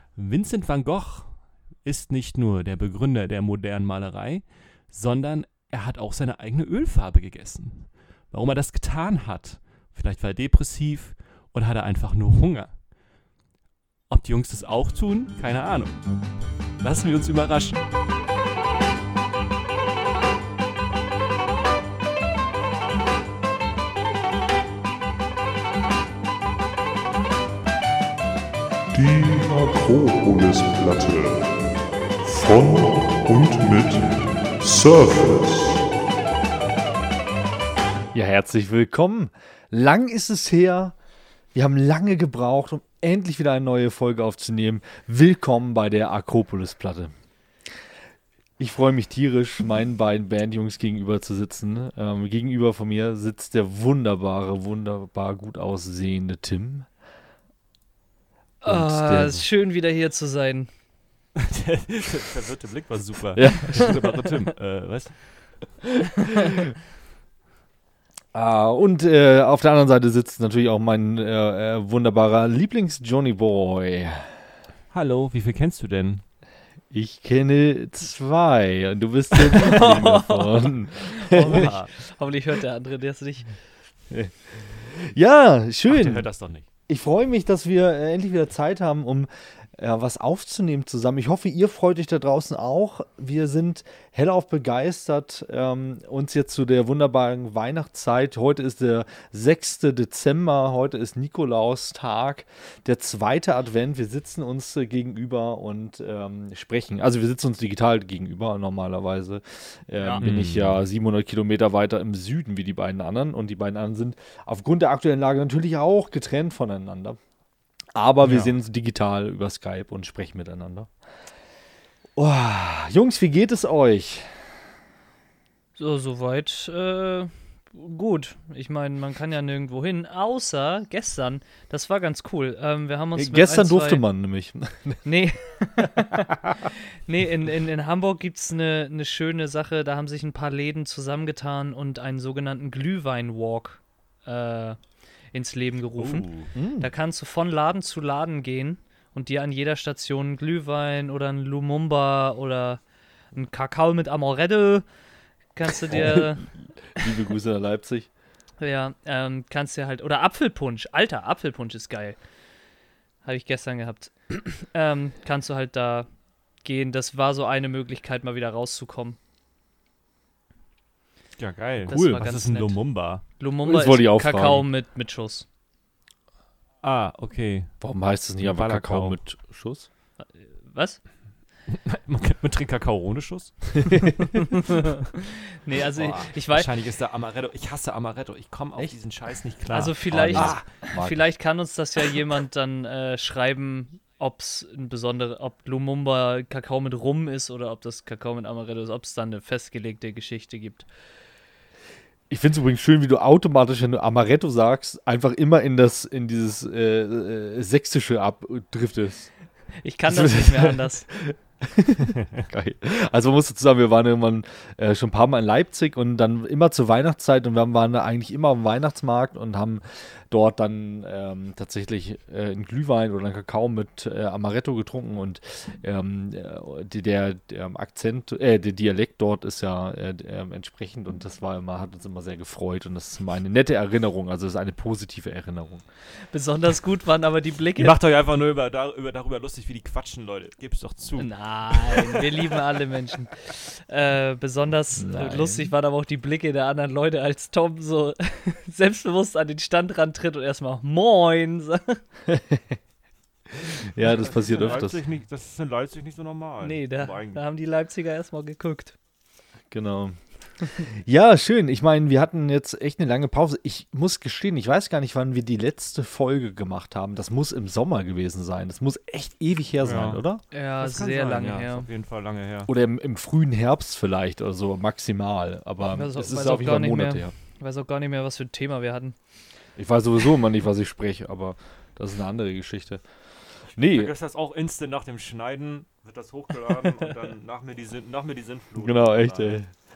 Vincent van Gogh ist nicht nur der Begründer der modernen Malerei, sondern er hat auch seine eigene Ölfarbe gegessen. Warum er das getan hat? Vielleicht war er depressiv oder hat er einfach nur Hunger? Ob die Jungs das auch tun? Keine Ahnung. Lassen wir uns überraschen. Die Akropolis-Platte von und mit Surface. Ja, herzlich willkommen. Lang ist es her. Wir haben lange gebraucht, um endlich wieder eine neue Folge aufzunehmen. Willkommen bei der Akropolis-Platte. Ich freue mich tierisch, meinen beiden Bandjungs gegenüber zu sitzen. Gegenüber von mir sitzt der wunderbar gut aussehende Tim. Es ist schön, wieder hier zu sein. Der verwirrte Blick war super. Ja. Wunderbare Tim. Was? Und auf der anderen Seite sitzt natürlich auch mein wunderbarer Lieblings-Johnny Boy. Hallo, wie viel kennst du denn? Ich kenne 2 und du bist der Liebling davon. Hoffentlich hört der andere das nicht. Ja, Ach, schön. der hört das doch nicht. Ich freue mich, dass wir endlich wieder Zeit haben, um was aufzunehmen zusammen. Ich hoffe, ihr freut euch da draußen auch. Wir sind hellauf begeistert, uns jetzt zu der wunderbaren Weihnachtszeit. Heute ist der 6. Dezember, heute ist Nikolaustag, der 2. Advent. Wir sitzen uns gegenüber und sprechen. Also wir sitzen uns digital gegenüber. Normalerweise bin ich ja 700 Kilometer weiter im Süden wie die beiden anderen. Und die beiden anderen sind aufgrund der aktuellen Lage natürlich auch getrennt voneinander. Aber wir sehen uns digital über Skype und sprechen miteinander. Oh, Jungs, wie geht es euch? Soweit gut. Ich meine, man kann ja nirgendwo hin, außer gestern. Das war ganz cool. Wir haben uns Gestern durfte man nämlich. Nee. Nee, in Hamburg gibt es eine schöne Sache. Da haben sich ein paar Läden zusammengetan und einen sogenannten Glühwein-Walk ins Leben gerufen. Da kannst du von Laden zu Laden gehen und dir an jeder Station einen Glühwein oder einen Lumumba oder einen Kakao mit Amaretto kannst du dir... Liebe Grüße nach Leipzig. Ja, kannst du halt... Oder Apfelpunsch. Alter, Apfelpunsch ist geil. Habe ich gestern gehabt. Kannst du halt da gehen. Das war so eine Möglichkeit, mal wieder rauszukommen. Ja, geil. Das Cool. war Was ganz ist ein nett. Lumumba? Lumumba Das wollte ich ist auch Kakao fragen. mit Schuss. Ah, okay. Warum heißt es nicht einfach Kakao. Kakao mit Schuss? Was? Man trinkt Kakao ohne Schuss? Nee, also Boah, ich weiß... Wahrscheinlich ist der Amaretto. Ich hasse Amaretto. Ich komme auf diesen Scheiß nicht klar. Also vielleicht, Mag vielleicht kann uns das ja jemand dann schreiben, ob Lumumba Kakao mit Rum ist oder ob das Kakao mit Amaretto ist, ob es dann eine festgelegte Geschichte gibt. Ich finde es übrigens schön, wie du automatisch, wenn du Amaretto sagst, einfach immer in dieses Sächsische abdriftest. Ich kann das nicht mehr anders. Geil. Also man muss dazu sagen, wir waren irgendwann schon ein paar Mal in Leipzig und dann immer zur Weihnachtszeit und wir waren da eigentlich immer am Weihnachtsmarkt und haben dort dann tatsächlich einen Glühwein oder einen Kakao mit Amaretto getrunken und der Akzent, der Dialekt dort ist ja entsprechend und das hat uns immer sehr gefreut und das ist immer eine nette Erinnerung, also es ist eine positive Erinnerung. Besonders gut waren aber die Blicke. Ihr macht euch einfach nur darüber lustig, wie die quatschen, Leute. Gib's doch zu. Nein, wir lieben alle Menschen. Besonders lustig waren aber auch die Blicke der anderen Leute, als Tom so selbstbewusst an den Stand rantritt und erstmal Moin sagt. Ja, das passiert öfters. Das ist in Leipzig nicht so normal. Nee, da haben die Leipziger erstmal geguckt. Genau. Ja, schön. Ich meine, wir hatten jetzt echt eine lange Pause. Ich muss gestehen, ich weiß gar nicht, wann wir die letzte Folge gemacht haben. Das muss im Sommer gewesen sein. Das muss echt ewig her sein, oder? Ja, Das kann sehr sein, lange ja, her. Ist auf jeden Fall lange her. Oder im frühen Herbst vielleicht oder so, maximal. Aber Weiß es auch ist auf jeden gar Fall nicht Monate mehr. her. Ich weiß auch gar nicht mehr, was für ein Thema wir hatten. Ich weiß sowieso immer nicht, was ich spreche, aber das ist eine andere Geschichte. Nee, Vergesst das auch instant nach dem Schneiden, wird das hochgeladen und dann nach mir die Sintflut. genau, echt, ey.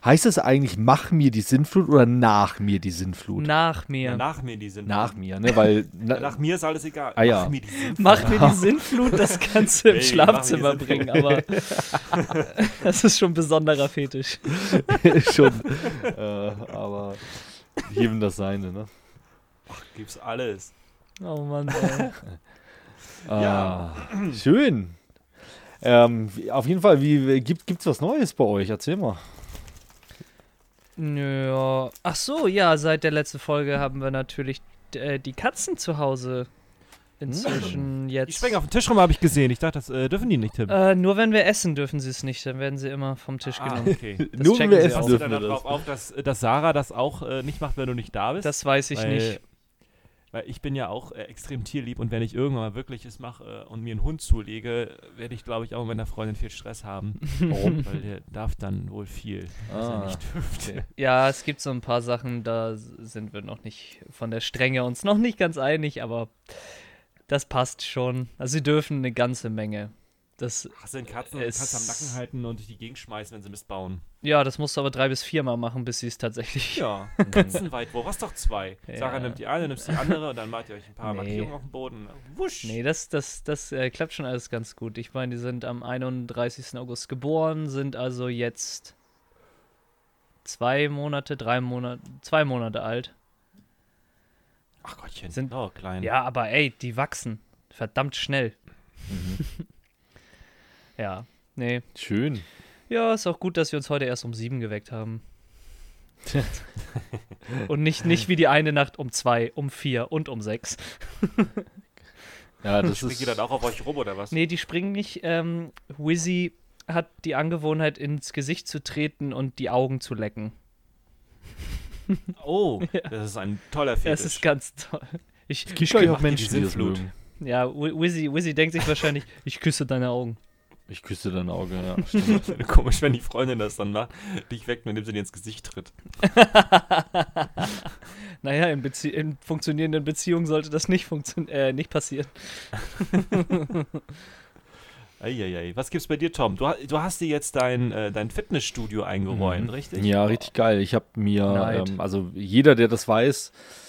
Heißt das eigentlich, mach mir die Sintflut oder nach mir die Sintflut? Nach mir. Ja, nach mir die sind. Nach mir, ne? Weil. Nach mir ist alles egal. Ja. Mach mir die Sintflut. Mach mir die Sintflut, das kannst du im Hey, Schlafzimmer mach mir die bringen, aber das ist schon ein besonderer Fetisch. Schon. Aber jedem das seine, ne? Gibt's alles. Oh Mann, ey. Ja. Schön. Auf jeden Fall, gibt's was Neues bei euch? Erzähl mal. Ja. Ach so, ja, seit der letzten Folge haben wir natürlich die Katzen zu Hause inzwischen Die jetzt. springen auf den Tisch rum, habe ich gesehen. Ich dachte, das dürfen die nicht, Tim. Nur wenn wir essen, dürfen sie es nicht. Dann werden sie immer vom Tisch genommen. Okay. Nur wenn checken wir sie essen auch. Passt du dürfen dann wir darauf das. auf, dass Sarah das auch nicht macht, wenn du nicht da bist? Das weiß ich nicht. Weil ich bin ja auch extrem tierlieb und wenn ich irgendwann mal wirklich es mache und mir einen Hund zulege, werde ich, glaube ich, auch mit meiner Freundin viel Stress haben. Warum? Weil der darf dann wohl viel, was er nicht dürfte. Ja, es gibt so ein paar Sachen, da sind wir noch nicht von der Strenge uns noch nicht ganz einig, aber das passt schon. Also sie dürfen eine ganze Menge. Das Hast du den Katzen und kannst am Nacken halten und durch die Gegend schmeißen, wenn sie Mist bauen. Ja, das musst du aber 3 bis 4 Mal machen, bis sie es tatsächlich. Ja, Katzenweit, wo? Was doch 2. Ja. Sarah nimmt die eine, nimmst die andere und dann macht ihr euch ein paar Nee. Markierungen auf dem Boden. Wusch. Nee, das klappt schon alles ganz gut. Ich meine, die sind am 31. August geboren, sind also jetzt 2 Monate, 2 Monate alt. Ach Gottchen, Sind- oh, klein. Ja, aber ey, die wachsen verdammt schnell. Ja, nee. Schön. Ja, ist auch gut, dass wir uns heute erst um 7 geweckt haben. Und nicht wie die eine Nacht um 2, um 4 und um 6. Ja, das Springt die dann auch auf euch rum oder was? Nee, die springen nicht. Wizzy hat die Angewohnheit, ins Gesicht zu treten und die Augen zu lecken. Oh, das ist ein toller Fetisch. Das ist ganz toll. Es gibt ja auch macht die Menschen, die das Sintflut. mögen. Ja, Wizzy denkt sich wahrscheinlich, ich küsse deine Augen. Ich küsse dein Auge, ja. Stimmt. Komisch, wenn die Freundin das dann macht, dich weckt, indem sie dir ins Gesicht tritt. Naja, in funktionierenden Beziehungen sollte das nicht passieren. Eieiei. Was gibt's bei dir, Tom? Du hast dir jetzt dein Fitnessstudio eingeräumt, richtig? Ja, richtig geil. Ich habe mir, Neid. also jeder, der das weiß,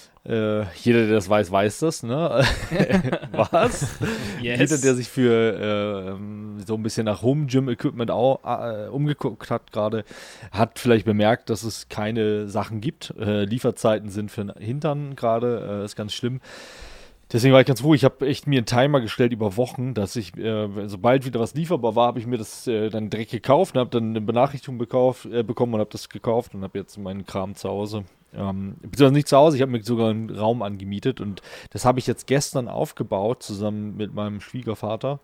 weiß das, ne? Was? Yes. Jeder, der sich für so ein bisschen nach Home-Gym-Equipment umgeguckt hat gerade, hat vielleicht bemerkt, dass es keine Sachen gibt. Lieferzeiten sind für den Hintern gerade, ist ganz schlimm. Deswegen war ich ganz froh, ich habe echt mir einen Timer gestellt über Wochen, dass ich, sobald wieder was lieferbar war, habe ich mir das dann direkt gekauft und habe dann eine Benachrichtigung bekommen und habe das gekauft und habe jetzt meinen Kram zu Hause. Beziehungsweise nicht zu Hause, ich habe mir sogar einen Raum angemietet und das habe ich jetzt gestern aufgebaut, zusammen mit meinem Schwiegervater.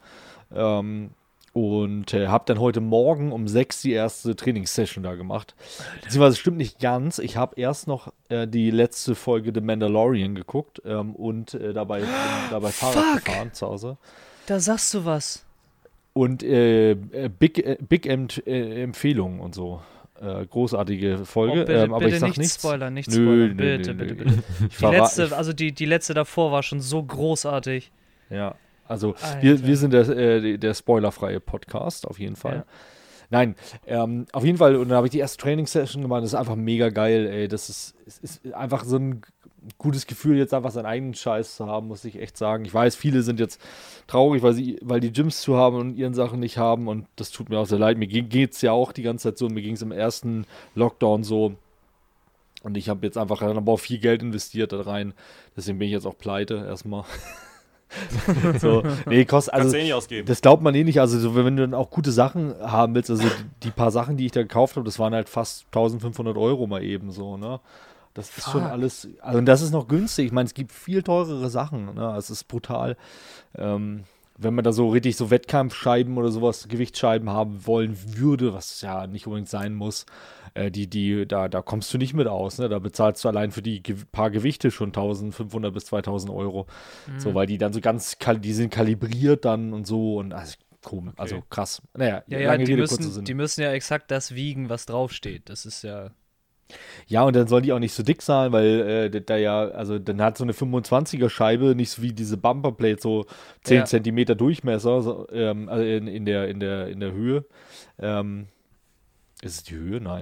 Und habe dann heute Morgen um 6 die erste Trainingssession da gemacht. Beziehungsweise stimmt nicht ganz. Ich habe erst noch die letzte Folge The Mandalorian geguckt und dabei Fahrrad gefahren zu Hause. Da sagst du was. Und Big Empfehlungen und so. Großartige Folge. Bitte, aber bitte ich sag nicht nichts. spoilern, nicht Nö, spoilern. nö, Bitte, nö, bitte, nö. bitte. Ich verra- Die letzte davor war schon so großartig. Ja, also Alter. wir sind der spoilerfreie Podcast, auf jeden Fall. Ja. Nein, auf jeden Fall, und dann habe ich die erste Training-Session gemacht, das ist einfach mega geil, ey. Es ist einfach so ein gutes Gefühl, jetzt einfach seinen eigenen Scheiß zu haben, muss ich echt sagen. Ich weiß, viele sind jetzt traurig, weil die Gyms zu haben und ihren Sachen nicht haben und das tut mir auch sehr leid. Mir geht es ja auch die ganze Zeit so und mir ging es im ersten Lockdown so. Und ich habe jetzt einfach dann aber auch viel Geld investiert da rein. Deswegen bin ich jetzt auch pleite erstmal. So, nee, kostet, Kannst also du eh nicht ausgeben. das glaubt man eh nicht. Also so, wenn du dann auch gute Sachen haben willst, also die paar Sachen, die ich da gekauft habe, das waren halt fast 1.500 € mal eben so, ne? Das ist schon Fuck. alles, also und das ist noch günstig. Ich meine, es gibt viel teurere Sachen, ne? Es ist brutal. Wenn man da so richtig so Wettkampfscheiben oder sowas, Gewichtsscheiben haben wollen würde, was ja nicht unbedingt sein muss, da kommst du nicht mit aus, ne? Da bezahlst du allein für die paar Gewichte schon 1.500 bis 2.000 €. So, weil die dann so die sind kalibriert dann und so und also komisch, Okay. also krass. Naja, Ja, lange die Rede, kurzer Sinn. müssen ja exakt das wiegen, was draufsteht. Das ist ja. Ja, und dann sollen die auch nicht so dick sein, weil dann hat so eine 25er Scheibe nicht so wie diese Bumperplate so 10 Ja. Zentimeter Durchmesser, so, also in der Höhe. Ist es die Höhe? Nein.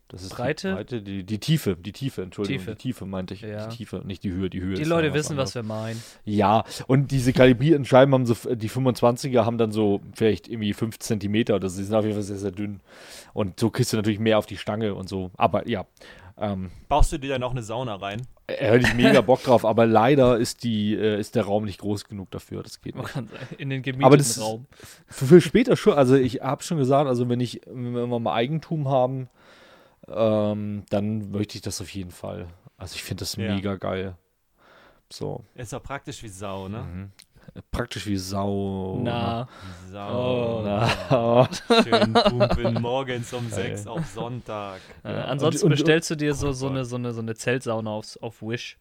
Das ist Breite? Die Breite, die Tiefe, Entschuldigung, Tiefe. die Tiefe meinte ich. Ja. Die Tiefe, nicht die Höhe. Die Höhe Die ist Leute noch was wissen, was anderes. wir meinen. Ja, und diese kalibrierten Scheiben haben so, die 25er haben dann so vielleicht irgendwie 5 Zentimeter. Das ist auf jeden Fall sehr, sehr dünn. Und so kriegst du natürlich mehr auf die Stange und so. Aber ja, Baust du dir dann auch eine Sauna rein? hätte ich mega Bock drauf. Aber leider ist der Raum nicht groß genug dafür. Das geht Man nicht. kann sagen, in den Aber gemieteten das ist- Raum. Für später schon. Also ich habe schon gesagt, also wenn wir mal Eigentum haben, dann möchte ich das auf jeden Fall. Also ich finde das Ja. mega geil. So. Ist doch praktisch wie Sau, ne? Praktisch wie Sau. Na, Sau. Na. Schön pumpen morgens um 6 auf Sonntag. ansonsten Und- bestellst du dir so Gott. eine Zeltsauna auf Wish.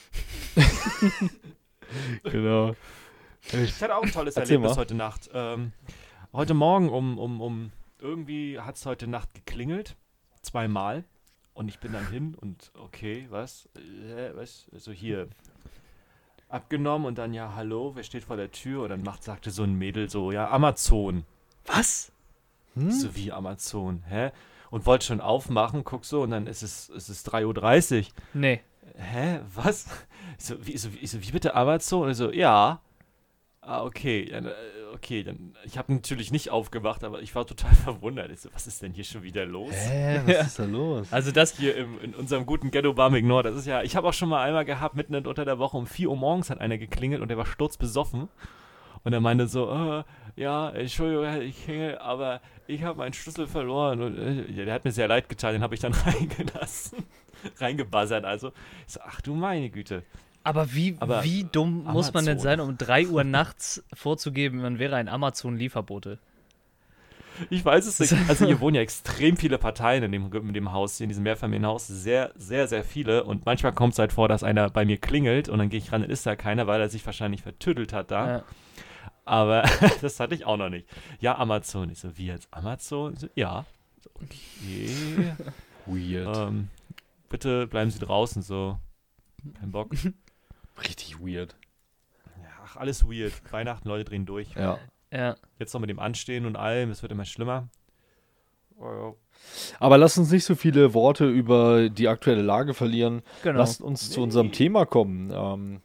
Genau. Ich hatte auch ein tolles Erzähl Erlebnis mal. heute Nacht. Heute Morgen irgendwie hat es heute Nacht geklingelt. 2-mal. Und ich bin dann hin und okay, was? Was? Also hier abgenommen und dann ja, hallo, wer steht vor der Tür? Und dann sagte so ein Mädel so, ja, Amazon. Was? Hm? So wie Amazon, hä? Und wollte schon aufmachen, guck so und dann ist es 3:30 Uhr. Nee. Hä, was? Ich so, wie bitte Amazon? Und ich so, ja. Ah, okay. Ja, okay, dann, ich habe natürlich nicht aufgewacht, aber ich war total verwundert. Ich so, was ist denn hier schon wieder los? Was ist da los? Also das, Hier in unserem guten Ghetto Barmig Nord, das ist ja, ich habe auch schon mal einmal gehabt, mitten unter der Woche um 4 Uhr morgens hat einer geklingelt und der war sturzbesoffen. Und er meinte so, ja, Entschuldigung, ich klingel, aber ich habe meinen Schlüssel verloren. Und ja, der hat mir sehr leid getan, den habe ich dann reingebuzzert. Also, ich so, ach du meine Güte. aber wie dumm muss man denn Amazon. sein, um 3 Uhr nachts vorzugeben, man wäre ein Amazon-Lieferbote? Ich weiß es nicht. Also hier wohnen ja extrem viele Parteien in dem Haus, hier in diesem Mehrfamilienhaus. Sehr, sehr, sehr viele. Und manchmal kommt es halt vor, dass einer bei mir klingelt und dann gehe ich ran, dann ist da keiner, weil er sich wahrscheinlich vertüttelt hat da. Ja. Aber das hatte ich auch noch nicht. Ja, Amazon. Ich so, wie jetzt Amazon? Ich so, ja. So, okay. Weird. Bitte bleiben Sie draußen, so. Kein Bock. Richtig weird. Ja, ach, alles weird. Weihnachten, Leute drehen durch. Ja. Ja. Jetzt noch mit dem Anstehen und allem, es wird immer schlimmer. Oh, Aber lasst uns nicht so viele Worte über die aktuelle Lage verlieren. Genau. Lasst uns zu unserem Thema kommen.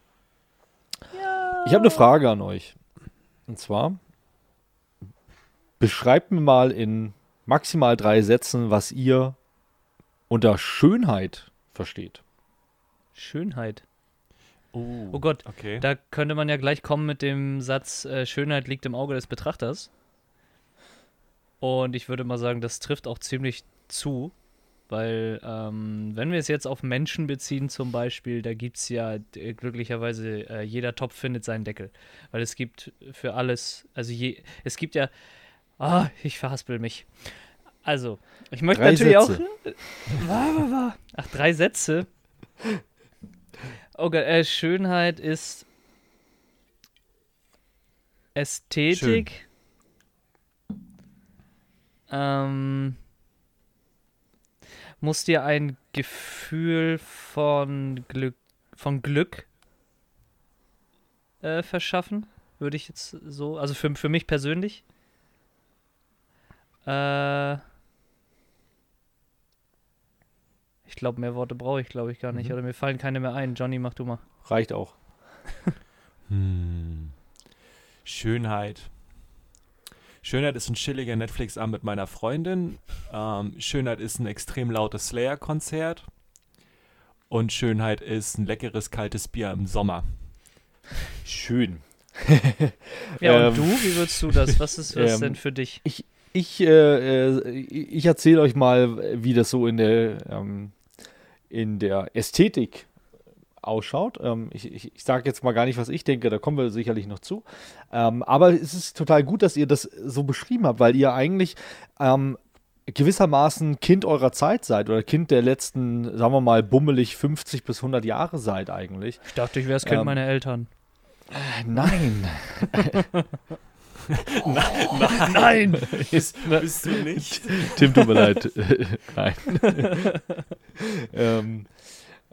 Ich habe eine Frage an euch. Und zwar, beschreibt mir mal in maximal 3 Sätzen, was ihr unter Schönheit versteht. Schönheit. oh. Oh Gott, Okay. da könnte man ja gleich kommen mit dem Satz, Schönheit liegt im Auge des Betrachters. Und ich würde mal sagen, das trifft auch ziemlich zu, weil wenn wir es jetzt auf Menschen beziehen zum Beispiel, da gibt es ja glücklicherweise, jeder Topf findet seinen Deckel. Weil es gibt für alles, also es gibt ja, ich verhaspel mich. Also, ich möchte 3 natürlich Sätze. auch, 3 Sätze. Oh Gott, Schönheit ist Ästhetik. Muss dir ein Gefühl von Glück verschaffen, würde ich jetzt so, also für mich persönlich. Ich glaube, mehr Worte brauche ich, glaube ich, gar nicht. Oder mir fallen keine mehr ein. Johnny, mach du mal. Reicht auch. Schönheit. Schönheit ist ein chilliger Netflix-Abend mit meiner Freundin. Schönheit ist ein extrem lautes Slayer-Konzert. Und Schönheit ist ein leckeres, kaltes Bier im Sommer. Schön. Ja, und du, wie würdest du das? Was ist das denn für dich? Ich erzähle euch mal, wie das so in der Ästhetik ausschaut. Ich sage jetzt mal gar nicht, was ich denke, da kommen wir sicherlich noch zu. Aber es ist total gut, dass ihr das so beschrieben habt, weil ihr eigentlich gewissermaßen Kind eurer Zeit seid oder Kind der letzten, sagen wir mal, bummelig 50 bis 100 Jahre seid eigentlich. Ich dachte, ich wäre das Kind meiner Eltern. Nein. Nein! Bist du nicht? Tim, tut mir leid. Nein.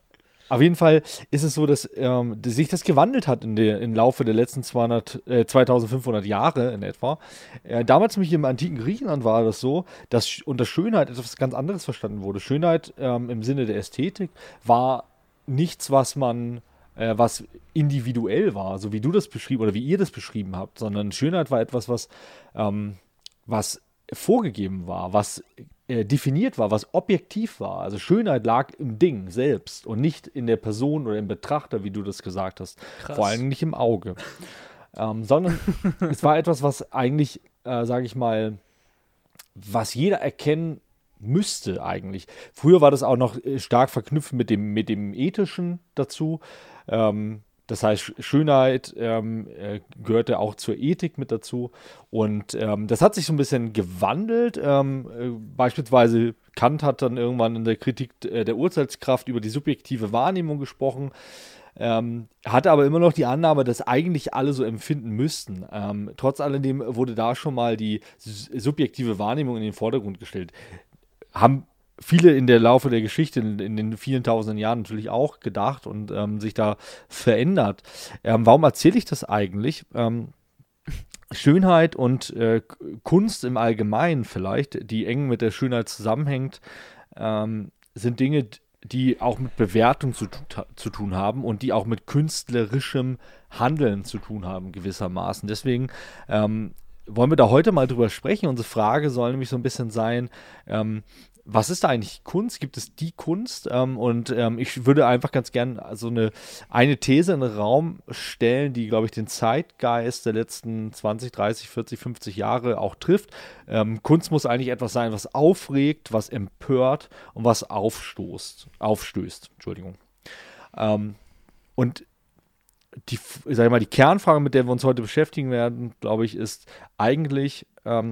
Auf jeden Fall ist es so, dass sich das gewandelt hat im Laufe der letzten 2500 Jahre in etwa. Damals nämlich im antiken Griechenland war das so, dass unter Schönheit etwas ganz anderes verstanden wurde. Schönheit im Sinne der Ästhetik war nichts, was individuell war, so wie du das beschrieben oder wie ihr das beschrieben habt, sondern Schönheit war etwas, was vorgegeben war, was definiert war, was objektiv war. Also Schönheit lag im Ding selbst und nicht in der Person oder im Betrachter, wie du das gesagt hast. Krass. Vor allem nicht im Auge. Sondern es war etwas, was eigentlich, sage ich mal, was jeder erkennen müsste eigentlich. Früher war das auch noch stark verknüpft mit dem Ethischen dazu. Das heißt, Schönheit gehörte auch zur Ethik mit dazu. Und das hat sich so ein bisschen gewandelt. Beispielsweise Kant hat dann irgendwann in der Kritik der Urteilskraft über die subjektive Wahrnehmung gesprochen. Hatte aber immer noch die Annahme, dass eigentlich alle so empfinden müssten. Trotz alledem wurde da schon mal die subjektive Wahrnehmung in den Vordergrund gestellt. Haben viele in der Laufe der Geschichte, in den vielen tausenden Jahren natürlich auch gedacht und sich da verändert. Warum erzähle ich das eigentlich? Schönheit und Kunst im Allgemeinen vielleicht, die eng mit der Schönheit zusammenhängt, sind Dinge, die auch mit Bewertung zu tun haben und die auch mit künstlerischem Handeln zu tun haben, gewissermaßen. Deswegen wollen wir da heute mal drüber sprechen. Unsere Frage soll nämlich so ein bisschen sein, was ist da eigentlich Kunst? Gibt es die Kunst? Ich würde einfach ganz gern so eine These in den Raum stellen, die, glaube ich, den Zeitgeist der letzten 20, 30, 40, 50 Jahre auch trifft. Kunst muss eigentlich etwas sein, was aufregt, was empört und was aufstößt. Entschuldigung. Und die Kernfrage, mit der wir uns heute beschäftigen werden, glaube ich, ist eigentlich,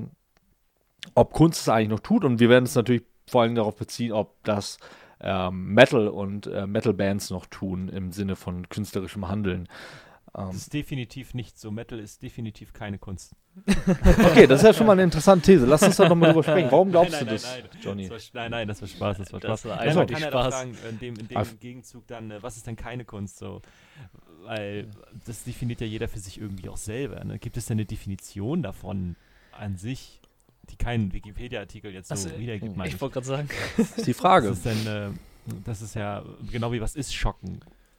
ob Kunst es eigentlich noch tut. Und wir werden es natürlich vor allem darauf beziehen, ob das Metal und Metal-Bands noch tun im Sinne von künstlerischem Handeln. Das ist definitiv nicht so. Metal ist definitiv keine Kunst. Okay, das ist ja schon mal eine interessante These. Lass uns doch nochmal drüber sprechen. Warum glaubst du das, Johnny? Nein, das war Spaß. Das war Spaß. Das war Also, man eindeutig kann ja doch Spaß. fragen, in dem Gegenzug dann, was ist denn keine Kunst? So? Weil das definiert ja jeder für sich irgendwie auch selber. Ne? Gibt es denn eine Definition davon an sich, die keinen Wikipedia-Artikel jetzt so wiedergibt? Ich wollte gerade sagen. Das ist die Frage. Das ist ja genau wie, was ist Schocken?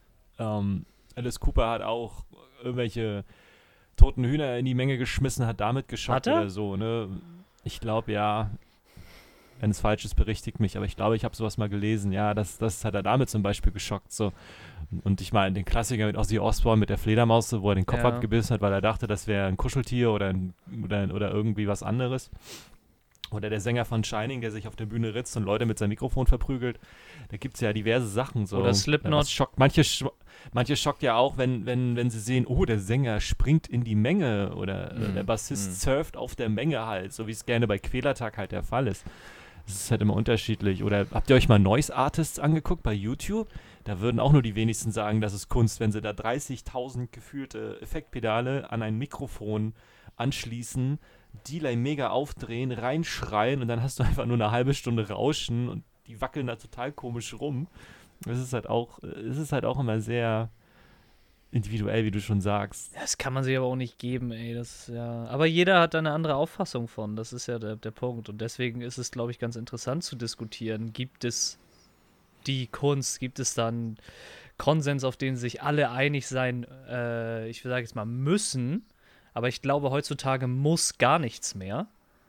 Alice Cooper hat auch irgendwelche toten Hühner in die Menge geschmissen, hat damit geschockt oder so. Ne? Ich glaube, ja, wenn es falsch ist, berichtigt mich, aber ich glaube, ich habe sowas mal gelesen. Ja, das hat er damit zum Beispiel geschockt. So. Und ich meine, den Klassiker mit Ozzy Osbourne mit der Fledermaus, wo er den Kopf abgebissen hat, weil er dachte, das wäre ein Kuscheltier oder irgendwie was anderes. Oder der Sänger von Shining, der sich auf der Bühne ritzt und Leute mit seinem Mikrofon verprügelt. Da gibt es ja diverse Sachen. So. Oder Slipknot. Manche schockt ja auch, wenn sie sehen, oh, der Sänger springt in die Menge oder der Bassist surft auf der Menge halt, so wie es gerne bei Quälertag halt der Fall ist. Das ist halt immer unterschiedlich. Oder habt ihr euch mal Noise Artists angeguckt bei YouTube? Da würden auch nur die wenigsten sagen, das ist Kunst, wenn sie da 30.000 gefühlte Effektpedale an ein Mikrofon anschließen, Delay mega aufdrehen, reinschreien und dann hast du einfach nur eine halbe Stunde Rauschen und die wackeln da total komisch rum. Es ist halt auch immer sehr individuell, wie du schon sagst. Das kann man sich aber auch nicht geben, ey. Das ist ja. Aber jeder hat da eine andere Auffassung von. Das ist ja der Punkt. Und deswegen ist es, glaube ich, ganz interessant zu diskutieren. Gibt es die Kunst? Gibt es dann Konsens, auf den sich alle einig sein, ich sage jetzt mal, müssen? Aber ich glaube, heutzutage muss gar nichts mehr.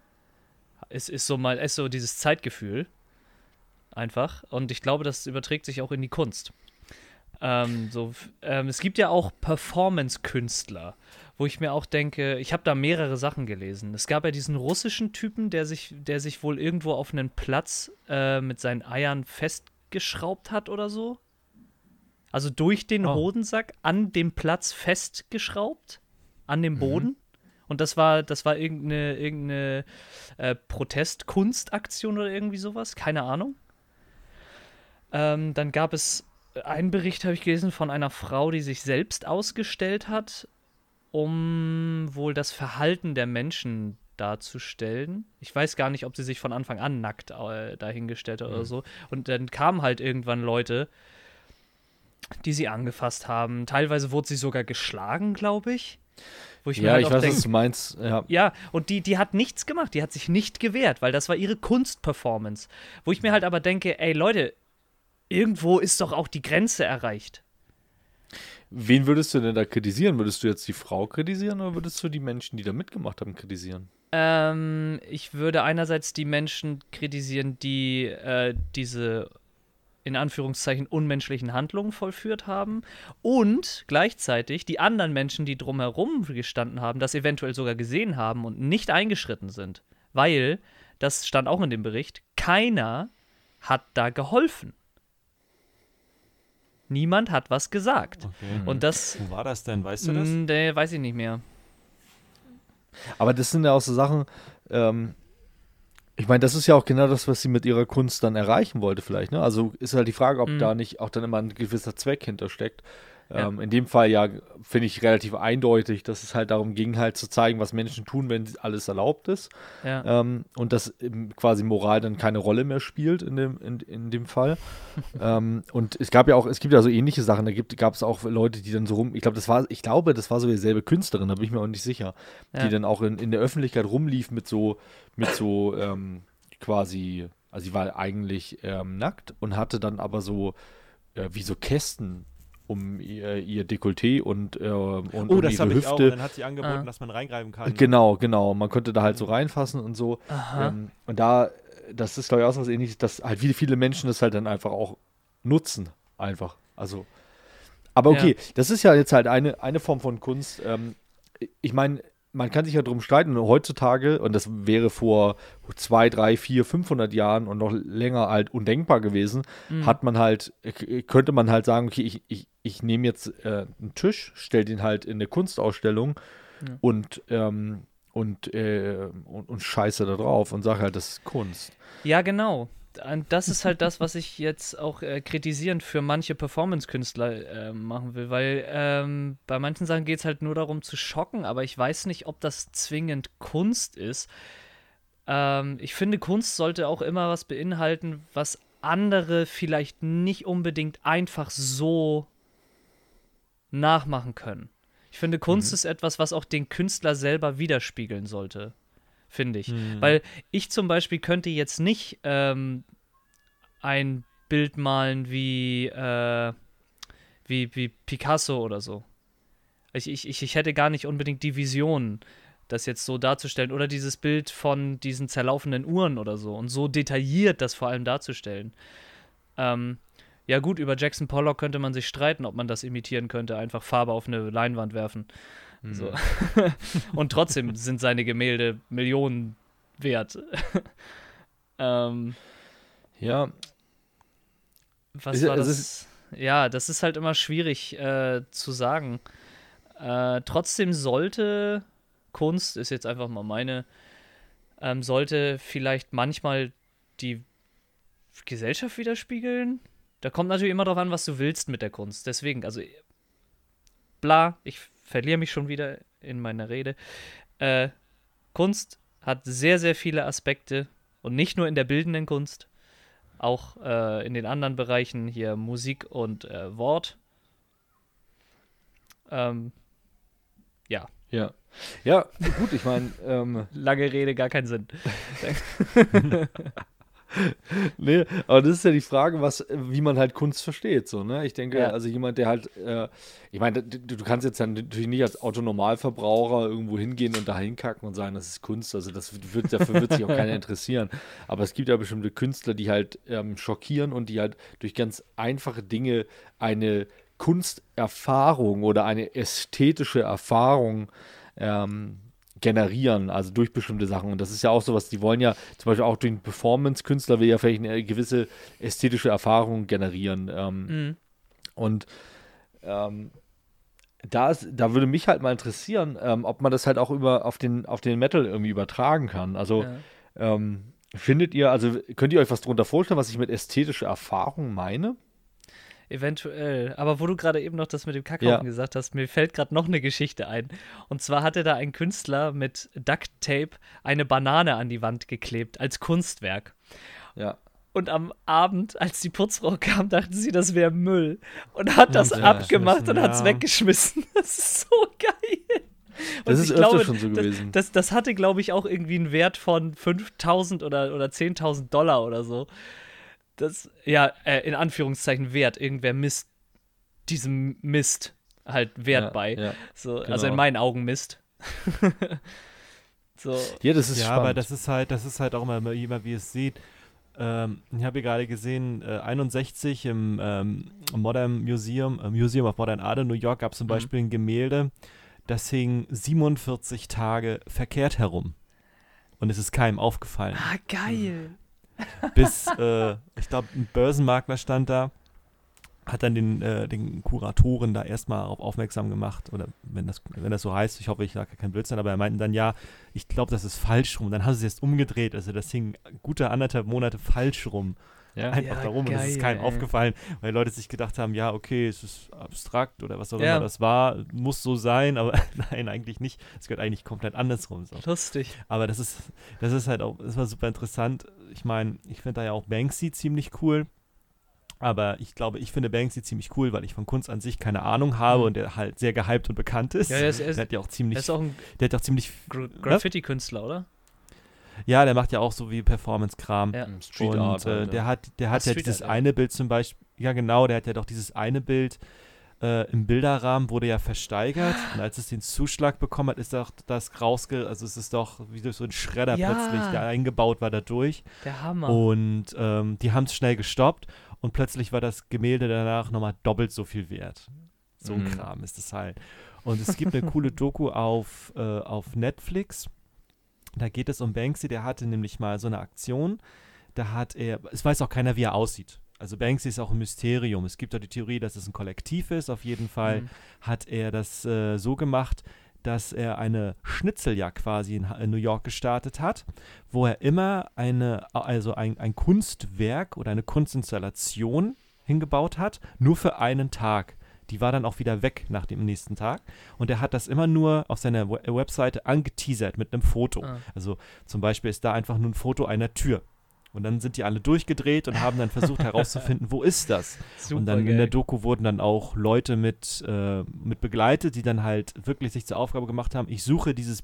Es ist so dieses Zeitgefühl. Einfach. Und ich glaube, das überträgt sich auch in die Kunst. Es gibt ja auch Performance-Künstler, wo ich mir auch denke, ich habe da mehrere Sachen gelesen. Es gab ja diesen russischen Typen, der sich wohl irgendwo auf einen Platz mit seinen Eiern festgeschraubt hat oder so. Also durch den Hodensack an dem Platz festgeschraubt, an dem Boden. Und das war irgendeine Protestkunstaktion oder irgendwie sowas, keine Ahnung. Dann gab es einen Bericht, habe ich gelesen, von einer Frau, die sich selbst ausgestellt hat, um wohl das Verhalten der Menschen darzustellen. Ich weiß gar nicht, ob sie sich von Anfang an nackt dahingestellt hat oder so. Und dann kamen halt irgendwann Leute, die sie angefasst haben. Teilweise wurde sie sogar geschlagen, glaube ich. Wo ich mir Ja, halt ich auch weiß, denk, was du meinst. Ja. ja, und die hat nichts gemacht, die hat sich nicht gewehrt, weil das war ihre Kunstperformance. Wo ich mir halt aber denke, ey Leute, irgendwo ist doch auch die Grenze erreicht. Wen würdest du denn da kritisieren? Würdest du jetzt die Frau kritisieren oder würdest du die Menschen, die da mitgemacht haben, kritisieren? Ich würde einerseits die Menschen kritisieren, die diese in Anführungszeichen unmenschlichen Handlungen vollführt haben und gleichzeitig die anderen Menschen, die drumherum gestanden haben, das eventuell sogar gesehen haben und nicht eingeschritten sind. Weil, das stand auch in dem Bericht, keiner hat da geholfen. Niemand hat was gesagt. Okay. Und das, Wo war das denn? Weißt du das? weiß ich nicht mehr. Aber das sind ja auch so Sachen, ich meine, das ist ja auch genau das, was sie mit ihrer Kunst dann erreichen wollte vielleicht, ne? Also ist halt die Frage, ob da nicht auch dann immer ein gewisser Zweck hintersteckt. Ja. In dem Fall ja, finde ich relativ eindeutig, dass es halt darum ging, halt zu zeigen, was Menschen tun, wenn alles erlaubt ist. Ja. Und dass eben quasi Moral dann keine Rolle mehr spielt in dem Fall. Und es gibt ja so ähnliche Sachen, gab es auch Leute, die dann so ich glaube, das war so dieselbe Künstlerin, da bin ich mir auch nicht sicher, Ja. die dann auch in der Öffentlichkeit rumlief mit so quasi, also sie war eigentlich nackt und hatte dann aber so wie so Kästen um ihr Dekolleté und um Das ihre habe ich auch. Und Hüfte. dann hat sie angeboten, dass man reingreifen kann. Genau. Man konnte da halt so reinfassen und so. Und das ist, glaube ich, auch so was Ähnliches, dass halt viele Menschen das halt dann einfach auch nutzen. Einfach. Also. Aber okay, das ist ja jetzt halt eine Form von Kunst. Ich meine, man kann sich ja drum streiten, und heutzutage, und das wäre vor 2, 3, 4, 500 Jahren und noch länger halt undenkbar gewesen, könnte man halt sagen, okay, ich nehme jetzt einen Tisch, stelle den halt in eine Kunstausstellung und scheiße da drauf und sage halt, das ist Kunst. Ja, genau. Und das ist halt das, was ich jetzt auch kritisierend für manche Performance-Künstler machen will, weil bei manchen Sachen geht es halt nur darum zu schocken, aber ich weiß nicht, ob das zwingend Kunst ist. Ich finde, Kunst sollte auch immer was beinhalten, was andere vielleicht nicht unbedingt einfach so nachmachen können. Ich finde, Kunst ist etwas, was auch den Künstler selber widerspiegeln sollte. Finde ich. Weil ich zum Beispiel könnte jetzt nicht ein Bild malen wie Picasso oder so. Ich hätte gar nicht unbedingt die Vision, das jetzt so darzustellen. Oder dieses Bild von diesen zerlaufenden Uhren oder so. Und so detailliert das vor allem darzustellen. Ja gut, über Jackson Pollock könnte man sich streiten, ob man das imitieren könnte. Einfach Farbe auf eine Leinwand werfen. So. Und trotzdem sind seine Gemälde Millionen wert. Ja. Was war das? Ja, das ist halt immer schwierig zu sagen. Trotzdem sollte Kunst, ist jetzt einfach mal meine, sollte vielleicht manchmal die Gesellschaft widerspiegeln. Da kommt natürlich immer drauf an, was du willst mit der Kunst. Deswegen, also ich verliere mich schon wieder in meiner Rede. Kunst hat sehr, sehr viele Aspekte und nicht nur in der bildenden Kunst, auch in den anderen Bereichen, hier Musik und Wort. Ja. Ja, gut, ich meine, Lange Rede, gar keinen Sinn. nee, aber das ist ja die Frage, wie man halt Kunst versteht, so, ne? Ich denke, also jemand, der halt, ich meine, du kannst jetzt dann natürlich nicht als Autonormalverbraucher irgendwo hingehen und da hinkacken und sagen, das ist Kunst, also dafür wird sich auch keiner interessieren. Aber es gibt ja bestimmte Künstler, die halt schockieren und die halt durch ganz einfache Dinge eine Kunsterfahrung oder eine ästhetische Erfahrung generieren, also durch bestimmte Sachen. Und das ist ja auch sowas, die wollen ja zum Beispiel auch durch einen Performance-Künstler will ja vielleicht eine gewisse ästhetische Erfahrung generieren. Und da würde mich halt mal interessieren, ob man das halt auch auf den Metal irgendwie übertragen kann. Also könnt ihr euch was drunter vorstellen, was ich mit ästhetischer Erfahrung meine? Eventuell. Aber wo du gerade eben noch das mit dem Kackhaufen gesagt hast, mir fällt gerade noch eine Geschichte ein. Und zwar hatte da ein Künstler mit Duct Tape eine Banane an die Wand geklebt als Kunstwerk. Ja. Und am Abend, als die Putzfrau kam, dachten sie, das wäre Müll. Und hat das abgemacht und hat es weggeschmissen. Das ist so geil. Und das ist öfter schon so gewesen. Das hatte, glaube ich, auch irgendwie einen Wert von 5.000 oder 10.000 Dollar oder so. Das, ja, in Anführungszeichen Wert. Irgendwer misst diesem Mist halt Wert bei. Ja, so, genau. Also in meinen Augen Mist. So. Ja, das ist spannend. Aber das ist halt auch immer, wie es sieht. Ich habe hier gerade gesehen, 61 im Modern Museum of Modern Art in New York gab es zum Beispiel ein Gemälde, das hing 47 Tage verkehrt herum. Und es ist keinem aufgefallen. Ah, geil. Bis, ich glaube, ein Börsenmakler stand da, hat dann den Kuratoren da erstmal darauf aufmerksam gemacht, oder wenn das so heißt, ich hoffe, ich sage keinen Blödsinn, aber er meinten dann, ja, ich glaube, das ist falsch rum. Dann haben sie es jetzt umgedreht, also das hing gute 1,5 Monate falsch rum. Ja, einfach darum, und es ist keinem aufgefallen, weil Leute sich gedacht haben, ja, okay, es ist abstrakt oder was auch immer das war, muss so sein, aber nein, eigentlich nicht. Es gehört eigentlich komplett andersrum. So. Lustig. Aber das ist halt auch, das war super interessant. Ich meine, ich finde da ja auch Banksy ziemlich cool. Aber ich finde Banksy ziemlich cool, weil ich von Kunst an sich keine Ahnung habe und der halt sehr gehypt und bekannt ist. Ja, der hat ja auch ziemlich. Der ist auch ein Graffiti-Künstler, oder? Ja, der macht ja auch so wie Performance-Kram. Ja. Street Art. Der hat ja dieses eine Bild zum Beispiel. Ja, genau, der hat ja doch dieses eine Bild im Bilderrahmen, wurde ja versteigert. Und als es den Zuschlag bekommen hat, ist doch das also es ist doch wie durch so ein Schredder plötzlich, der eingebaut war dadurch. Der Hammer. Und die haben es schnell gestoppt. Und plötzlich war das Gemälde danach nochmal doppelt so viel wert. So ein Kram ist es halt. Und es gibt eine coole Doku auf Netflix. Da geht es um Banksy. Der hatte nämlich mal so eine Aktion. Es weiß auch keiner, wie er aussieht. Also Banksy ist auch ein Mysterium. Es gibt da die Theorie, dass es ein Kollektiv ist. Auf jeden Fall hat er das so gemacht, dass er eine Schnitzeljagd quasi in New York gestartet hat, wo er immer ein Kunstwerk oder eine Kunstinstallation hingebaut hat, nur für einen Tag. Die war dann auch wieder weg nach dem nächsten Tag. Und er hat das immer nur auf seiner Webseite angeteasert mit einem Foto. Also zum Beispiel ist da einfach nur ein Foto einer Tür. Und dann sind die alle durchgedreht und haben dann versucht herauszufinden, wo ist das? Super und dann geil. In der Doku wurden dann auch Leute mit begleitet, die dann halt wirklich sich zur Aufgabe gemacht haben, ich suche dieses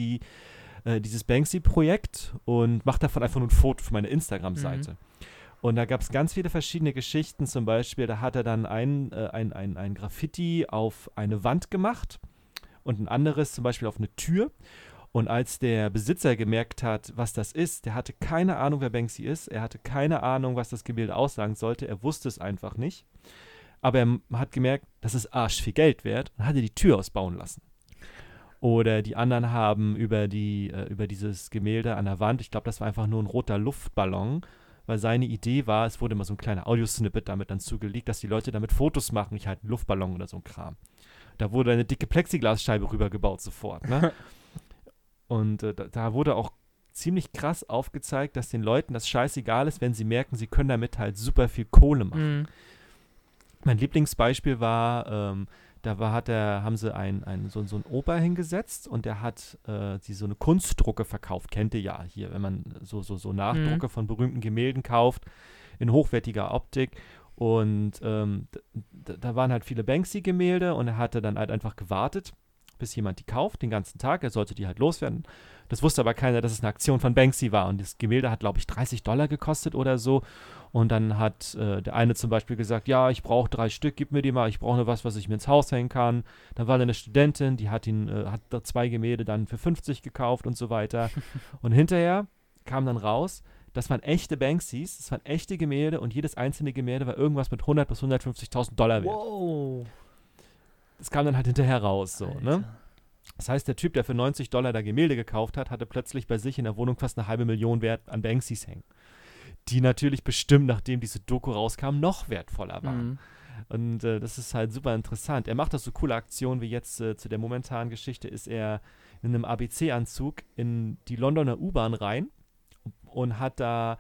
Banksy-Projekt und mache davon einfach nur ein Foto für meine Instagram-Seite. Und da gab es ganz viele verschiedene Geschichten. Zum Beispiel, da hat er dann ein Graffiti auf eine Wand gemacht und ein anderes zum Beispiel auf eine Tür. Und als der Besitzer gemerkt hat, was das ist, der hatte keine Ahnung, wer Banksy ist. Er hatte keine Ahnung, was das Gemälde aussagen sollte. Er wusste es einfach nicht. Aber er hat gemerkt, das ist arsch viel Geld wert und hatte die Tür ausbauen lassen. Oder die anderen haben über dieses Gemälde an der Wand, ich glaube, das war einfach nur ein roter Luftballon, weil seine Idee war, es wurde immer so ein kleiner Audiosnippet damit dann zugelegt, dass die Leute damit Fotos machen, nicht halt einen Luftballon oder so ein Kram. Da wurde eine dicke Plexiglasscheibe rübergebaut sofort, ne? Und da wurde auch ziemlich krass aufgezeigt, dass den Leuten das scheißegal ist, wenn sie merken, sie können damit halt super viel Kohle machen. Mein Lieblingsbeispiel war, haben sie so einen Opa hingesetzt und der hat so eine Kunstdrucke verkauft. Kennt ihr ja hier, wenn man so Nachdrucke von berühmten Gemälden kauft, in hochwertiger Optik. Und da waren halt viele Banksy-Gemälde und er hatte dann halt einfach gewartet, bis jemand die kauft, den ganzen Tag. Er sollte die halt loswerden. Das wusste aber keiner, dass es eine Aktion von Banksy war. Und das Gemälde hat, glaube ich, $30 gekostet oder so. Und dann hat der eine zum Beispiel gesagt, ja, ich brauche 3 Stück, gib mir die mal. Ich brauche nur was ich mir ins Haus hängen kann. Dann war da eine Studentin, die hat 2 Gemälde dann für 50 gekauft und so weiter. Und hinterher kam dann raus, das waren echte Banksys, das waren echte Gemälde und jedes einzelne Gemälde war irgendwas mit 100.000 bis 150.000 Dollar wert. Wow. Das kam dann halt hinterher raus, so, ne? Das heißt, der Typ, der für $90 da Gemälde gekauft hat, hatte plötzlich bei sich in der Wohnung fast 500.000 Wert an Banksys hängen. Die natürlich bestimmt, nachdem diese Doku rauskam, noch wertvoller waren. Und das ist halt super interessant. Er macht das so coole Aktionen wie jetzt zu der momentanen Geschichte, ist er in einem ABC-Anzug in die Londoner U-Bahn rein und hat da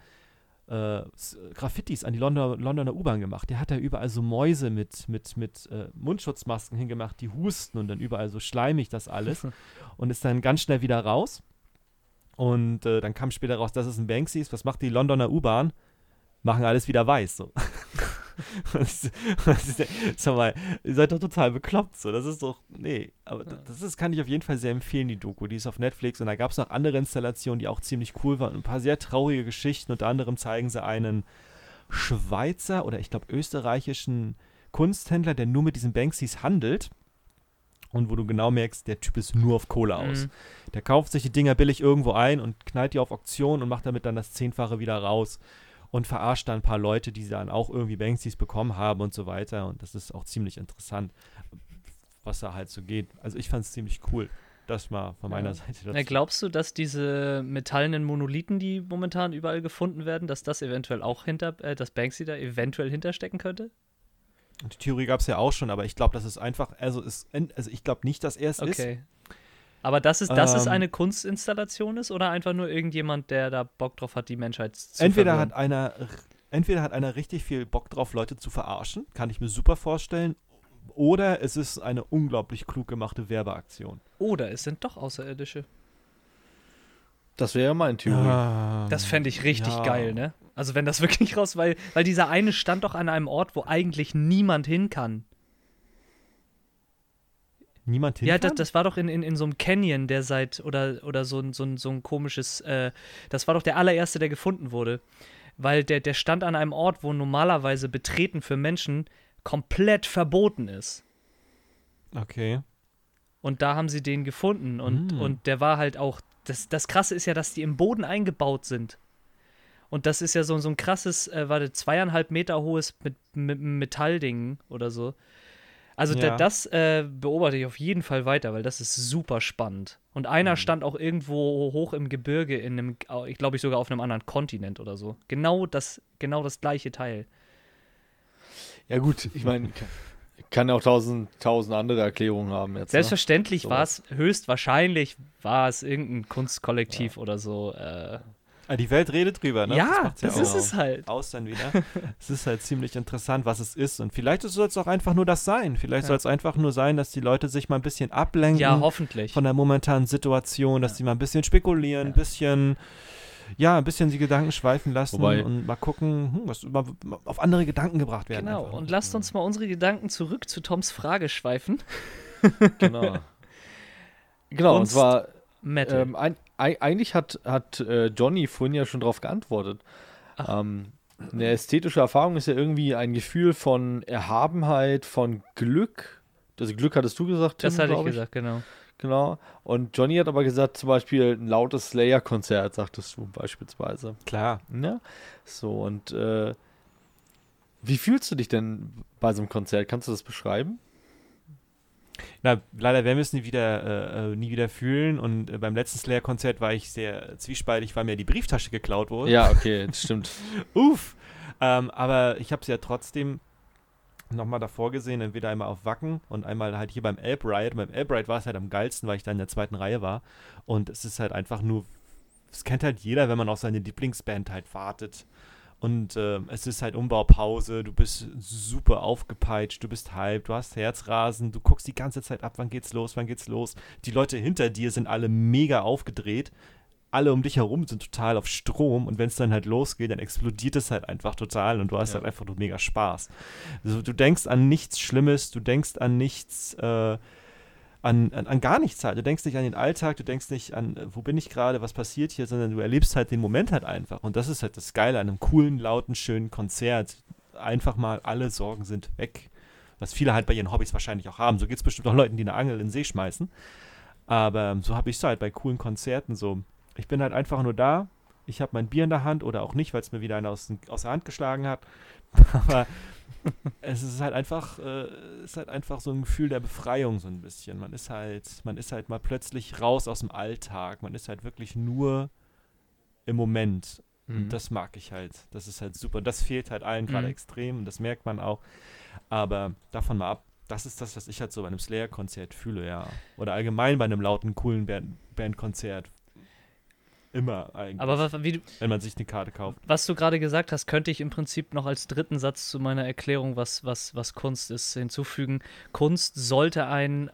Graffitis an die Londoner U-Bahn gemacht. Der hat da überall so Mäuse mit Mundschutzmasken hingemacht, die husten und dann überall so schleimig das alles und ist dann ganz schnell wieder raus. Und dann kam später raus, dass es ein Banksy ist. Was macht die Londoner U-Bahn? machen alles wieder weiß. So. Sag mal, ihr seid doch total bekloppt. So. Das ist doch, nee, aber kann ich auf jeden Fall sehr empfehlen, die Doku. Die ist auf Netflix und da gab es noch andere Installationen, die auch ziemlich cool waren. Ein paar sehr traurige Geschichten. Unter anderem zeigen sie einen Schweizer oder ich glaube österreichischen Kunsthändler, der nur mit diesen Banksys handelt. Und wo du genau merkst, der Typ ist nur auf Kohle aus. Der kauft sich die Dinger billig irgendwo ein und knallt die auf Auktion und macht damit dann das 10-fache wieder raus und verarscht dann ein paar Leute, die dann auch irgendwie Banksys bekommen haben und so weiter. Und das ist auch ziemlich interessant, was da halt so geht. Also ich fand es ziemlich cool. Das mal von meiner Seite dazu. Glaubst du, dass diese metallenen Monolithen, die momentan überall gefunden werden, dass das eventuell auch dass Banksy da eventuell hinterstecken könnte? Die Theorie gab es ja auch schon, aber ich glaube, das ist einfach, ich glaube nicht, dass er es ist. Okay. Aber dass es eine Kunstinstallation ist oder einfach nur irgendjemand, der da Bock drauf hat, die Menschheit zu verwirren? Entweder hat einer richtig viel Bock drauf, Leute zu verarschen, kann ich mir super vorstellen, oder es ist eine unglaublich klug gemachte Werbeaktion. Oder es sind doch Außerirdische. Das wäre ja meine Theorie. Das fände ich richtig geil, ne? Also wenn das wirklich weil dieser eine stand doch an einem Ort, wo eigentlich niemand hin kann. Niemand hin kann? kann? Ja, das war doch in so einem Canyon, der oder so ein komisches, das war doch der allererste, der gefunden wurde. Weil der stand an einem Ort, wo normalerweise Betreten für Menschen komplett verboten ist. Okay. Und da haben sie den gefunden und der war halt auch, das Krasse ist ja, dass die im Boden eingebaut sind. Und das ist ja so ein krasses, 2,5 Meter hohes mit Metallding oder so. Also das beobachte ich auf jeden Fall weiter, weil das ist super spannend. Und einer stand auch irgendwo hoch im Gebirge ich glaube sogar auf einem anderen Kontinent oder so. Genau das gleiche Teil. Ja gut, ich meine, kann ja auch tausend andere Erklärungen haben jetzt. Selbstverständlich höchstwahrscheinlich war es irgendein Kunstkollektiv oder so. Die Welt redet drüber, ne? Ja, das ist es halt. Aus dann wieder. Es ist halt ziemlich interessant, was es ist. Und vielleicht soll es auch einfach nur das sein. Vielleicht soll es einfach nur sein, dass die Leute sich mal ein bisschen ablenken. Ja, hoffentlich. Von der momentanen Situation, dass sie mal ein bisschen spekulieren, ein bisschen die Gedanken schweifen lassen und mal gucken, was auf andere Gedanken gebracht werden. Genau, und lasst uns mal unsere Gedanken zurück zu Toms Frage schweifen. Genau, und zwar eigentlich hat Johnny vorhin ja schon drauf geantwortet. Eine ästhetische Erfahrung ist ja irgendwie ein Gefühl von Erhabenheit, von Glück. Also Glück hattest du gesagt, Tim, das hatte ich gesagt, genau. Genau. Und Johnny hat aber gesagt, zum Beispiel ein lautes Slayer-Konzert, sagtest du beispielsweise. Klar. Ja. So, und wie fühlst du dich denn bei so einem Konzert? Kannst du das beschreiben? Na, leider werden wir es nie wieder fühlen. Und beim letzten Slayer-Konzert war ich sehr zwiespaltig, weil mir die Brieftasche geklaut wurde. Ja, okay, das stimmt. Uff. Aber ich habe es ja trotzdem nochmal davor gesehen, entweder einmal auf Wacken und einmal halt hier beim Elb Riot. Beim Elb Riot war es halt am geilsten, weil ich da in der 2. Reihe war. Und es ist halt einfach nur, es kennt halt jeder, wenn man auf seine Lieblingsband halt wartet. Und es ist halt Umbaupause, du bist super aufgepeitscht, du bist hyped, du hast Herzrasen, du guckst die ganze Zeit ab, wann geht's los. Die Leute hinter dir sind alle mega aufgedreht. Alle um dich herum sind total auf Strom und wenn es dann halt losgeht, dann explodiert es halt einfach total und du hast halt einfach nur mega Spaß. Also, du denkst an nichts Schlimmes, du denkst an nichts, an gar nichts halt. Du denkst nicht an den Alltag, du denkst nicht an, wo bin ich gerade, was passiert hier, sondern du erlebst halt den Moment halt einfach. Und das ist halt das Geile an einem coolen, lauten, schönen Konzert. Einfach mal alle Sorgen sind weg. Was viele halt bei ihren Hobbys wahrscheinlich auch haben. So geht es bestimmt auch Leuten, die eine Angel in den See schmeißen. Aber so habe ich es halt bei coolen Konzerten so. Ich bin halt einfach nur da, ich habe mein Bier in der Hand oder auch nicht, weil es mir wieder einer aus der Hand geschlagen hat. Aber es ist halt einfach so ein Gefühl der Befreiung so ein bisschen. Man ist halt mal plötzlich raus aus dem Alltag. Man ist halt wirklich nur im Moment. Und das mag ich halt. Das ist halt super. Und das fehlt halt allen gerade extrem und das merkt man auch. Aber davon mal ab, das ist das, was ich halt so bei einem Slayer-Konzert fühle, ja. Oder allgemein bei einem lauten, coolen Bandkonzert. Immer eigentlich. Aber wenn man sich eine Karte kauft. Was du gerade gesagt hast, könnte ich im Prinzip noch als dritten Satz zu meiner Erklärung, was Kunst ist, hinzufügen. Kunst sollte einen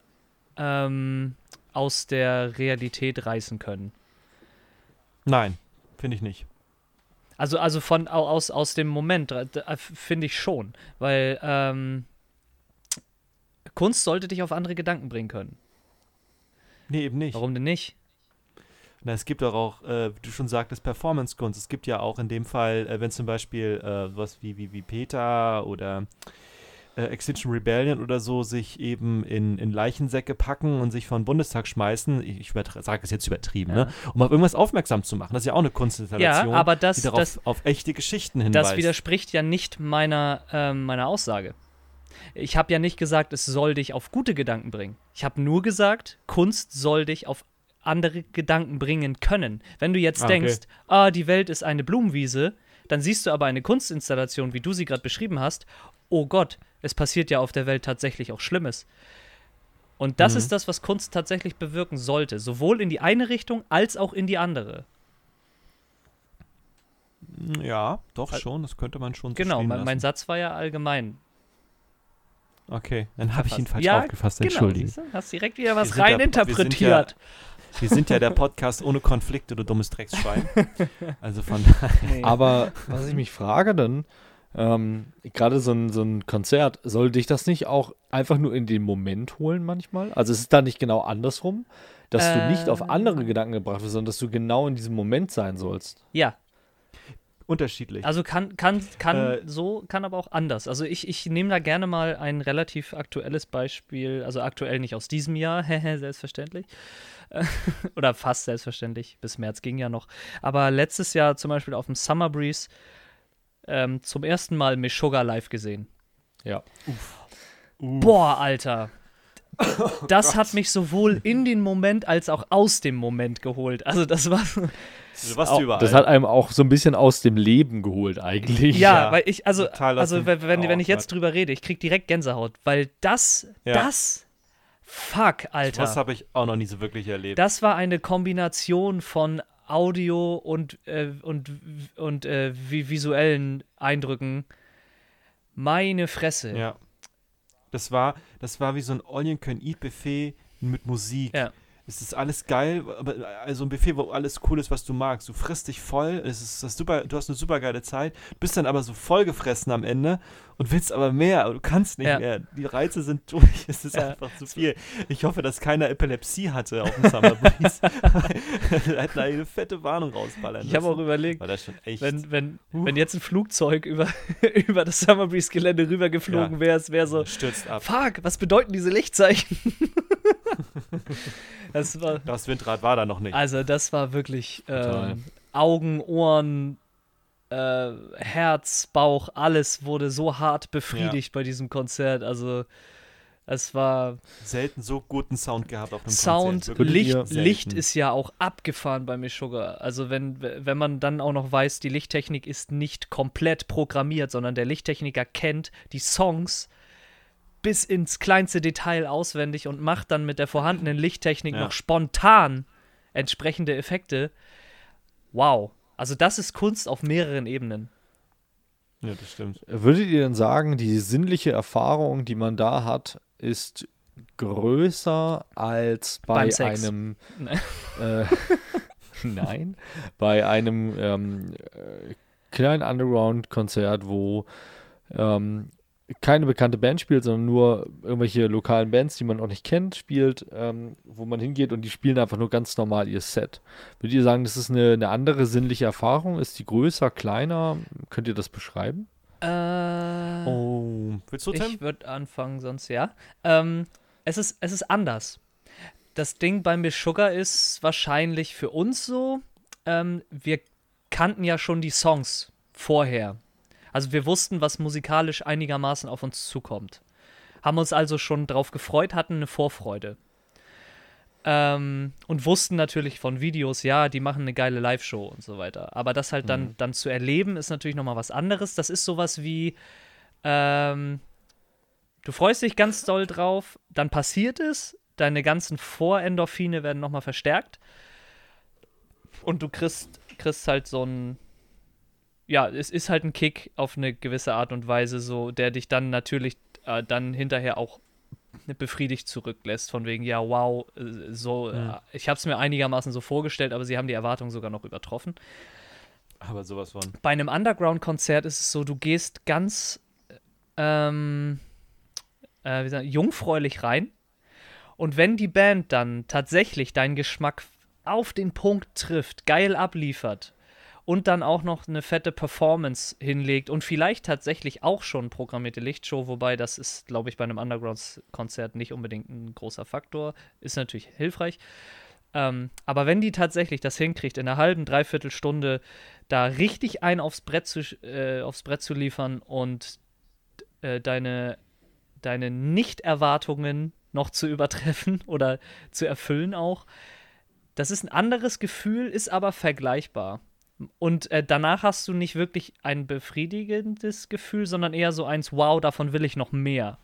aus der Realität reißen können. Nein, finde ich nicht. Also aus dem Moment, finde ich schon. Weil Kunst sollte dich auf andere Gedanken bringen können. Nee, eben nicht. Warum denn nicht? Na, es gibt auch, wie du schon sagtest, Performance-Kunst. Es gibt ja auch in dem Fall, wenn zum Beispiel was wie Peter oder Extinction Rebellion oder so sich eben in Leichensäcke packen und sich vor den Bundestag schmeißen, ich sage es jetzt übertrieben, ne? Um auf irgendwas aufmerksam zu machen. Das ist ja auch eine Kunstinstallation, Ja, aber die darauf auf echte Geschichten hinweist. Das widerspricht ja nicht meiner Aussage. Ich habe ja nicht gesagt, es soll dich auf gute Gedanken bringen. Ich habe nur gesagt, Kunst soll dich auf andere Gedanken bringen können. Wenn du jetzt denkst, die Welt ist eine Blumenwiese, dann siehst du aber eine Kunstinstallation, wie du sie gerade beschrieben hast. Oh Gott, es passiert ja auf der Welt tatsächlich auch Schlimmes. Und das ist das, was Kunst tatsächlich bewirken sollte. Sowohl in die eine Richtung als auch in die andere. Ja, doch schon. Das könnte man schon so Genau, stehen lassen. mein Satz war ja allgemein. Okay, dann habe ich ihn falsch Ja, aufgefasst. Genau, Entschuldigung. siehst du? Hast direkt wieder was Wir sind reininterpretiert. Wir sind ja der Podcast ohne Konflikte, du dummes Drecksschwein. Also von daher. Nee. Aber was ich mich frage dann, gerade so ein Konzert, soll dich das nicht auch einfach nur in den Moment holen manchmal? Also es ist da nicht genau andersrum, dass du nicht auf andere Gedanken gebracht wirst, sondern dass du genau in diesem Moment sein sollst? Ja, Unterschiedlich. also kann aber auch anders. Also ich nehme da gerne mal ein relativ aktuelles Beispiel, also aktuell nicht aus diesem Jahr, selbstverständlich. Oder fast selbstverständlich, bis März ging ja noch. Aber letztes Jahr zum Beispiel auf dem Summer Breeze zum ersten Mal Meshuggah live gesehen. Ja. Boah, Alter. Das hat mich sowohl in den Moment als auch aus dem Moment geholt. Also das war Du warst überall. Das hat einem auch so ein bisschen aus dem Leben geholt eigentlich. Ja, weil ich, total aus dem wenn ich jetzt Bauch, drüber rede, ich krieg direkt Gänsehaut, weil fuck, Alter. Das habe ich auch noch nie so wirklich erlebt. Das war eine Kombination von Audio und visuellen Eindrücken. Meine Fresse. Ja. Das war wie so ein All-You-Can-Eat-Buffet mit Musik. Ja. Es ist alles geil, aber also ein Buffet, wo alles cool ist, was du magst. Du frisst dich voll, du hast eine super geile Zeit, bist dann aber so vollgefressen am Ende und willst aber mehr, aber du kannst nicht mehr. Die Reize sind durch, es ist einfach zu viel. Ich hoffe, dass keiner Epilepsie hatte auf dem Summer Breeze. Da hätten eine fette Warnung rausballern Ich habe auch überlegt, war das schon echt. wenn jetzt ein Flugzeug über das Summer Breeze Gelände rübergeflogen wäre, es wäre so, stürzt ab. fuck, was bedeuten diese Lichtzeichen? Das Windrad war da noch nicht. Also das war wirklich Augen, Ohren, Herz, Bauch, alles wurde so hart befriedigt bei diesem Konzert. Also es war selten so guten Sound gehabt auf einem Sound, Konzert. Licht ist ja auch abgefahren bei Meshuggah. Also wenn man dann auch noch weiß, die Lichttechnik ist nicht komplett programmiert, sondern der Lichttechniker kennt die Songs bis ins kleinste Detail auswendig und macht dann mit der vorhandenen Lichttechnik noch spontan entsprechende Effekte. Wow. Also das ist Kunst auf mehreren Ebenen. Ja, das stimmt. Würdet ihr denn sagen, die sinnliche Erfahrung, die man da hat, ist größer als bei einem nein, bei einem kleinen Underground-Konzert, wo keine bekannte Band spielt, sondern nur irgendwelche lokalen Bands, die man auch nicht kennt, spielt, wo man hingeht und die spielen einfach nur ganz normal ihr Set. Würdet ihr sagen, das ist eine andere sinnliche Erfahrung? Ist die größer, kleiner? Könnt ihr das beschreiben? Willst du, Tim? Ich würde anfangen, sonst ja. Es ist anders. Das Ding bei Meshuggah ist wahrscheinlich für uns so, wir kannten ja schon die Songs vorher. Also wir wussten, was musikalisch einigermaßen auf uns zukommt. Haben uns also schon drauf gefreut, hatten eine Vorfreude. Und wussten natürlich von Videos, ja, die machen eine geile Live-Show und so weiter. Aber das halt dann zu erleben, ist natürlich nochmal was anderes. Das ist sowas wie, du freust dich ganz doll drauf, dann passiert es, deine ganzen Vorendorphine werden nochmal verstärkt und du kriegst halt so ein, ja, es ist halt ein Kick auf eine gewisse Art und Weise, so, der dich dann natürlich dann hinterher auch befriedigt zurücklässt, von wegen, ja, wow, so, ich habe es mir einigermaßen so vorgestellt, aber sie haben die Erwartung sogar noch übertroffen. Aber sowas von. Bei einem Underground-Konzert ist es so, du gehst ganz jungfräulich rein. Und wenn die Band dann tatsächlich deinen Geschmack auf den Punkt trifft, geil abliefert und dann auch noch eine fette Performance hinlegt und vielleicht tatsächlich auch schon programmierte Lichtshow, wobei das ist, glaube ich, bei einem Underground-Konzert nicht unbedingt ein großer Faktor, ist natürlich hilfreich. Aber wenn die tatsächlich das hinkriegt, in einer halben, dreiviertel Stunde da richtig einen aufs Brett zu liefern und deine Nicht-Erwartungen noch zu übertreffen oder zu erfüllen auch, das ist ein anderes Gefühl, ist aber vergleichbar. Und danach hast du nicht wirklich ein befriedigendes Gefühl, sondern eher so eins, wow, davon will ich noch mehr.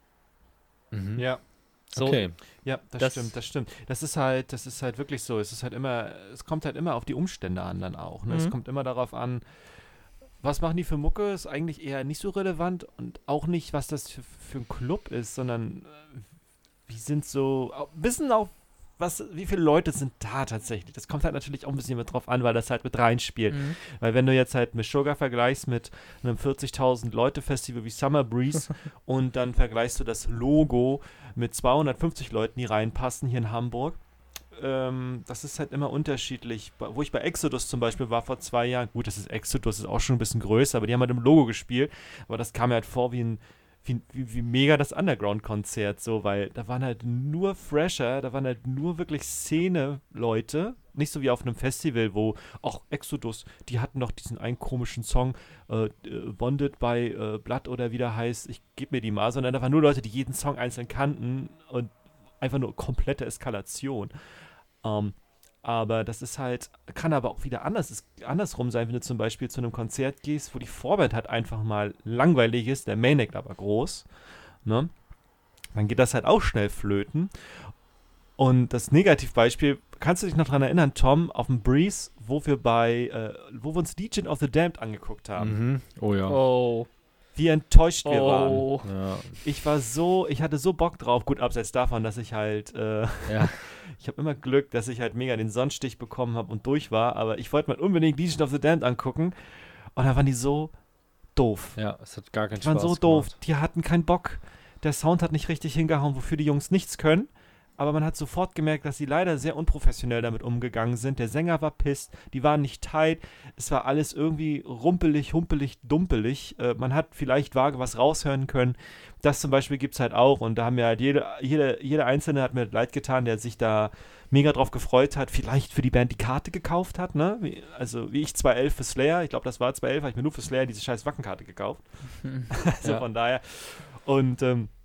Mhm. Ja. So, Okay. Ja, das stimmt. Das ist halt wirklich so. Es kommt halt immer auf die Umstände an dann auch. Ne? Es kommt immer darauf an, was machen die für Mucke, ist eigentlich eher nicht so relevant und auch nicht, was das für ein Club ist, sondern wie sind so, wissen auch, wie viele Leute sind da tatsächlich. Das kommt halt natürlich auch ein bisschen mit drauf an, weil das halt mit reinspielt. Weil wenn du jetzt halt mit Sugar vergleichst mit einem 40.000 Leute Festival wie Summer Breeze und dann vergleichst du das Logo mit 250 Leuten, die reinpassen hier in Hamburg, das ist halt immer unterschiedlich. Wo ich bei Exodus zum Beispiel war vor 2 Jahren, gut, das ist Exodus, ist auch schon ein bisschen größer, aber die haben halt im Logo gespielt, aber das kam mir halt vor wie mega das Underground-Konzert, so, weil da waren halt nur Fresher, da waren halt nur wirklich Szene-Leute, nicht so wie auf einem Festival, wo auch Exodus, die hatten noch diesen einen komischen Song, Bonded by Blood oder wie der heißt, ich gebe mir die mal, sondern da waren nur Leute, die jeden Song einzeln kannten und einfach nur komplette Eskalation. Aber das ist halt, kann aber auch wieder andersrum sein, wenn du zum Beispiel zu einem Konzert gehst, wo die Vorband halt einfach mal langweilig ist, der Main Act aber groß, ne? Dann geht das halt auch schnell flöten. Und das Negativbeispiel, kannst du dich noch daran erinnern, Tom, auf dem Breeze, wo wir uns Legion of the Damned angeguckt haben? Mhm. Oh ja. Oh. Wie enttäuscht wir waren. Oh. Ja. Ich hatte so Bock drauf, gut, abseits davon, dass ich halt, ich habe immer Glück, dass ich halt mega den Sonnenstich bekommen habe und durch war, aber ich wollte mal unbedingt Legion of the Damned angucken und da waren die so doof. Ja, es hat gar keinen Die waren Spaß so doof, gemacht. die hatten keinen Bock, der Sound hat nicht richtig hingehauen, wofür die Jungs nichts können. Aber man hat sofort gemerkt, dass sie leider sehr unprofessionell damit umgegangen sind. Der Sänger war pisst, die waren nicht tight, es war alles irgendwie rumpelig, humpelig, dumpelig. Man hat vielleicht vage was raushören können. Das zum Beispiel gibt es halt auch und da haben mir halt jeder Einzelne hat mir leid getan, der sich da mega drauf gefreut hat, vielleicht für die Band die Karte gekauft hat, ne? Wie ich 2011 für Slayer, ich glaube das war 2011, habe ich mir nur für Slayer diese scheiß Wackenkarte gekauft. Also von daher. Und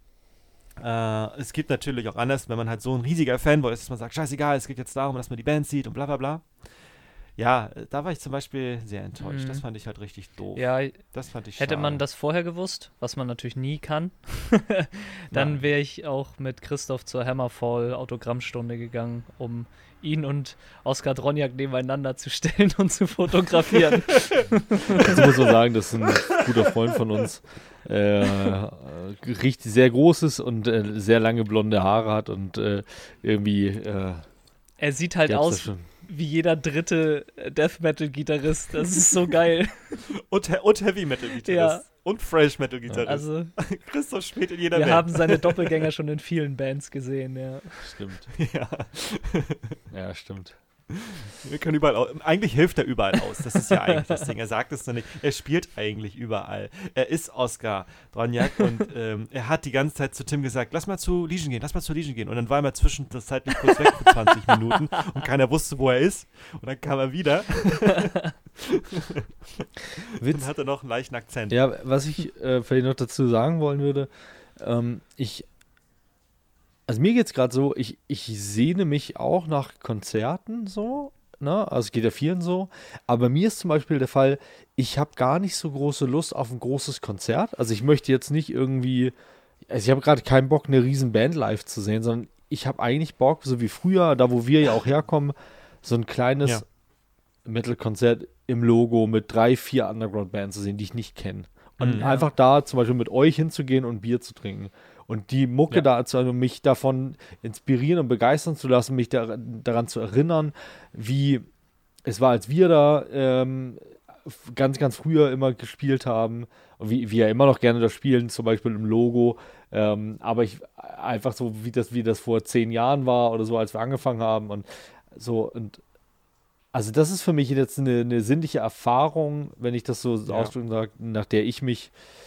es gibt natürlich auch anders, wenn man halt so ein riesiger Fanboy ist, dass man sagt, scheißegal, es geht jetzt darum, dass man die Band sieht und bla bla bla. Ja, da war ich zum Beispiel sehr enttäuscht. Das fand ich halt richtig doof. Ja, das fand ich hätte schade. man das vorher gewusst, was man natürlich nie kann, dann wäre ich auch mit Christoph zur Hammerfall Autogrammstunde gegangen, um ihn und Oskar Dronjak nebeneinander zu stellen und zu fotografieren. Dazu muss man sagen, das ist ein guter Freund von uns. Richtig sehr großes und sehr lange blonde Haare hat und irgendwie er sieht halt aus wie jeder dritte Death Metal Gitarrist. Das ist so geil. und Heavy Metal Gitarrist. Ja. Und Fresh Metal Gitarrist. Also, Christoph spielt in jeder wir Band. haben seine Doppelgänger schon in vielen Bands gesehen, ja. Stimmt. Ja. Ja, stimmt. Wir können überall, eigentlich hilft er überall aus. Das ist ja eigentlich das Ding. Er sagt es noch nicht. Er spielt eigentlich überall. Er ist Oskar Dronjak und er hat die ganze Zeit zu Tim gesagt, lass mal zu Legion gehen. Und dann war er mal zwischenzeitlich kurz weg für 20 Minuten und keiner wusste, wo er ist. Und dann kam er wieder. Und hatte noch einen leichten Akzent. Ja, was ich vielleicht noch dazu sagen wollen würde, also mir geht es gerade so, ich sehne mich auch nach Konzerten so, ne? Also es geht ja vielen so, aber mir ist zum Beispiel der Fall, ich habe gar nicht so große Lust auf ein großes Konzert. Also ich möchte jetzt nicht irgendwie, also ich habe gerade keinen Bock, eine riesen Band live zu sehen, sondern ich habe eigentlich Bock, so wie früher, da wo wir ja auch herkommen, so ein kleines Metal-Konzert im Logo mit 3, 4 Underground-Bands zu sehen, die ich nicht kenne. Und einfach da zum Beispiel mit euch hinzugehen und Bier zu trinken. Und die Mucke dazu, also mich davon inspirieren und begeistern zu lassen, mich daran zu erinnern, wie es war, als wir da ganz, ganz früher immer gespielt haben, und wie wir immer noch gerne das spielen, zum Beispiel im Logo, aber ich einfach so, wie das vor 10 Jahren war oder so, als wir angefangen haben und so, und also das ist für mich jetzt eine sinnliche Erfahrung, wenn ich das so ausdrücken sage, nach der ich mich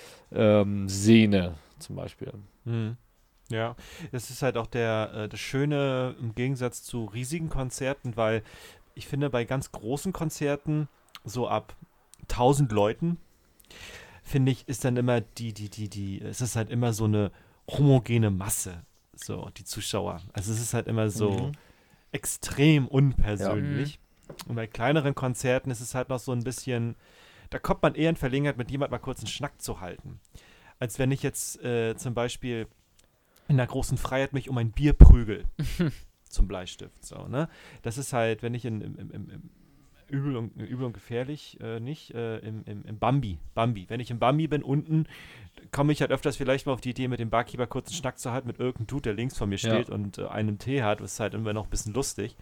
sehne, zum Beispiel. Mhm. Ja, das ist halt auch das Schöne im Gegensatz zu riesigen Konzerten, weil ich finde, bei ganz großen Konzerten, so ab 1000 Leuten, finde ich, ist dann immer es ist halt immer so eine homogene Masse, so die Zuschauer. Also es ist halt immer so extrem unpersönlich. Und bei kleineren Konzerten ist es halt noch so ein bisschen, da kommt man eher in Verlegenheit, mit jemandem mal kurz einen Schnack zu halten. Als wenn ich jetzt zum Beispiel in der großen Freiheit mich um ein Bier prügel. Zum Bleistift. So, ne? Das ist halt, wenn ich im Übel und gefährlich, im Bambi. Wenn ich im Bambi bin, unten, komme ich halt öfters vielleicht mal auf die Idee, mit dem Barkeeper kurz einen Schnack zu halten mit irgendeinem Dude, der links von mir steht und einen Tee hat. Das ist halt immer noch ein bisschen lustig.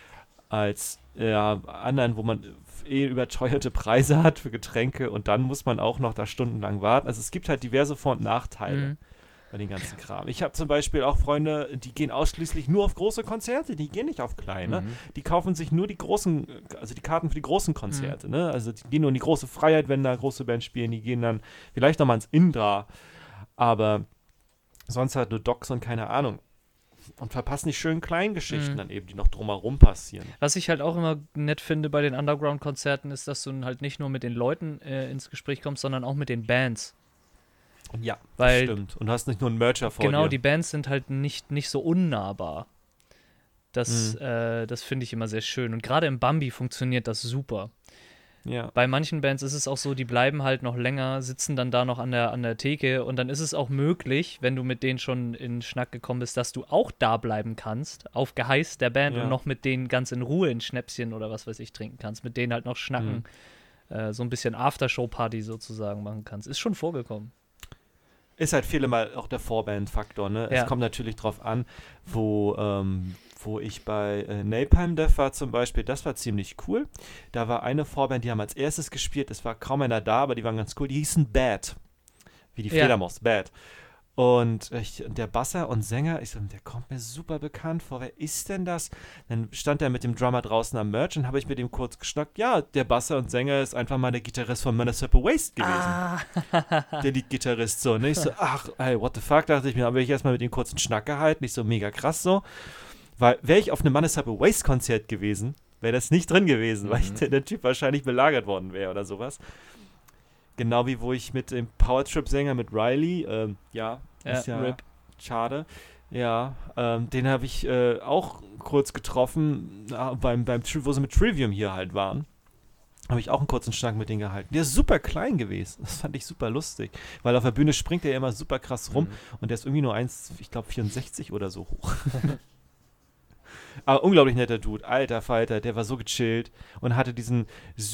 Als anderen, wo man überteuerte Preise hat für Getränke und dann muss man auch noch da stundenlang warten. Also es gibt halt diverse Vor- und Nachteile bei den ganzen Kram. Ich habe zum Beispiel auch Freunde, die gehen ausschließlich nur auf große Konzerte, die gehen nicht auf kleine. Die kaufen sich nur die großen, also die Karten für die großen Konzerte. Ne? Also die gehen nur in die große Freiheit, wenn da große Bands spielen. Die gehen dann vielleicht nochmal ins Indra, aber sonst halt nur Docs und keine Ahnung. Und verpassen die schönen kleinen Geschichten dann eben, die noch drumherum passieren. Was ich halt auch immer nett finde bei den Underground-Konzerten, ist, dass du halt nicht nur mit den Leuten ins Gespräch kommst, sondern auch mit den Bands. Ja, Weil, das stimmt. Und du hast nicht nur einen Mercher vor dir. Genau, die Bands sind halt nicht so unnahbar. Das finde ich immer sehr schön. Und gerade im Bambi funktioniert das super. Ja. Bei manchen Bands ist es auch so, die bleiben halt noch länger, sitzen dann da noch an der Theke und dann ist es auch möglich, wenn du mit denen schon in Schnack gekommen bist, dass du auch da bleiben kannst, auf Geheiß der Band und noch mit denen ganz in Ruhe ein Schnäpschen oder was weiß ich trinken kannst, mit denen halt noch schnacken, so ein bisschen Aftershow-Party sozusagen machen kannst. Ist schon vorgekommen. Ist halt viele Mal auch der Vorband-Faktor, ne? Ja. Es kommt natürlich drauf an, wo ich bei Napalm Death war zum Beispiel, das war ziemlich cool. Da war eine Vorband, die haben als erstes gespielt, es war kaum einer da, aber die waren ganz cool, die hießen Bad. Wie die Fledermaus, Bad. Und der Basser und Sänger, der kommt mir super bekannt vor. Wer ist denn das? Dann stand er mit dem Drummer draußen am Merch und habe ich mit ihm kurz geschnackt. Ja, der Basser und Sänger ist einfach mal der Gitarrist von Municipal Waste gewesen. Der Lead-Gitarrist so. Und ich so, ach, ey, what the fuck, dachte ich mir. Dann habe ich erstmal mit ihm kurz einen Schnack gehalten. Nicht so mega krass so. Weil, wäre ich auf einem Municipal Waste-Konzert gewesen, wäre das nicht drin gewesen, weil der Typ wahrscheinlich belagert worden wäre oder sowas. Genau wie wo ich mit dem Powertrip-Sänger, mit Riley, ist ja RIP. Schade. Ja, den habe ich auch kurz getroffen, wo sie mit Trivium hier halt waren. Habe ich auch einen kurzen Schnack mit denen gehalten. Der ist super klein gewesen. Das fand ich super lustig. Weil auf der Bühne springt er ja immer super krass rum und der ist irgendwie nur 1,64 oder so hoch. Aber unglaublich netter Dude, alter Falter, der war so gechillt und hatte diesen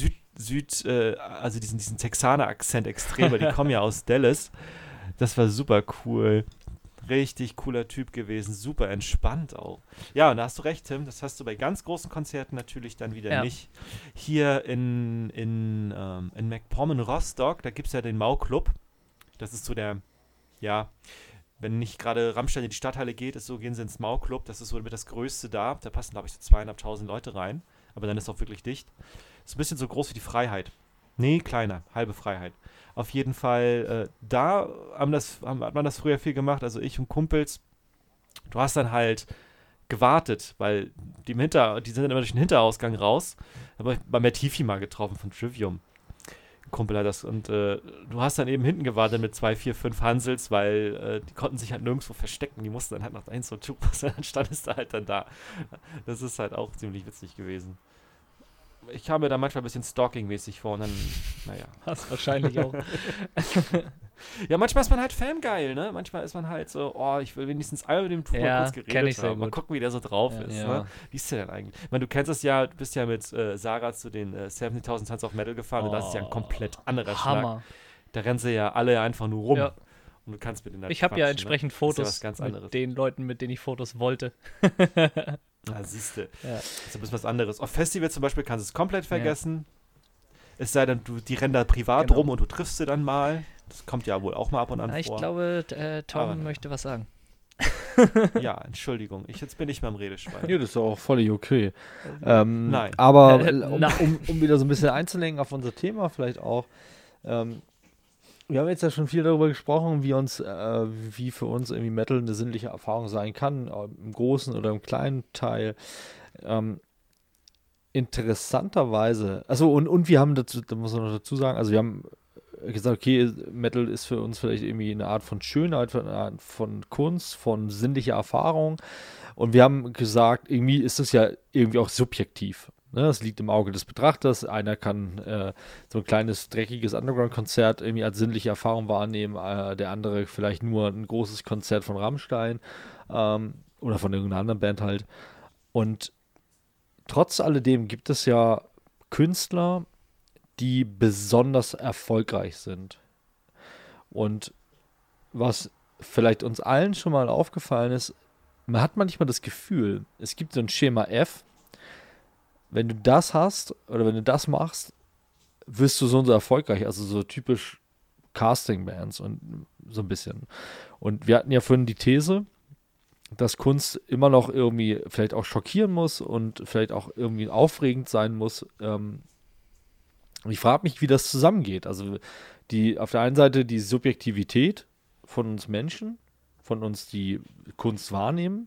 diesen Texaner-Akzent extrem, weil die kommen ja aus Dallas. Das war super cool. Richtig cooler Typ gewesen, super entspannt auch. Ja, und da hast du recht, Tim, das hast du bei ganz großen Konzerten natürlich dann wieder nicht. Hier in MacPom Rostock, da gibt es ja den Mau-Club. Das ist so wenn nicht gerade Rammstein in die Stadthalle geht, gehen sie ins Mau-Club. Das ist so mit das Größte da. Da passen, glaube ich, so 2.500 Leute rein. Aber dann ist auch wirklich dicht. Ist ein bisschen so groß wie die Freiheit. Nee, kleiner, halbe Freiheit. Auf jeden Fall, da hat man das früher viel gemacht, also ich und Kumpels. Du hast dann halt gewartet, weil die sind dann immer durch den Hinterausgang raus. Da habe ich bei Matifi mal getroffen von Trivium. Kumpel hat das und du hast dann eben hinten gewartet mit 2, 4, 5 Hansels, weil die konnten sich halt nirgendwo verstecken, die mussten dann halt nach 1 und 2, dann standest du halt dann da. Das ist halt auch ziemlich witzig gewesen. Ich kam mir da manchmal ein bisschen Stalking-mäßig vor und dann, naja. Hast wahrscheinlich auch. Ja, manchmal ist man halt fangeil, ne? Manchmal ist man halt so, ich will wenigstens einmal mit dem Tour kurz geredet haben. Mal gucken, wie der so drauf ist, ne? Wie ist der denn eigentlich? Ich meine, du kennst das ja, du bist ja mit Sarah zu den 70.000 Tons of Metal gefahren und das ist ja ein komplett anderer Hammer. Schlag. Da rennen sie ja alle einfach nur rum. Ja. Und du kannst mit denen halt Ich habe ja entsprechend Fotos ganz mit den Leuten, mit denen ich Fotos wollte. Na, siehst du. Ja. Das ist ein bisschen was anderes. Auf Festivals zum Beispiel kannst du es komplett vergessen. Es sei denn, die rennen da privat Genau. rum und du triffst sie dann mal. Das kommt ja wohl auch mal ab und an Ich vor. glaube, Tom Aber- möchte was sagen. Ja, Entschuldigung. Jetzt bin ich mal im Redeschwein. Ja, das ist auch völlig okay. Nein. Aber Nein. um wieder so ein bisschen einzulenken auf unser Thema vielleicht auch. Wir haben jetzt ja schon viel darüber gesprochen, wie für uns irgendwie Metal eine sinnliche Erfahrung sein kann, im großen oder im kleinen Teil. Interessanterweise, also und wir haben dazu, da muss man noch dazu sagen, also wir haben gesagt, okay, Metal ist für uns vielleicht irgendwie eine Art von Schönheit, eine Art von Kunst, von sinnlicher Erfahrung. Und wir haben gesagt, irgendwie ist es ja irgendwie auch subjektiv. Ne? Das liegt im Auge des Betrachters. Einer kann so ein kleines, dreckiges Underground-Konzert irgendwie als sinnliche Erfahrung wahrnehmen, der andere vielleicht nur ein großes Konzert von Rammstein oder von irgendeiner anderen Band halt. Und trotz alledem gibt es ja Künstler, die besonders erfolgreich sind. Und was vielleicht uns allen schon mal aufgefallen ist, man hat manchmal das Gefühl, es gibt so ein Schema F, wenn du das hast oder wenn du das machst, wirst du so und so erfolgreich, also so typisch Casting-Bands und so ein bisschen. Und wir hatten ja vorhin die These, dass Kunst immer noch irgendwie vielleicht auch schockieren muss und vielleicht auch irgendwie aufregend sein muss. Ich frage mich, wie das zusammengeht. Also auf der einen Seite die Subjektivität von uns Menschen, von uns, die Kunst wahrnehmen,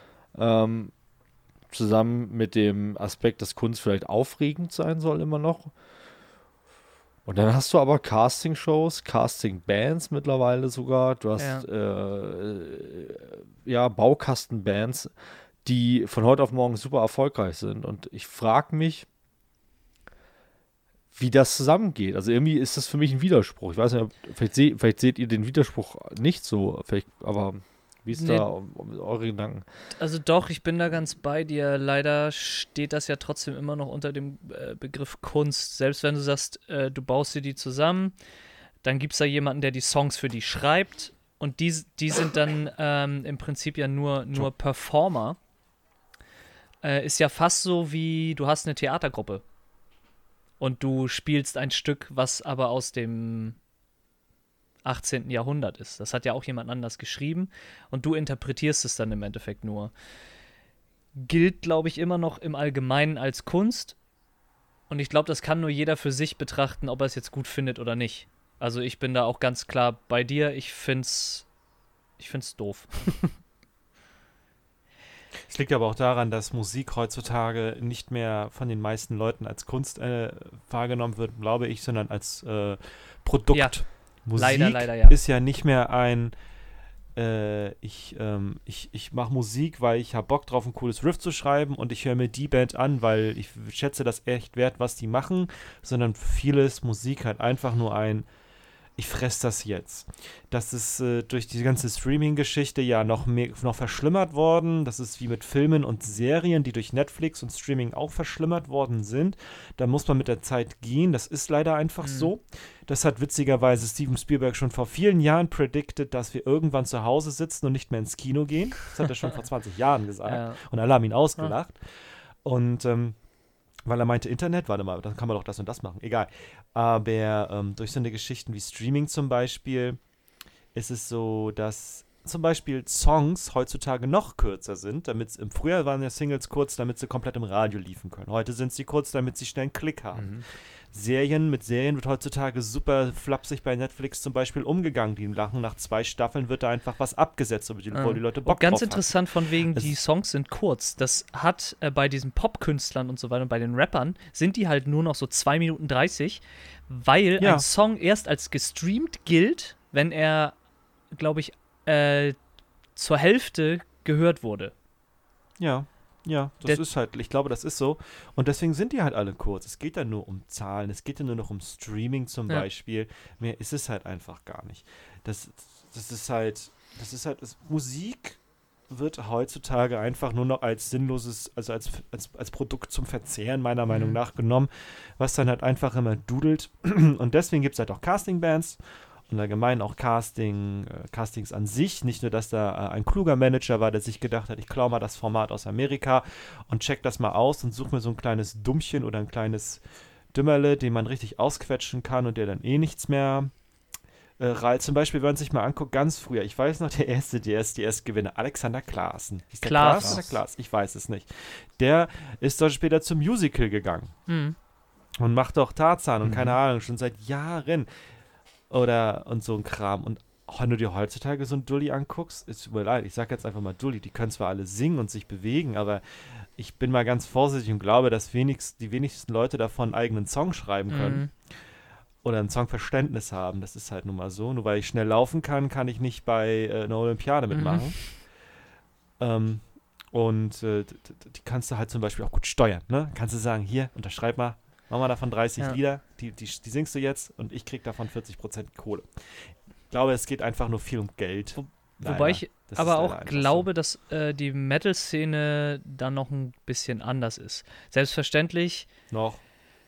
zusammen mit dem Aspekt, dass Kunst vielleicht aufregend sein soll immer noch. Und dann hast du aber Casting-Shows, Casting-Bands mittlerweile sogar. Du hast Baukasten-Bands, die von heute auf morgen super erfolgreich sind. Und ich frage mich, wie das zusammengeht. Also irgendwie ist das für mich ein Widerspruch. Ich weiß nicht, vielleicht seht ihr den Widerspruch nicht so, aber wie ist da eure Gedanken? Also doch, ich bin da ganz bei dir. Leider steht das ja trotzdem immer noch unter dem Begriff Kunst. Selbst wenn du sagst, du baust dir die zusammen, dann gibt es da jemanden, der die Songs für die schreibt und die sind dann im Prinzip ja nur Performer. Ist ja fast so wie, du hast eine Theatergruppe und du spielst ein Stück, was aber aus dem 18. Jahrhundert ist. Das hat ja auch jemand anders geschrieben und du interpretierst es dann im Endeffekt nur. Gilt, glaube ich, immer noch im Allgemeinen als Kunst und ich glaube, das kann nur jeder für sich betrachten, ob er es jetzt gut findet oder nicht. Also ich bin da auch ganz klar bei dir. Ich find's doof. Es liegt aber auch daran, dass Musik heutzutage nicht mehr von den meisten Leuten als Kunst wahrgenommen wird, glaube ich, sondern als Produkt. Ja. Musik Leider, ja. ist ja nicht mehr ein ich mache Musik, weil ich habe Bock drauf, ein cooles Riff zu schreiben und ich höre mir die Band an, weil ich schätze das echt wert, was die machen, sondern vieles Musik halt einfach nur ich fress das jetzt. Das ist durch die ganze Streaming-Geschichte ja noch verschlimmert worden. Das ist wie mit Filmen und Serien, die durch Netflix und Streaming auch verschlimmert worden sind. Da muss man mit der Zeit gehen. Das ist leider einfach so. Das hat witzigerweise Steven Spielberg schon vor vielen Jahren predicted, dass wir irgendwann zu Hause sitzen und nicht mehr ins Kino gehen. Das hat er schon vor 20 Jahren gesagt. Ja. Und alle haben ihn ausgelacht. Und weil er meinte, Internet, warte mal, dann kann man doch das und das machen. Egal. Aber durch so eine Geschichten wie Streaming zum Beispiel ist es so, dass zum Beispiel Songs heutzutage noch kürzer sind. Früher waren ja Singles kurz, damit sie komplett im Radio liefen können. Heute sind sie kurz, damit sie schnell einen Klick haben. Mit Serien wird heutzutage super flapsig bei Netflix zum Beispiel umgegangen. Die lachen nach 2 Staffeln wird da einfach was abgesetzt, wo die Leute Bock und ganz drauf interessant von wegen, die Songs sind kurz. Das hat bei diesen Popkünstlern und so weiter und bei den Rappern sind die halt nur noch so 2 Minuten 30, weil ein Song erst als gestreamt gilt, wenn er, glaube ich, zur Hälfte gehört wurde. Ja, das ist halt, ich glaube, das ist so. Und deswegen sind die halt alle kurz. Es geht dann nur um Zahlen, es geht dann nur noch um Streaming zum Beispiel. Mehr ist es halt einfach gar nicht. Musik wird heutzutage einfach nur noch als sinnloses, also als Produkt zum Verzehren meiner Meinung nach genommen, was dann halt einfach immer dudelt. Und deswegen gibt es halt auch Casting-Bands. und allgemein auch Castings an sich. Nicht nur, dass da ein kluger Manager war, der sich gedacht hat, ich klaue mal das Format aus Amerika und check das mal aus und suche mir so ein kleines Dummchen oder ein kleines Dümmerle, den man richtig ausquetschen kann und der dann eh nichts mehr reizt. Zum Beispiel, wenn man sich mal anguckt, ganz früher, ich weiß noch, der erste DSDS-Gewinner, Alexander Klaassen. Ist der Klaas oder Klaas? Ich weiß es nicht. Der ist dann später zum Musical gegangen und macht auch Tarzan und keine Ahnung, schon seit Jahren und so ein Kram. Und auch wenn du dir heutzutage so einen Dulli anguckst, es tut mir leid, ich sag jetzt einfach mal Dulli, die können zwar alle singen und sich bewegen, aber ich bin mal ganz vorsichtig und glaube, dass die wenigsten Leute davon einen eigenen Song schreiben können. Oder ein Songverständnis haben. Das ist halt nun mal so. Nur weil ich schnell laufen kann ich nicht bei einer Olympiade mitmachen. Die kannst du halt zum Beispiel auch gut steuern. Ne? Kannst du sagen, hier, unterschreib mal, mach mal davon 30 Lieder, die singst du jetzt und ich krieg davon 40% Kohle. Ich glaube, es geht einfach nur viel um Geld. Wobei ich aber auch glaube, dass die Metal-Szene dann noch ein bisschen anders ist. Selbstverständlich. Noch.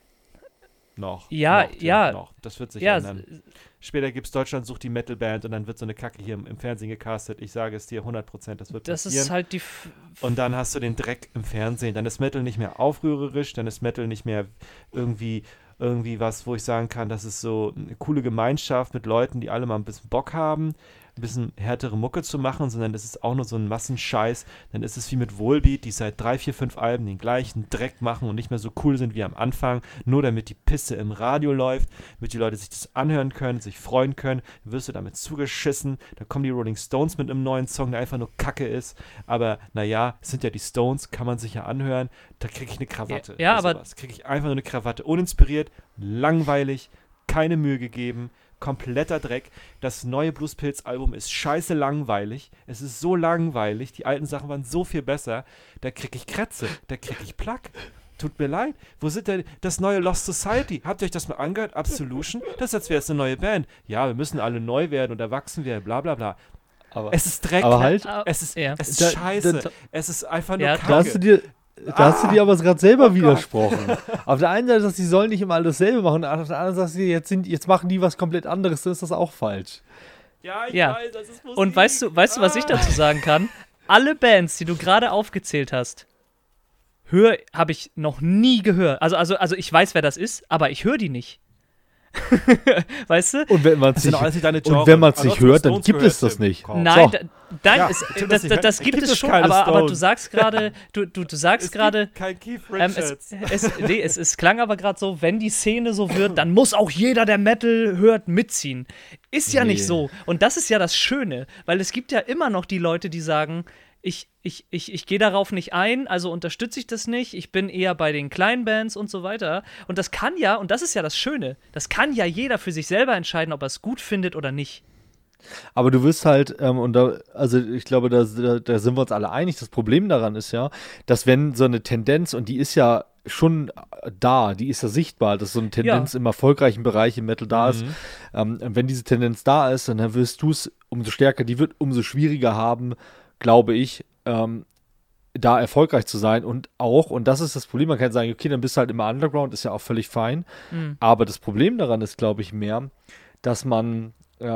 Ja. Das wird sich ändern. Später gibt es Deutschland sucht die Metalband und dann wird so eine Kacke hier im Fernsehen gecastet. Ich sage es dir 100%, das wird passieren. Das ist halt und dann hast du den Dreck im Fernsehen. Dann ist Metal nicht mehr aufrührerisch, dann ist Metal nicht mehr irgendwie was, wo ich sagen kann, das ist so eine coole Gemeinschaft mit Leuten, die alle mal ein bisschen Bock haben, ein bisschen härtere Mucke zu machen, sondern das ist auch nur so ein Massenscheiß. Dann ist es wie mit Volbeat, die seit 3, 4, 5 Alben den gleichen Dreck machen und nicht mehr so cool sind wie am Anfang, nur damit die Pisse im Radio läuft, damit die Leute sich das anhören können, sich freuen können, dann wirst du damit zugeschissen, dann kommen die Rolling Stones mit einem neuen Song, der einfach nur Kacke ist, aber naja, es sind ja die Stones, kann man sich ja anhören, da kriege ich eine Krawatte. Ja, aber kriege ich einfach nur eine Krawatte, uninspiriert, langweilig, keine Mühe gegeben, kompletter Dreck. Das neue Blues Pills Album ist scheiße langweilig. Es ist so langweilig. Die alten Sachen waren so viel besser. Da krieg ich Krätze. Da krieg ich Plack. Tut mir leid. Wo sind denn das neue Lost Society? Habt ihr euch das mal angehört? Absolution? Das ist, als wäre es eine neue Band. Ja, wir müssen alle neu werden und erwachsen werden, bla bla bla. Aber es ist Dreck. Aber halt, es ist scheiße. Es ist einfach nur Kacke. Da hast du dir aber gerade selber widersprochen. Auf der einen Seite sagst du, sie sollen nicht immer alles dasselbe machen, auf der anderen sagst du, jetzt machen die was komplett anderes, dann ist das auch falsch. Ja, ich weiß, das ist Musik. Und weißt du, was ich dazu sagen kann? Alle Bands, die du gerade aufgezählt hast, habe ich noch nie gehört. Also ich weiß, wer das ist, aber ich höre die nicht. Weißt du? Und wenn man es nicht hört, dann gibt es das nicht. Nein, das gibt es schon, aber du sagst gerade, du sagst gerade, kein Keith Richards. Es klang aber gerade so, wenn die Szene so wird, dann muss auch jeder, der Metal hört, mitziehen. Ist ja nicht so. Und das ist ja das Schöne, weil es gibt ja immer noch die Leute, die sagen, ich gehe darauf nicht ein, also unterstütze ich das nicht, ich bin eher bei den kleinen Bands und so weiter. Und das kann ja, und das ist ja das Schöne, das kann ja jeder für sich selber entscheiden, ob er es gut findet oder nicht. Aber du wirst halt, ich glaube, da sind wir uns alle einig, das Problem daran ist ja, dass wenn so eine Tendenz, und die ist ja schon da, die ist ja sichtbar, dass so eine Tendenz im erfolgreichen Bereich im Metal da ist, wenn diese Tendenz da ist, dann wirst du es umso stärker, die wird umso schwieriger haben, glaube ich, da erfolgreich zu sein und das ist das Problem, man kann sagen, okay, dann bist du halt immer Underground, ist ja auch völlig fein, aber das Problem daran ist, glaube ich, mehr, dass man,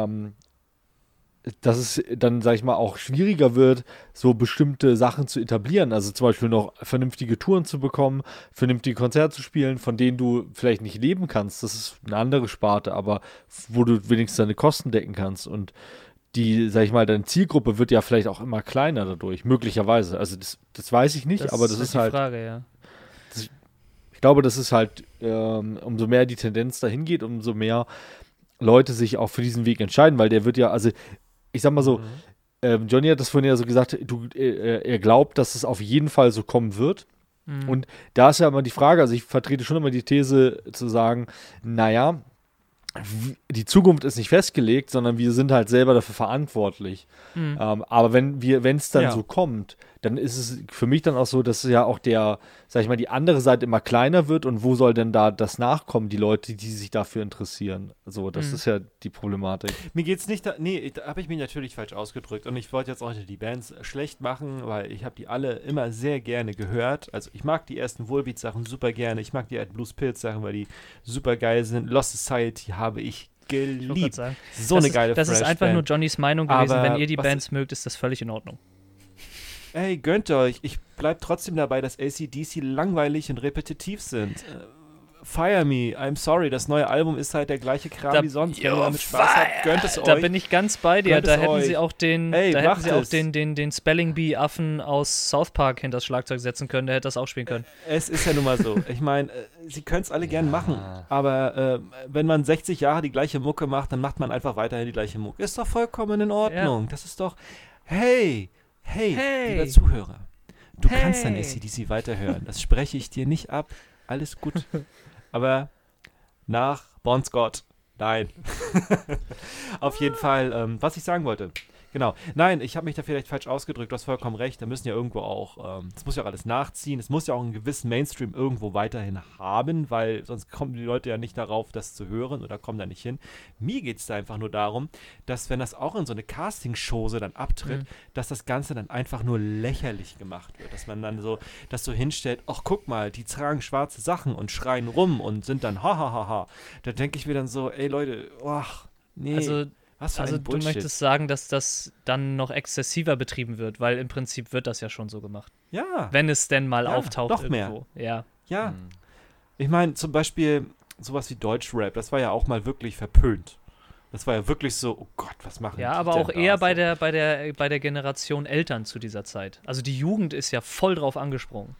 dass es dann, sag ich mal, auch schwieriger wird, so bestimmte Sachen zu etablieren, also zum Beispiel noch vernünftige Touren zu bekommen, vernünftige Konzerte zu spielen, von denen du vielleicht nicht leben kannst, das ist eine andere Sparte, aber wo du wenigstens deine Kosten decken kannst und deine Zielgruppe wird ja vielleicht auch immer kleiner dadurch, möglicherweise. Also das weiß ich nicht, aber das ist halt. Frage, ja. Ich glaube, das ist halt, umso mehr die Tendenz dahin geht, umso mehr Leute sich auch für diesen Weg entscheiden, weil der wird ja, also ich sag mal so, Johnny hat das vorhin ja so gesagt, er glaubt, dass es auf jeden Fall so kommen wird. Und da ist ja immer die Frage, also ich vertrete schon immer die These zu sagen, naja, die Zukunft ist nicht festgelegt, sondern wir sind halt selber dafür verantwortlich. Aber wenn es dann so kommt, dann ist es für mich dann auch so, dass ja auch die andere Seite immer kleiner wird und wo soll denn da das nachkommen, die Leute, die sich dafür interessieren? So, das ist ja die Problematik. Mir geht's nicht, da habe ich mich natürlich falsch ausgedrückt und ich wollte jetzt auch nicht die Bands schlecht machen, weil ich habe die alle immer sehr gerne gehört. Also ich mag die ersten Volbeat-Sachen super gerne, ich mag die Blues Pills-Sachen, weil die super geil sind. Lost Society habe ich geliebt. sagen. So eine geile Das ist einfach nur Johnnys Meinung gewesen. Aber Wenn ihr die was- Bands mögt, ist das völlig in Ordnung. Ey, gönnt euch. Ich bleib trotzdem dabei, dass AC/DC langweilig und repetitiv sind. Fire Me, I'm sorry. Das neue Album ist halt der gleiche Kram wie sonst. Wenn ihr damit Spaß habt, gönnt es euch. Da bin ich ganz bei dir. Gönnt Da es hätten euch. sie auch den, Ey, da hätten macht sie auch es. den Spelling Bee-Affen aus South Park hinter das Schlagzeug setzen können. Der hätte das auch spielen können. Es ist ja nun mal so. Ich meine, sie können es alle gern machen, aber wenn man 60 Jahre die gleiche Mucke macht, dann macht man einfach weiterhin die gleiche Mucke. Ist doch vollkommen in Ordnung. Das ist doch, hey, lieber Zuhörer, du kannst dann AC/DC weiterhören. Das spreche ich dir nicht ab. Alles gut. Aber nach Bon Scott. Nein. Auf jeden Fall, was ich sagen wollte. Genau. Nein, ich habe mich da vielleicht falsch ausgedrückt. Du hast vollkommen recht. Da müssen ja irgendwo auch, es muss ja auch alles nachziehen. Es muss ja auch einen gewissen Mainstream irgendwo weiterhin haben, weil sonst kommen die Leute ja nicht darauf, das zu hören oder kommen da nicht hin. Mir geht es da einfach nur darum, dass wenn das auch in so eine Castingshow dann abtritt, dass das Ganze dann einfach nur lächerlich gemacht wird. Dass man dann so das so hinstellt, ach guck mal, die tragen schwarze Sachen und schreien rum und sind dann ha. Da denke ich mir dann so, ey Leute, nee. Was für Also ein du Bullshit. möchtest sagen, dass das dann noch exzessiver betrieben wird, weil im Prinzip wird das ja schon so gemacht. Ja. Wenn es denn mal Ja, auftaucht noch mehr. irgendwo. Ja. Ja. Ich meine, zum Beispiel sowas wie Deutschrap, das war ja auch mal wirklich verpönt. Das war ja wirklich so, oh Gott, was machen Ja, die aber denn auch da eher so? bei der Generation Eltern zu dieser Zeit. Also die Jugend ist ja voll drauf angesprungen.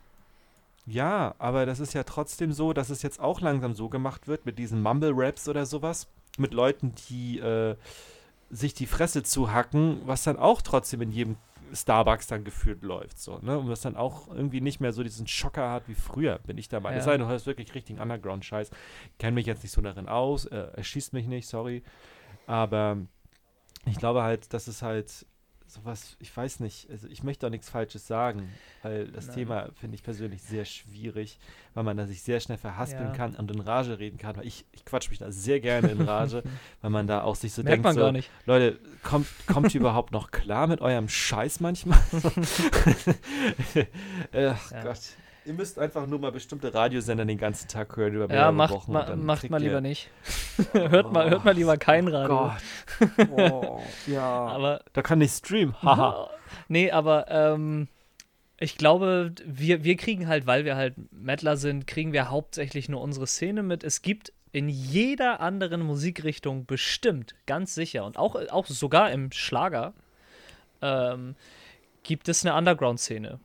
Ja, aber das ist ja trotzdem so, dass es jetzt auch langsam so gemacht wird mit diesen Mumble-Raps oder sowas. Mit Leuten, die sich die Fresse zuhacken, was dann auch trotzdem in jedem Starbucks dann gefühlt läuft. So, ne? Und was dann auch irgendwie nicht mehr so diesen Schocker hat wie früher, bin ich der Meinung. Es sei denn, du hörst wirklich richtigen Underground-Scheiß. Kenne mich jetzt nicht so darin aus, erschießt mich nicht, sorry. Aber ich glaube halt, dass es halt sowas, ich weiß nicht, also ich möchte auch nichts Falsches sagen, weil das Thema finde ich persönlich sehr schwierig, weil man da sich sehr schnell verhaspeln kann und in Rage reden kann, weil ich quatsch mich da sehr gerne in Rage, weil man da auch sich so Merkt denkt, man so, gar nicht. Leute, kommt ihr überhaupt noch klar mit eurem Scheiß manchmal? Ach Gott. Ihr müsst einfach nur mal bestimmte Radiosender den ganzen Tag hören über mehrere Wochen. und dann macht kriegt mal ihr- lieber nicht. hört mal lieber kein Radio. Gott. Oh, ja. Aber Da kann ich streamen. Haha. nee, aber ich glaube, wir kriegen halt, weil wir halt Mettler sind, kriegen wir hauptsächlich nur unsere Szene mit. Es gibt in jeder anderen Musikrichtung bestimmt, ganz sicher, und auch sogar im Schlager, gibt es eine Underground-Szene.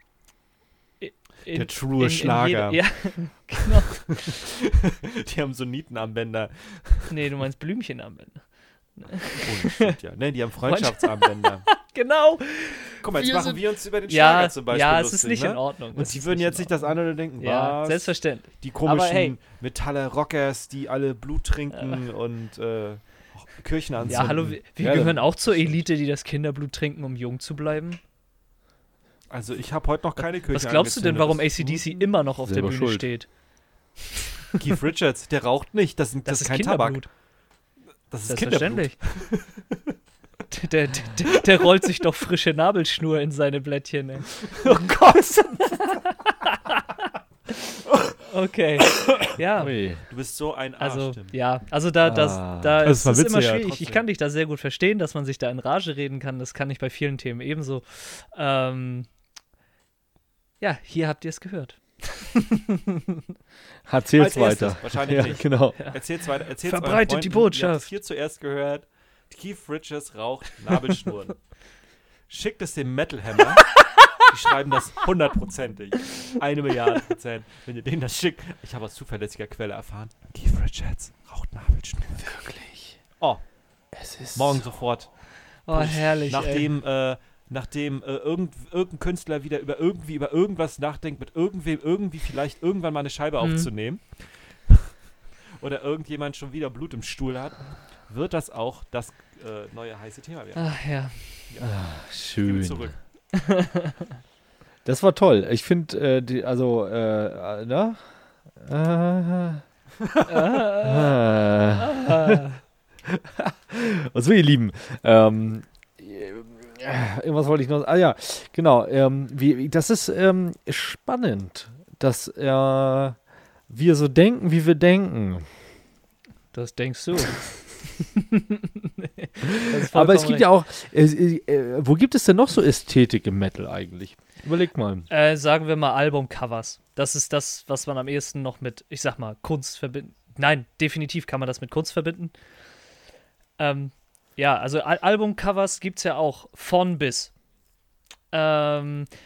Der true Schlager. Ja, genau. Die haben so Nietenarmbänder. Nee, du meinst Blümchenarmbänder. Oh, stimmt ja. Ne, die haben Freundschaftsarmbänder. Genau. Guck mal, jetzt Wir machen sind- wir uns über den Schlager zum Beispiel ja, es lustig, ist nicht ne? in Ordnung. Und die würden jetzt sich das anhören und denken, Ja, was? selbstverständlich. Die komischen Aber hey. Metalle-Rockers, die alle Blut trinken und Kirchen anzünden. Ja, hallo, wir Ja, gehören dann- auch zur Elite, die das Kinderblut trinken, um jung zu bleiben. Also ich habe heute noch keine Kirche Was glaubst du denn, warum angezündet. AC/DC immer noch auf der Selber Bühne schuld. steht? Keith Richards, der raucht nicht. Das ist kein Kinderblut. Tabak. Das ist Kinderblut. Selbstverständlich. Der rollt sich doch frische Nabelschnur in seine Blättchen. Ey. Oh Gott. Okay. Ja. Ui. Du bist so ein Arsch, Also, Tim. ja, also da Das ist war es immer witzig, ja, schwierig. trotzdem. Ich kann dich da sehr gut verstehen, dass man sich da in Rage reden kann. Das kann ich bei vielen Themen ebenso. Ja, hier habt ihr es gehört. Erzähl's Als erstes, weiter. wahrscheinlich Ja, nicht. genau. Erzählt's weiter. Erzähl's Verbreitet euren die Freunden. Ihr Botschaft. habt es hier zuerst gehört. Keith Richards raucht Nabelschnuren. Schickt es dem Metal Hammer. Die schreiben das 100%ig. 1 Milliarde %. Wenn ihr denen das schickt. Ich habe aus zuverlässiger Quelle erfahren. Keith Richards raucht Nabelschnuren. Wirklich. Oh, Es ist morgen sofort. Oh, herrlich. ey. Nachdem irgendein Künstler wieder über irgendwas nachdenkt, mit irgendwem irgendwie vielleicht irgendwann mal eine Scheibe aufzunehmen oder irgendjemand schon wieder Blut im Stuhl hat, wird das auch das neue heiße Thema werden. Ach ja. Gehen wir schön. zurück. Das war toll. Ich finde, ne? Also, ihr Lieben, irgendwas wollte ich noch. Ah ja, genau. Das ist spannend, dass wir so denken, wie wir denken. Das denkst du. Aber es gibt ja auch, wo gibt es denn noch so Ästhetik im Metal eigentlich? Überleg mal. Sagen wir mal Albumcovers. Das ist das, was man am ehesten noch mit, ich sag mal, Kunst verbindet. Nein, definitiv kann man das mit Kunst verbinden. Ja, also Albumcovers gibt es ja auch von bis. Ja.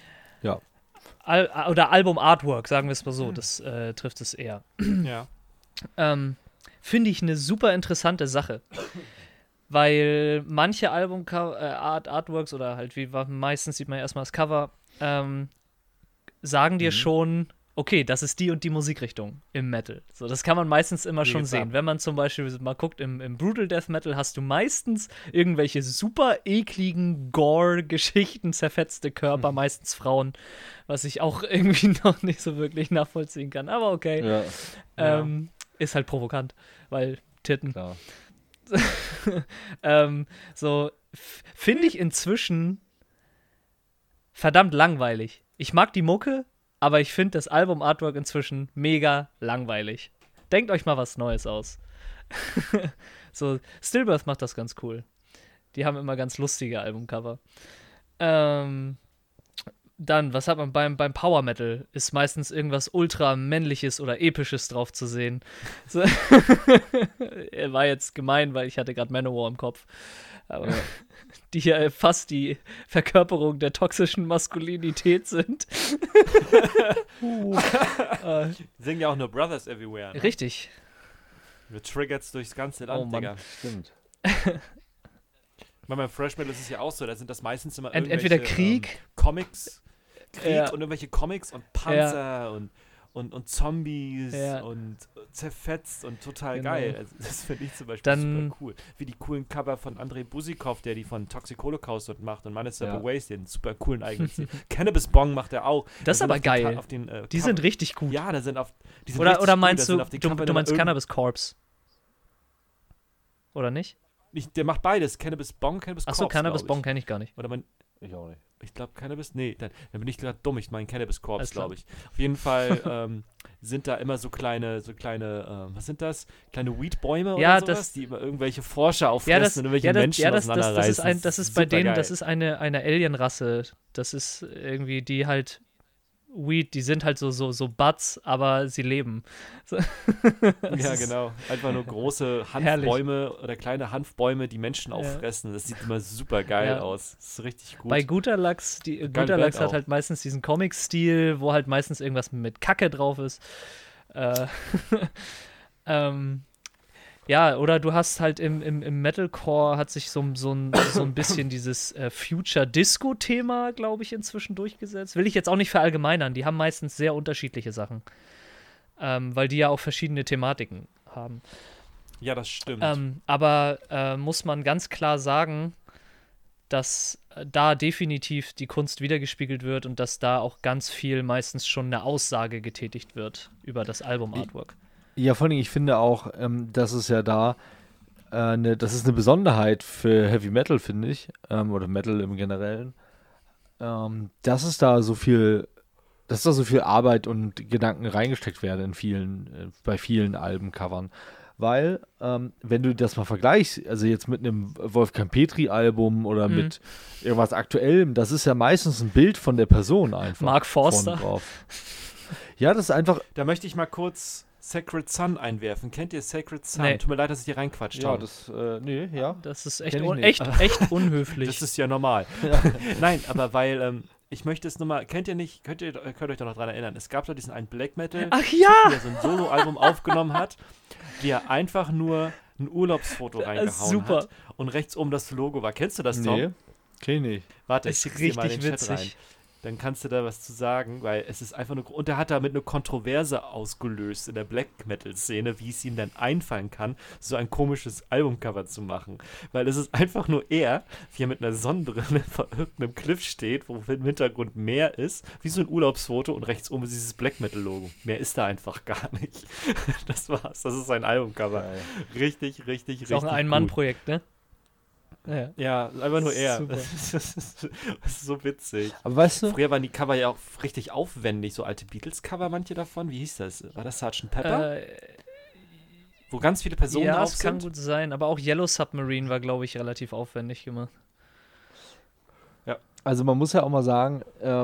Oder Album-Artwork, sagen wir es mal so. Das trifft es eher. Ja. Finde ich eine super interessante Sache. Weil manche Artworks oder halt wie meistens sieht man ja erstmal das Cover, sagen dir schon, okay, das ist die und die Musikrichtung im Metal. So, das kann man meistens immer schon sehen. Wenn man zum Beispiel mal guckt, im Brutal Death Metal hast du meistens irgendwelche super ekligen Gore-Geschichten, zerfetzte Körper, meistens Frauen, was ich auch irgendwie noch nicht so wirklich nachvollziehen kann. Aber okay. Ja. Ist halt provokant, weil Titten. Klar. So, finde ich inzwischen verdammt langweilig. Ich mag die Mucke, aber ich finde das Album-Artwork inzwischen mega langweilig. Denkt euch mal was Neues aus. So, Stillbirth macht das ganz cool. Die haben immer ganz lustige Albumcover. Dann, was hat man beim Power Metal? Ist meistens irgendwas ultra männliches oder episches drauf zu sehen. So. Er war jetzt gemein, weil ich hatte gerade Manowar im Kopf. Aber die ja fast die Verkörperung der toxischen Maskulinität sind. Singen ja auch nur Brothers Everywhere. Ne? Richtig. Getriggert durchs ganze Land, Oh Mann. Digga. Stimmt. Beim Thrash Metal ist es ja auch so, da sind das meistens immer Entweder Krieg, Comics, Ja. und irgendwelche Comics und Panzer und Zombies Ja. und zerfetzt und total Genau. geil. Also, das finde ich zum Beispiel Dann- super cool. Wie die coolen Cover von Andrei Busikov, der die von Toxic Holocaust und macht und Manchester Ja. Waste, den super coolen eigenen Stil. Cannabis Bong macht er auch. Das Da ist sind aber auf den geil. Auf den, die sind richtig gut. Ja, da sind auf. Die sind Oder richtig gut. meinst Da sind du, auf den du Covern meinst immer Cannabis Corpse? Oder nicht? der macht beides. Cannabis Bong, Cannabis Achso, Corpse, Cannabis glaub ich. Bong kenne ich gar nicht. Oder Ich auch nicht. ich glaube Cannabis, nee, dann bin ich gerade dumm, ich meine Cannabis Corpse, Alles klar. glaube ich. Auf jeden Fall sind da immer so kleine, was sind das? Kleine Weedbäume Ja, oder sowas, die immer irgendwelche Forscher auffressen und irgendwelche Menschen auseinanderreißen. das ist bei denen, supergeil. das ist eine Alien-Rasse. Das ist irgendwie, die halt Weed, die sind halt so Buds, aber sie leben. So. Ja, genau. Einfach nur große Hanfbäume oder kleine Hanfbäume, die Menschen auffressen. Das sieht immer super geil Ja. aus. Das ist richtig gut. Bei Guter Lachs, Guter Band Lachs hat auch. halt meistens diesen Comic-Stil, wo halt meistens irgendwas mit Kacke drauf ist. Ja, oder du hast halt im Metalcore hat sich so ein bisschen dieses Future-Disco-Thema, glaube ich, inzwischen durchgesetzt. Will ich jetzt auch nicht verallgemeinern, die haben meistens sehr unterschiedliche Sachen. Weil die ja auch verschiedene Thematiken haben. Ja, das stimmt. Aber muss man ganz klar sagen, dass da definitiv die Kunst wiedergespiegelt wird und dass da auch ganz viel meistens schon eine Aussage getätigt wird über das Album-Artwork. Ja, vor allem, ich finde auch, dass es ja da, das ist eine Besonderheit für Heavy Metal, finde ich, oder Metal im Generellen, dass da so viel Arbeit und Gedanken reingesteckt werden bei vielen Albencovern. Weil, wenn du das mal vergleichst, also jetzt mit einem Wolfgang Petri-Album oder mit irgendwas Aktuellem, das ist ja meistens ein Bild von der Person einfach. Mark Forster. vorne drauf. Ja, das ist einfach. Da möchte ich mal kurz Sacred Sun einwerfen. Kennt ihr Sacred Sun? Nee. Tut mir leid, dass ich hier reinquatscht habe. Das ist echt, Kenn ich nicht. echt unhöflich. Das ist ja normal. Nein, aber weil, ich möchte es nur mal, könnt ihr euch doch noch dran erinnern, es gab doch diesen einen Black Metal, Ach ja! der so ein Soloalbum aufgenommen hat, wie er einfach nur ein Urlaubsfoto reingehauen super. hat und rechts oben das Logo war. Kennst du das, Tom? Nee, kenn ich nicht. Warte, ich Ist schick's dir mal in den richtig Chat rein. witzig. Dann kannst du da was zu sagen, weil es ist einfach nur. Und er hat damit eine Kontroverse ausgelöst in der Black Metal-Szene, wie es ihm dann einfallen kann, so ein komisches Albumcover zu machen. Weil es ist einfach nur er, wie er mit einer Sonnenbrille vor irgendeinem Cliff steht, wo im Hintergrund Meer ist, wie so ein Urlaubsfoto und rechts oben ist dieses Black Metal-Logo. Mehr ist da einfach gar nicht. Das war's. Das ist sein Albumcover. Geil. Richtig Ist auch ein gut. Ein-Mann-Projekt, ne? Ja. Ja, einfach nur er. Super. Das ist so witzig. Aber weißt du, Früher waren die Cover ja auch richtig aufwendig, so alte Beatles-Cover, manche davon. Wie hieß das? War das Sgt. Pepper? wo ganz viele Personen Ja, drauf es kann sind. gut sein, aber auch Yellow Submarine war, glaube ich, relativ aufwendig gemacht. Also man muss ja auch mal sagen,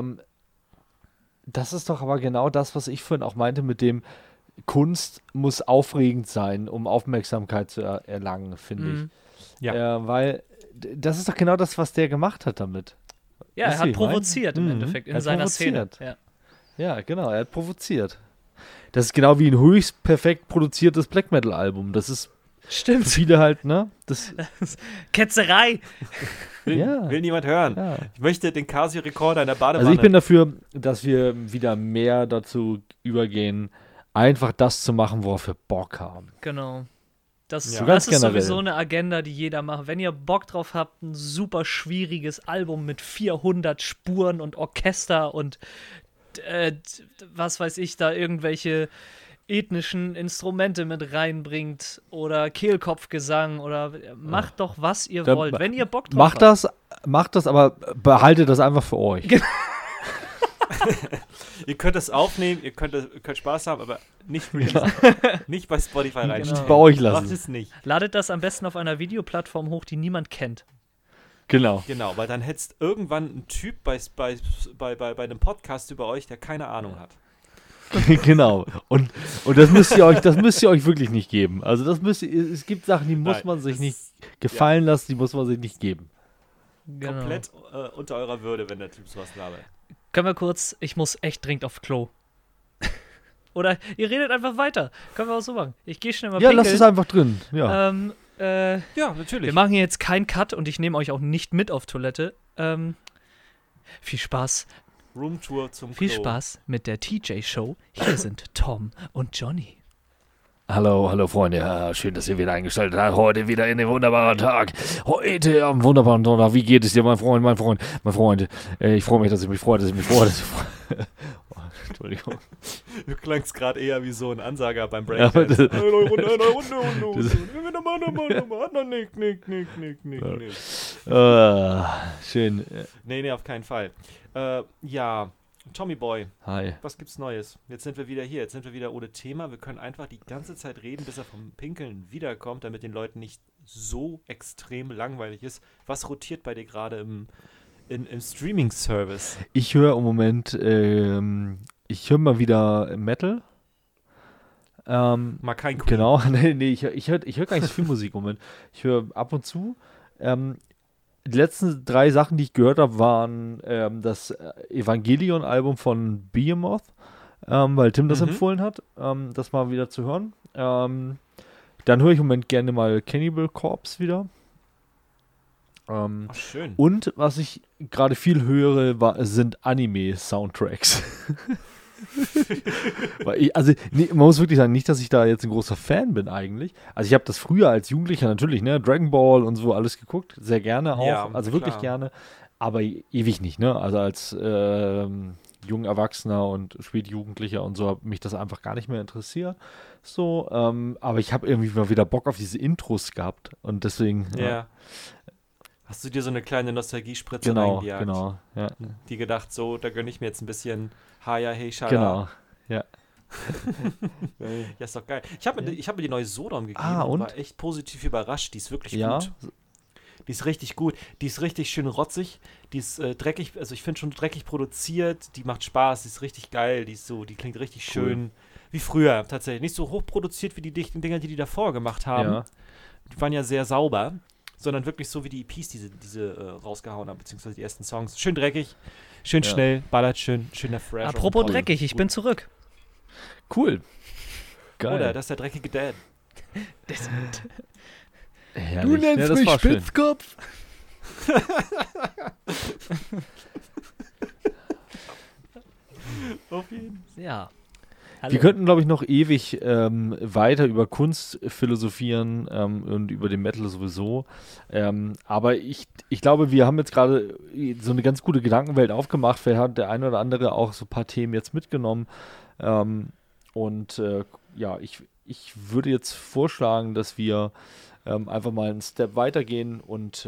das ist doch aber genau das, was ich vorhin auch meinte mit dem Kunst muss aufregend sein, um Aufmerksamkeit zu erlangen, finde ich. Ja. Weil das ist doch genau das, was der gemacht hat damit. Ja, Weißt er du, wie hat ich mein? provoziert im Mhm. Endeffekt Er in hat seiner Szene. provoziert. Ja. Ja, genau, er hat provoziert. Das ist genau wie ein höchst perfekt produziertes Black Metal Album. Das ist für Stimmt. viele halt, ne? Das, Ketzerei. Will niemand hören. ja. Ich möchte den Casio-Rekorder in der Badewanne. Also ich bin dafür, dass wir wieder mehr dazu übergehen, einfach das zu machen, worauf wir Bock haben. Genau. Das, Ja. So das ganz ist generell. sowieso eine Agenda, die jeder macht. Wenn ihr Bock drauf habt, ein super schwieriges Album mit 400 Spuren und Orchester und was weiß ich, da irgendwelche ethnischen Instrumente mit reinbringt oder Kehlkopfgesang oder macht doch, was ihr Da- wollt. Wenn ihr Bock drauf Macht das, aber behaltet das einfach für euch. Ihr könnt es aufnehmen, ihr könnt Spaß haben, aber nicht releasen. Nicht bei Spotify reinstellen. Genau. Bei euch Macht lassen. es nicht. Ladet das am besten auf einer Videoplattform hoch, die niemand kennt. Genau. Genau, weil dann hättest irgendwann ein Typ bei einem Podcast über euch, der keine Ahnung hat. Genau. Und das müsst ihr euch wirklich nicht geben. Also es gibt Sachen, die muss Nein, man sich das nicht ist- gefallen lassen, die muss man sich nicht geben. Genau. Komplett unter eurer Würde, wenn der Typ sowas labert. Können wir kurz, ich muss echt dringend aufs Klo. Oder ihr redet einfach weiter. Können wir auch so machen. Ich gehe schnell mal Ja, pinkeln. lasst es einfach drin. Ja. Ja, natürlich. Wir machen hier jetzt keinen Cut und ich nehme euch auch nicht mit auf Toilette. Viel Spaß. Roomtour zum Viel Klo. Spaß mit der TJ-Show. Hier sind Tom und Johnny. Hallo Freunde, ja, schön, dass ihr wieder eingeschaltet habt. Heute wieder in den wunderbaren Tag. Heute am wunderbaren Sonntag. Wie geht es dir, mein Freund? Ich freue mich, dass ich mich freue. Oh, Entschuldigung. Du klangst gerade eher wie so ein Ansager beim Ja, aber Breakdance. das- Neue Runde. Nick. Schön. Nee, auf keinen Fall. Ja, Tommy Boy, Hi. was gibt's Neues? Jetzt sind wir wieder hier, jetzt sind wir wieder ohne Thema. Wir können einfach die ganze Zeit reden, bis er vom Pinkeln wiederkommt, damit den Leuten nicht so extrem langweilig ist. Was rotiert bei dir gerade im Streaming-Service? Ich höre im Moment, ich höre mal wieder Metal. Mal kein Queen. Genau, nee, ich hör gar nicht so viel Musik im Moment. Ich höre ab und zu. Die letzten 3 Sachen, die ich gehört habe, waren das Evangelion-Album von Behemoth, weil Tim das empfohlen hat, das mal wieder zu hören. Dann höre ich im Moment gerne mal Cannibal Corpse wieder. Ach, schön. Und was ich gerade viel höre, sind Anime-Soundtracks. Man muss wirklich sagen, nicht, dass ich da jetzt ein großer Fan bin eigentlich. Also ich habe das früher als Jugendlicher natürlich, ne, Dragon Ball und so alles geguckt, sehr gerne auch, Ja, also wirklich klar. gerne, aber ewig nicht, ne, also als junger Erwachsener und Spätjugendlicher und so hat mich das einfach gar nicht mehr interessiert, so, aber ich habe irgendwie mal wieder Bock auf diese Intros gehabt und deswegen, Ja. Hast du dir so eine kleine Nostalgiespritze genau, reingejagt? genau, ja, Die gedacht, so, da gönne ich mir jetzt ein bisschen Haya, hey, Shala. genau, ja. Ja, ist doch geil. Ich hab mir die neue Sodom gegeben Ah, und? war echt positiv überrascht. Die ist wirklich Ja, gut. Die ist richtig gut. Die ist richtig schön rotzig. Die ist dreckig, also ich finde schon dreckig produziert. Die macht Spaß, die ist richtig geil. Die klingt richtig Cool. schön. Wie früher tatsächlich. Nicht so hochproduziert wie die dichten Dinger, die davor gemacht haben. ja. Die waren ja sehr sauber. Sondern wirklich so wie die EPs, diese rausgehauen haben, beziehungsweise die ersten Songs. Schön dreckig, schön Ja. schnell, ballert schöner Fresh. Apropos und toll. dreckig, ich bin zurück. Cool. Geil. Oder, das ist der dreckige Dad. Herrlich. Ja, das war schön. Spitzkopf. Auf jeden Ja. Wir könnten, glaube ich, noch ewig weiter über Kunst philosophieren und über den Metal sowieso. Aber ich glaube, wir haben jetzt gerade so eine ganz gute Gedankenwelt aufgemacht. Vielleicht hat der eine oder andere auch so ein paar Themen jetzt mitgenommen. Ja, ich würde jetzt vorschlagen, dass wir einfach mal einen Step weitergehen und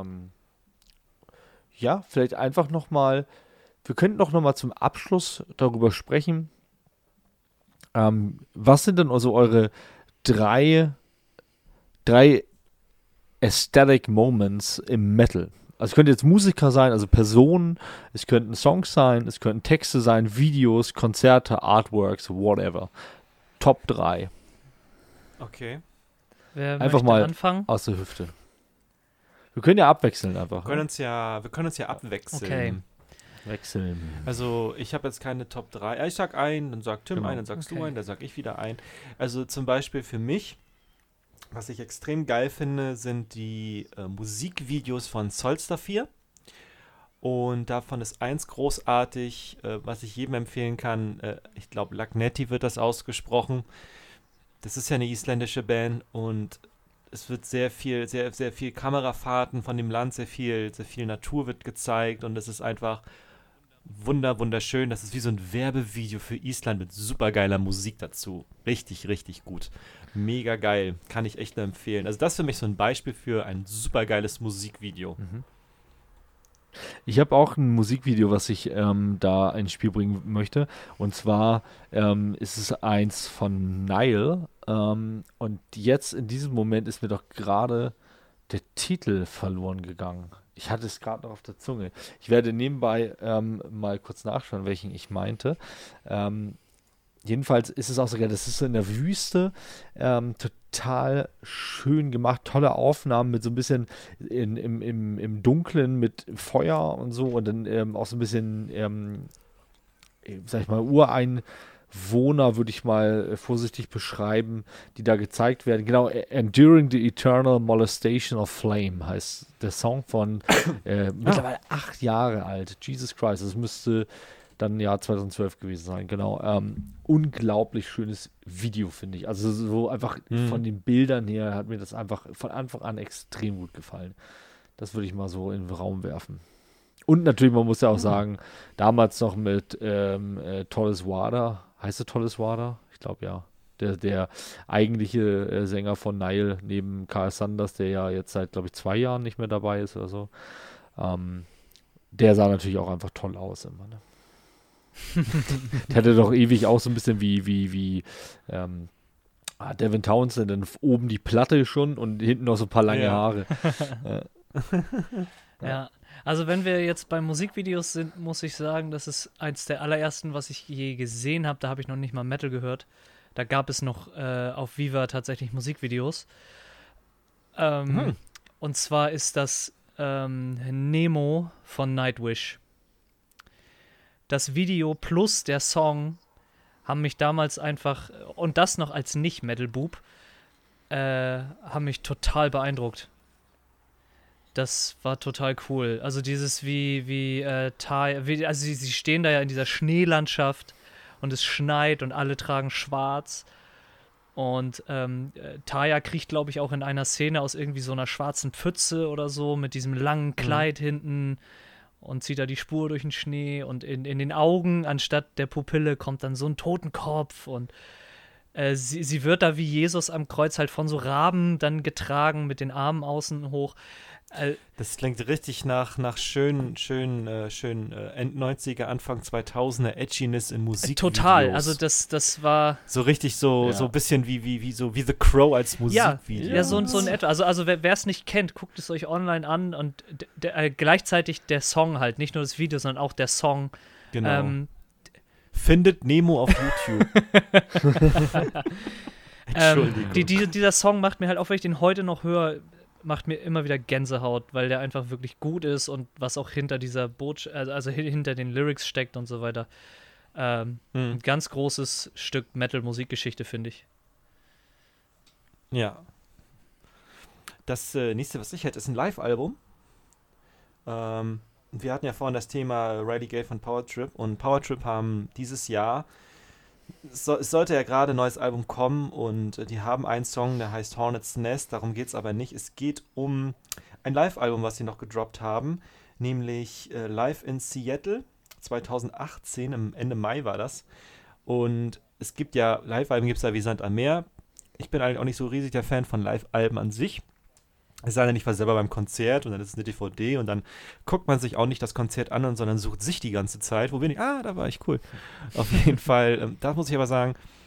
ja, vielleicht einfach nochmal, wir könnten doch nochmal zum Abschluss darüber sprechen. Was sind denn also eure drei Aesthetic Moments im Metal. Also es könnte jetzt Musiker sein, also Personen, es könnten Songs sein, es könnten Texte sein, Videos, Konzerte, Artworks, whatever. Top 3. Okay. Wer Einfach möchte mal anfangen? aus der Hüfte. Wir können ja abwechseln einfach. Wir können uns ja abwechseln. Okay. Wechseln. Also ich habe jetzt keine Top 3. Ja, ich sag einen, dann sagt Tim Genau. einen, dann sagst du Okay. einen, dann sag ich wieder einen. Also zum Beispiel für mich, was ich extrem geil finde, sind die Musikvideos von Solstar 4. Und davon ist eins großartig, was ich jedem empfehlen kann. Ich glaube, Lagnetti wird das ausgesprochen. Das ist ja eine isländische Band und es wird sehr viel Kamerafahrten von dem Land, sehr viel Natur wird gezeigt und es ist einfach wunderschön. Das ist wie so ein Werbevideo für Island mit supergeiler Musik dazu. Richtig, richtig gut. Mega geil. Kann ich echt nur empfehlen. Also das ist für mich so ein Beispiel für ein supergeiles Musikvideo. Ich habe auch ein Musikvideo, was ich da ins Spiel bringen möchte. Und zwar ist es eins von Nile. Und jetzt in diesem Moment ist mir doch gerade der Titel verloren gegangen. Ich hatte es gerade noch auf der Zunge. Ich werde nebenbei mal kurz nachschauen, welchen ich meinte. Jedenfalls ist es auch so geil, das ist so in der Wüste, total schön gemacht, tolle Aufnahmen mit so ein bisschen im Dunklen mit Feuer und so und dann auch so ein bisschen, sag ich mal, Ureinwohner, würde ich mal vorsichtig beschreiben, die da gezeigt werden. Genau, Enduring the Eternal Molestation of Flame heißt der Song von mittlerweile 8 Jahre alt. Jesus Christ, das müsste dann Jahr 2012 gewesen sein, genau. Unglaublich schönes Video, finde ich. Also so einfach von den Bildern her hat mir das einfach von Anfang an extrem gut gefallen. Das würde ich mal so in den Raum werfen. Und natürlich, man muss ja auch sagen, damals noch mit Tolles Water, heißt er Tolles Water? Ich glaube ja. Der eigentliche Sänger von Nile neben Carl Sanders, der ja jetzt seit, glaube ich, 2 Jahren nicht mehr dabei ist oder so. Der sah natürlich auch einfach toll aus immer, ne? Der hatte doch ewig auch so ein bisschen wie Devin Townsend, dann oben die Platte schon und hinten noch so ein paar lange Haare. Ja, also wenn wir jetzt bei Musikvideos sind, muss ich sagen, das ist eins der allerersten, was ich je gesehen habe. Da habe ich noch nicht mal Metal gehört. Da gab es noch auf Viva tatsächlich Musikvideos. Und zwar ist das Nemo von Nightwish. Das Video plus der Song haben mich damals einfach, und das noch als Nicht-Metal-Bub, haben mich total beeindruckt. Das war total cool. Also dieses also sie stehen da ja in dieser Schneelandschaft und es schneit und alle tragen schwarz. Und Taya kriecht, glaube ich, auch in einer Szene aus irgendwie so einer schwarzen Pfütze oder so mit diesem langen Kleid hinten und zieht da die Spur durch den Schnee und in den Augen anstatt der Pupille kommt dann so ein Totenkopf und sie wird da wie Jesus am Kreuz halt von so Raben dann getragen mit den Armen außen hoch. Das klingt richtig nach schön End-90er, Anfang 2000er Edginess in Musik. Total, also das war so richtig so ein bisschen wie The Crow als Musikvideo. Ja, so in etwa. Also wer es nicht kennt, guckt es euch online an und gleichzeitig der Song halt, nicht nur das Video, sondern auch der Song. Genau. Findet Nemo auf YouTube. Entschuldigung. Dieser Song macht mir halt auch, wenn ich den heute noch höre, macht mir immer wieder Gänsehaut, weil der einfach wirklich gut ist und was auch hinter dieser also hinter den Lyrics steckt und so weiter. Ein ganz großes Stück Metal-Musikgeschichte, finde ich. Ja. Das nächste, was ich hätte, ist ein Live-Album. Wir hatten ja vorhin das Thema Riley Gale von Power Trip und Power Trip haben dieses Jahr, es sollte ja gerade ein neues Album kommen und die haben einen Song, der heißt Hornet's Nest, darum geht es aber nicht. Es geht um ein Live-Album, was sie noch gedroppt haben, nämlich Live in Seattle 2018, im Ende Mai war das. Und es gibt ja, Live-Alben gibt es ja wie Sand am Meer. Ich bin eigentlich auch nicht so riesig der Fan von Live-Alben an sich. Es sei denn, ich war selber beim Konzert und dann ist es eine DVD und dann guckt man sich auch nicht das Konzert an, sondern sucht sich die ganze Zeit. Wo bin ich? Da war ich, cool. Auf jeden Fall, da muss ich aber sagen,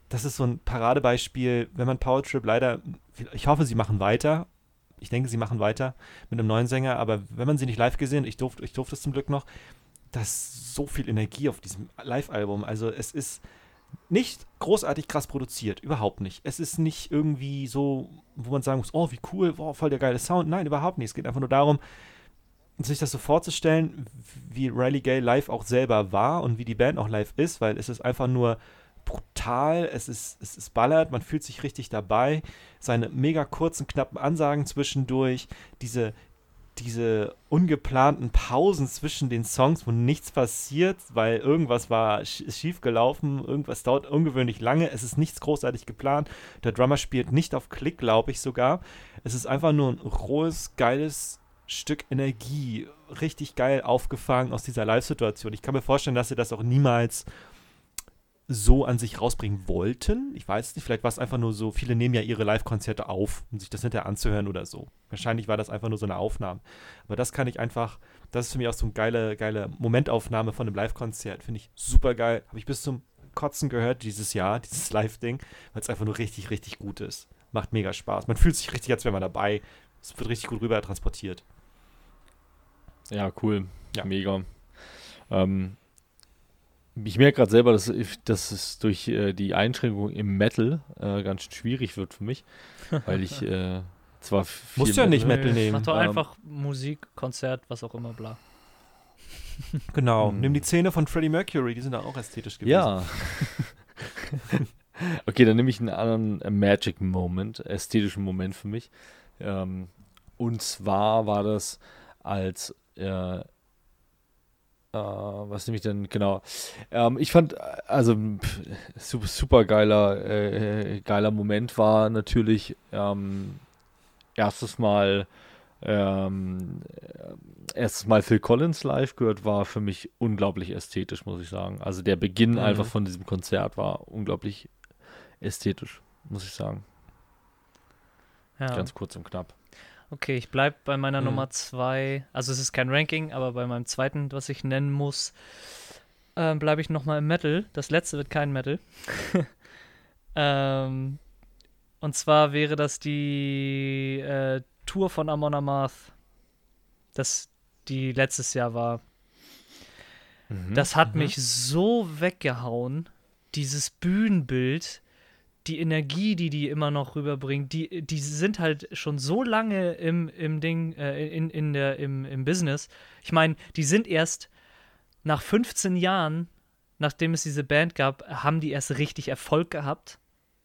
das ist so ein Paradebeispiel, wenn man Power Trip leider, ich hoffe, sie machen weiter. Ich denke, sie machen weiter mit einem neuen Sänger, aber wenn man sie nicht live gesehen, ich durfte es zum Glück noch, da ist so viel Energie auf diesem Live-Album. Also es ist nicht großartig krass produziert, überhaupt nicht. Es ist nicht irgendwie so, wo man sagen muss, oh, wie cool, oh, voll der geile Sound. Nein, überhaupt nicht. Es geht einfach nur darum, sich das so vorzustellen, wie Riley Gale live auch selber war und wie die Band auch live ist, weil es ist einfach nur brutal, es ist ballert, man fühlt sich richtig dabei, seine mega kurzen, knappen Ansagen zwischendurch, diese ungeplanten Pausen zwischen den Songs, wo nichts passiert, weil irgendwas ist schief gelaufen, irgendwas dauert ungewöhnlich lange, es ist nichts großartig geplant, der Drummer spielt nicht auf Klick, glaube ich sogar, es ist einfach nur ein rohes, geiles Stück Energie, richtig geil aufgefangen aus dieser Live-Situation. Ich kann mir vorstellen, dass sie das auch niemals so an sich rausbringen wollten. Ich weiß nicht, vielleicht war es einfach nur so, viele nehmen ja ihre Live-Konzerte auf, um sich das hinterher anzuhören oder so. Wahrscheinlich war das einfach nur so eine Aufnahme. Aber das kann ich einfach, das ist für mich auch so eine geile Momentaufnahme von einem Live-Konzert. Finde ich super geil. Habe ich bis zum Kotzen gehört dieses Jahr, dieses Live-Ding, weil es einfach nur richtig, richtig gut ist. Macht mega Spaß. Man fühlt sich richtig, als wäre man dabei. Es wird richtig gut rüber transportiert. Ja, cool. Ja. Mega. Ich merke gerade selber, dass es durch die Einschränkung im Metal ganz schön schwierig wird für mich, weil ich zwar viel Musst du ja nicht Metal nehmen. Mach doch einfach Musik, Konzert, was auch immer, bla. Genau. Nimm die Zähne von Freddie Mercury, die sind da auch ästhetisch gewesen. Ja. Okay, dann nehme ich einen anderen Magic Moment, ästhetischen Moment für mich. Und zwar war das als was nehme ich denn? Genau. Ich fand, also super geiler Moment war natürlich erstes Mal Phil Collins live gehört, war für mich unglaublich ästhetisch, muss ich sagen. Also der Beginn einfach von diesem Konzert war unglaublich ästhetisch, muss ich sagen. Ja. Ganz kurz und knapp. Okay, ich bleibe bei meiner Nummer 2. Also es ist kein Ranking, aber bei meinem zweiten, was ich nennen muss, bleibe ich nochmal im Metal. Das letzte wird kein Metal. Und zwar wäre das die Tour von Amon Amarth, die letztes Jahr war. Das hat mich so weggehauen, dieses Bühnenbild, die Energie, die immer noch rüberbringt, die sind halt schon so lange im Ding, im Business. Ich meine, die sind erst nach 15 Jahren, nachdem es diese Band gab, haben die erst richtig Erfolg gehabt.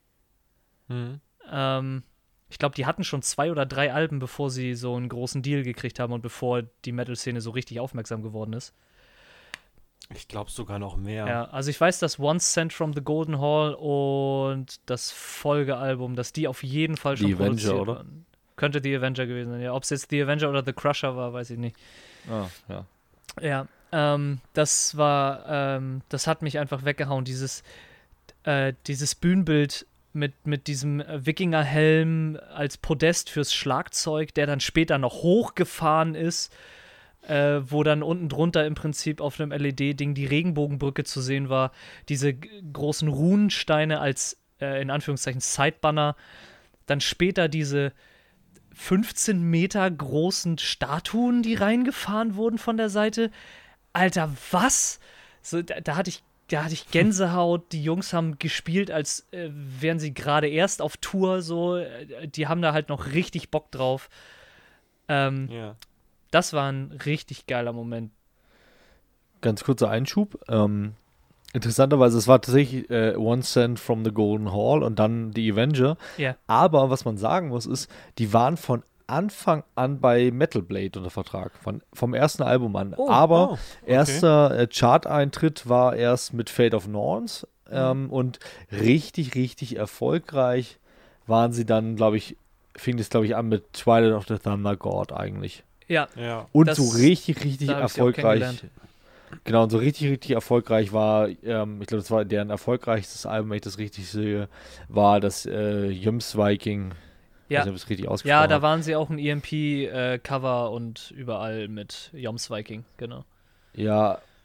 Ich glaube, die hatten schon 2 oder 3 Alben, bevor sie so einen großen Deal gekriegt haben und bevor die Metal-Szene so richtig aufmerksam geworden ist. Ich glaube sogar noch mehr. Ja, also ich weiß, dass Once Sent from the Golden Hall und das Folgealbum, dass die auf jeden Fall schon The Avenger, produziert oder? waren. Könnte The Avenger gewesen sein. Ja, ob es jetzt The Avenger oder The Crusher war, weiß ich nicht. Ah, ja. Ja, das war, das hat mich einfach weggehauen. Dieses Bühnenbild mit diesem Wikingerhelm als Podest fürs Schlagzeug, der dann später noch hochgefahren ist, wo dann unten drunter im Prinzip auf einem LED-Ding die Regenbogenbrücke zu sehen war, diese großen Runensteine als, in Anführungszeichen, Sidebanner, dann später diese 15 Meter großen Statuen, die reingefahren wurden von der Seite. Alter, was? So, da hatte ich Gänsehaut, die Jungs haben gespielt, als wären sie gerade erst auf Tour, so, die haben da halt noch richtig Bock drauf. Ja. Das war ein richtig geiler Moment. Ganz kurzer Einschub. Interessanterweise, es war tatsächlich One Cent from the Golden Hall und dann die Avenger. Ja. Aber was man sagen muss, ist, die waren von Anfang an bei Metal Blade unter Vertrag. Vom ersten Album an. Aber okay. erster Chart-Eintritt war erst mit Fate of Norns. Und richtig, richtig erfolgreich waren sie dann, fing es, an mit Twilight of the Thunder God eigentlich. Ja. Und so richtig, richtig da hab ich sie auch erfolgreich. kennengelernt. Genau, und so richtig, richtig erfolgreich war, ich glaube, das war deren erfolgreichstes Album, wenn ich das richtig sehe, war das Jums Viking. Ich weiß nicht, ob ich es richtig ausgesprochen Ja, habe. da waren sie auch ein EMP-Cover und überall mit Joms Viking, genau. Ja,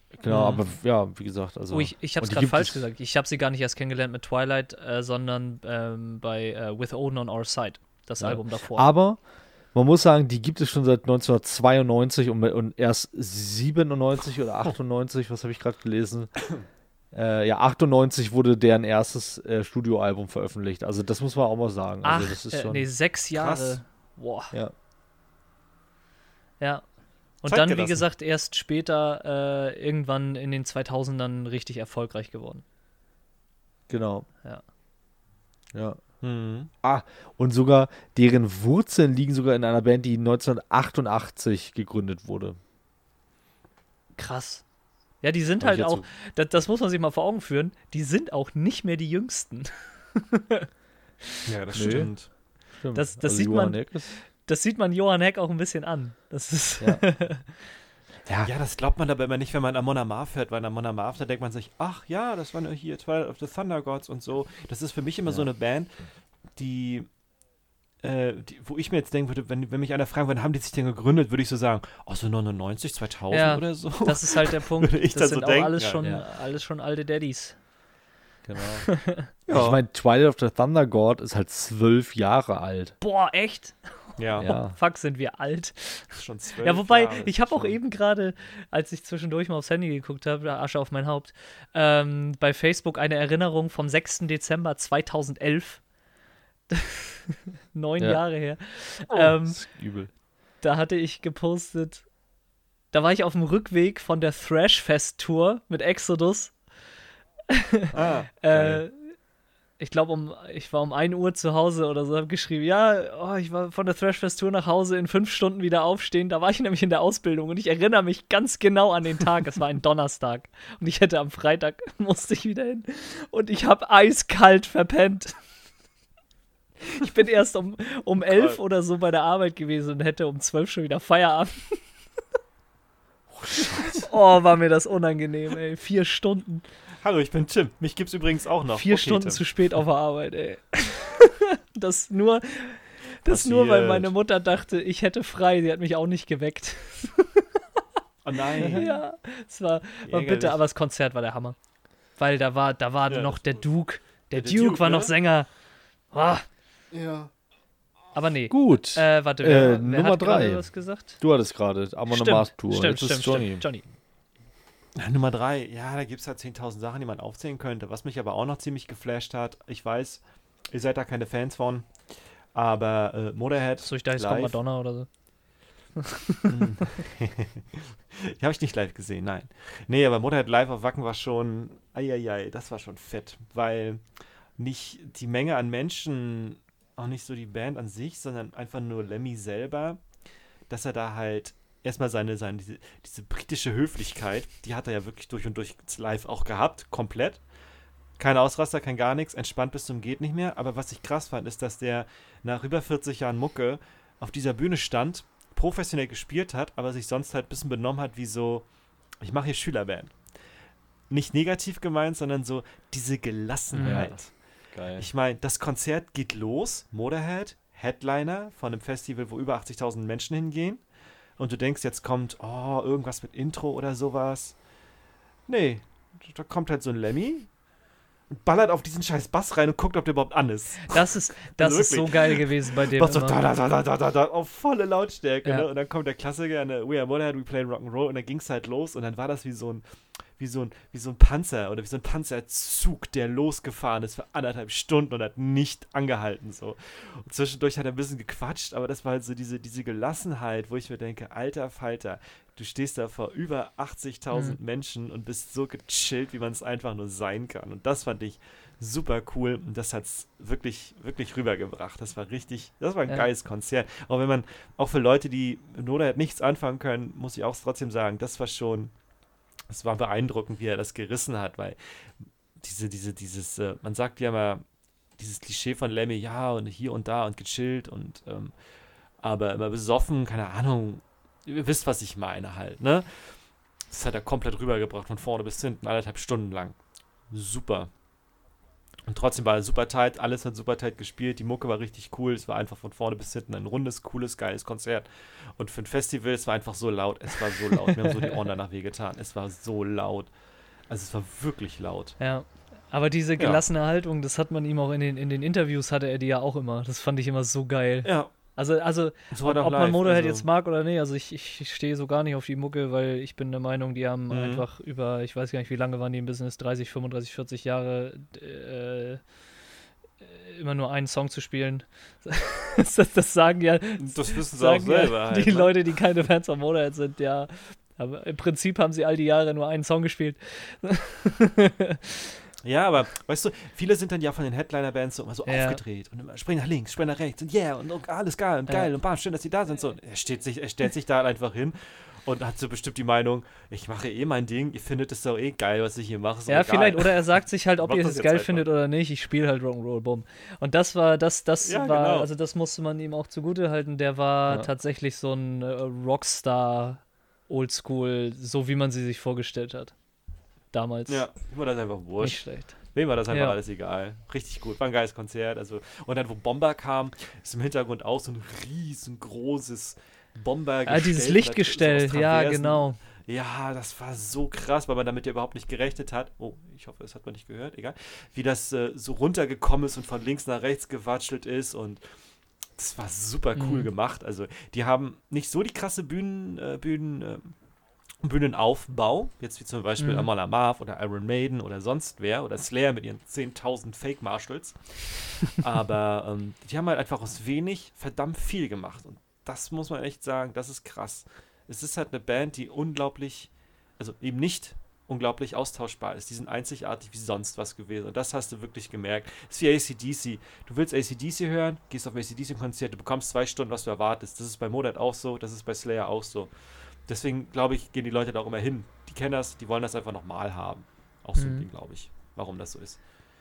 Genau, aber ja, wie gesagt, also. Oh, ich habe es und die gerade gibt falsch es- gesagt. Ich habe sie gar nicht erst kennengelernt mit Twilight, sondern bei With Odin on Our Side, das Ja. Album davor. Aber man muss sagen, die gibt es schon seit 1992 und erst 97 oder 98, was habe ich gerade gelesen? 98 wurde deren erstes Studioalbum veröffentlicht. Also das muss man auch mal sagen. Also das ist schon. nee, 6 Jahre. Krass. Boah. Ja. Ja. Und Zeit dann, wie gelassen. gesagt, erst später irgendwann in den 2000ern richtig erfolgreich geworden. Genau. Ja. Ja. Mhm. Und sogar deren Wurzeln liegen sogar in einer Band, die 1988 gegründet wurde. Krass. Ja, die sind Hab halt ich jetzt auch, das muss man sich mal vor Augen führen, die sind auch nicht mehr die Jüngsten. Ja, das Nö. stimmt. Stimmt. Das sieht Johann man- Heck ist- Das sieht man Johann Heck auch ein bisschen an. Das ist. Ja. Ja, das glaubt man aber immer nicht, wenn man Amon Amarth hört, weil Amon Amarth, da denkt man sich, ach ja, das waren ja hier Twilight of the Thunder Gods und so. Das ist für mich immer so eine Band, wo ich mir jetzt denken würde, wenn mich einer fragen würde, haben die sich denn gegründet, würde ich so sagen, so 99, 2000 Ja, oder so. Das ist halt der Punkt. Würde ich Das dann sind so auch denken, alles schon alte Daddys. Genau. Ja. Ich meine, Twilight of the Thunder God ist halt 12 Jahre alt. Boah, echt? Ja, Ja. Fuck, sind wir alt. schon 12 Ja, wobei, Jahre, ich habe auch schon. eben gerade, als ich zwischendurch mal aufs Handy geguckt habe, Asche auf mein Haupt, bei Facebook eine Erinnerung vom 6. Dezember 2011. 9 Ja. Jahre her. Das ist übel. Da hatte ich gepostet, da war ich auf dem Rückweg von der Thrashfest-Tour mit Exodus. Geil. Ich glaube, ich war um 1 Uhr zu Hause oder so, habe geschrieben, ich war von der Thrashfest-Tour nach Hause in 5 Stunden wieder aufstehen. Da war ich nämlich in der Ausbildung und ich erinnere mich ganz genau an den Tag. Es war ein Donnerstag und ich hätte am Freitag, musste ich wieder hin und ich habe eiskalt verpennt. Ich bin erst um 11 oder so bei der Arbeit gewesen und hätte um 12 schon wieder Feierabend. Oh, war mir das unangenehm, ey. 4 Stunden. Hallo, ich bin Tim. Mich gibt's übrigens auch noch. 4 Okay, Stunden Tim. zu spät auf der Arbeit, ey. Das nur, weil Passiert. meine Mutter dachte, ich hätte frei. Sie hat mich auch nicht geweckt. Oh nein. Ja, es war Ärgerlich. bitter, aber das Konzert war der Hammer. Weil da war Ja, noch das der Duke. Der der Duke Duke, war ne? noch Sänger. Ah, Ja. Aber nee. Gut. Warte, wer Nummer hat gerade 3. was gesagt? Du hattest gerade Amon Amarth Tour. Stimmt, Jetzt ist Johnny. Johnny. Nummer 3, ja, da gibt es halt 10.000 Sachen, die man aufzählen könnte. Was mich aber auch noch ziemlich geflasht hat, ich weiß, ihr seid da keine Fans von, aber Motorhead So, ich dachte, jetzt kommt live, Madonna oder so. die habe ich nicht live gesehen, nein. Nee, aber Motorhead live auf Wacken war schon, das war schon fett, weil nicht die Menge an Menschen, auch nicht so die Band an sich, sondern einfach nur Lemmy selber, dass er da halt erstmal diese britische Höflichkeit, die hat er ja wirklich durch und durch live auch gehabt, komplett. Kein Ausraster, kein gar nichts, entspannt bis zum geht nicht mehr. Aber was ich krass fand, ist, dass der nach über 40 Jahren Mucke auf dieser Bühne stand, professionell gespielt hat, aber sich sonst halt ein bisschen benommen hat wie so, ich mache hier Schülerband. Nicht negativ gemeint, sondern so diese Gelassenheit. Geil. Ich meine, das Konzert geht los, Motorhead, Headliner von einem Festival, wo über 80.000 Menschen hingehen. Und du denkst, jetzt kommt, irgendwas mit Intro oder sowas. Nee, da kommt halt so ein Lemmy und ballert auf diesen scheiß Bass rein und guckt, ob der überhaupt an ist. Das ist wirklich. so geil gewesen bei dem. Macht so immer. da, auf volle Lautstärke, Ja. ne? Und dann kommt der Klassiker, ne? We are Motorhead, we play Rock'n'Roll, und dann ging's halt los und dann war das wie so ein Panzer oder wie so ein Panzerzug, der losgefahren ist für 1,5 Stunden und hat nicht angehalten, so. Und zwischendurch hat er ein bisschen gequatscht, aber das war halt so diese Gelassenheit, wo ich mir denke, alter Falter, du stehst da vor über 80.000 Menschen und bist so gechillt, wie man es einfach nur sein kann. Und das fand ich super cool und das hat's wirklich, wirklich rübergebracht. Das war ein geiles Konzert. Auch für Leute, die mit Motorhead nichts anfangen können, muss ich auch trotzdem sagen, das war beeindruckend, wie er das gerissen hat, weil man sagt ja immer, dieses Klischee von Lemmy, ja, und hier und da und gechillt und aber immer besoffen, keine Ahnung, ihr wisst, was ich meine halt, ne? Das hat er komplett rübergebracht, von vorne bis hinten, 1,5 Stunden lang. Super. Und trotzdem war er super tight, alles hat super tight gespielt, die Mucke war richtig cool, es war einfach von vorne bis hinten ein rundes, cooles, geiles Konzert. Und für ein Festival, es war einfach so laut, es war so laut, mir haben so die Ohren danach wehgetan, es war so laut. Also es war wirklich laut. Ja. Aber diese gelassene Haltung, das hat man ihm auch in den Interviews, hatte er die ja auch immer. Das fand ich immer so geil. Ja. Also so ob man Motorhead jetzt mag oder nicht, also ich stehe so gar nicht auf die Mucke, weil ich bin der Meinung, die haben einfach über, ich weiß gar nicht, wie lange waren die im Business, 30, 35, 40 Jahre immer nur einen Song zu spielen. Das sagen ja, das wissen sie auch selber. Ja, die Leute, die keine Fans von Motorhead sind, ja. Aber im Prinzip haben sie all die Jahre nur einen Song gespielt. Ja, aber weißt du, viele sind dann ja von den Headliner-Bands so immer so aufgedreht und immer springen nach links, springen nach rechts und und alles geil und geil und bam, schön, dass sie da sind. So. Und er stellt sich da einfach hin und hat so bestimmt die Meinung, ich mache mein Ding, ihr findet es doch geil, was ich hier mache. Ja, vielleicht, oder er sagt sich halt, ob ihr es geil findet oder nicht, ich spiele halt Rock'n'Roll, bumm. Und das war, genau. Also das musste man ihm auch zugute halten, der war tatsächlich so ein Rockstar, Oldschool, so wie man sie sich vorgestellt hat. Damals. Ja, ihm war das einfach wurscht. Nicht schlecht. Wem war das einfach alles egal. Richtig gut, war ein geiles Konzert. Also, und dann, wo Bomber kam, ist im Hintergrund auch so ein riesengroßes Bombergestell. Dieses Lichtgestell, so ja, genau. Ja, das war so krass, weil man damit ja überhaupt nicht gerechnet hat. Oh, ich hoffe, das hat man nicht gehört, egal. Wie das so runtergekommen ist und von links nach rechts gewatschelt ist und das war super cool gemacht. Also, die haben nicht so die krasse Bühnenaufbau, jetzt wie zum Beispiel Amon Amarth oder Iron Maiden oder sonst wer oder Slayer mit ihren 10.000 Fake Marshalls. Aber die haben halt einfach aus wenig verdammt viel gemacht. Und das muss man echt sagen, das ist krass. Es ist halt eine Band, die unglaublich, also eben nicht unglaublich austauschbar ist. Die sind einzigartig wie sonst was gewesen. Und das hast du wirklich gemerkt. Es ist wie AC/DC. Du willst AC/DC hören, gehst auf ein AC/DC-Konzert, du bekommst 2 Stunden, was du erwartest. Das ist bei Motorhead auch so, das ist bei Slayer auch so. Deswegen, glaube ich, gehen die Leute da auch immer hin. Die kennen das, die wollen das einfach nochmal haben. Auch so ein Ding, glaube ich, warum das so ist.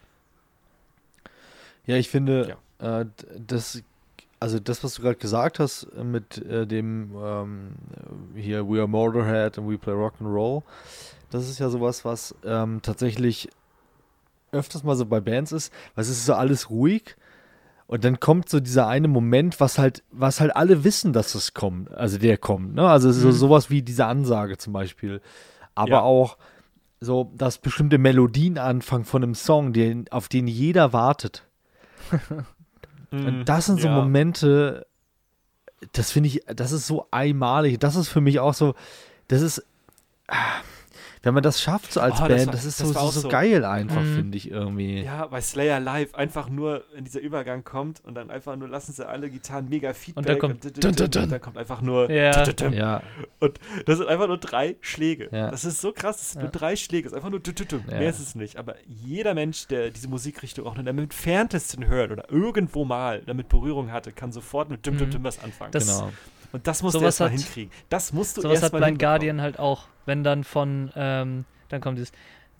Ja, ich finde, das, was du gerade gesagt hast mit dem hier We Are Motorhead and We Play Rock'n'Roll, das ist ja sowas, was tatsächlich öfters mal so bei Bands ist, weil es ist so alles ruhig. Und dann kommt so dieser eine Moment, was halt alle wissen, dass es kommt, also der kommt, ne? Also es ist so sowas wie diese Ansage zum Beispiel. Aber auch so, dass bestimmte Melodien anfangen von einem Song, auf den jeder wartet. Und das sind so Momente, das finde ich, das ist so einmalig. Das ist für mich auch so, das ist, wenn man das schafft so als Band, das ist so geil einfach, finde ich irgendwie. Ja, bei Slayer Live einfach nur, wenn dieser Übergang kommt und dann einfach nur lassen sie alle Gitarren mega Feedback und dann kommt einfach nur und das sind einfach nur 3 Schläge. Ja. Das ist so krass, das sind nur 3 Schläge, das ist einfach nur mehr ist es nicht. Aber jeder Mensch, der diese Musikrichtung auch nur im Entferntesten hört oder irgendwo mal damit Berührung hatte, kann sofort mit was anfangen. Genau. Und das musst du erst mal hinkriegen. Das musst du erst mal hinkriegen. Sowas hat Blind Guardian halt auch. Wenn dann von, dann kommt dieses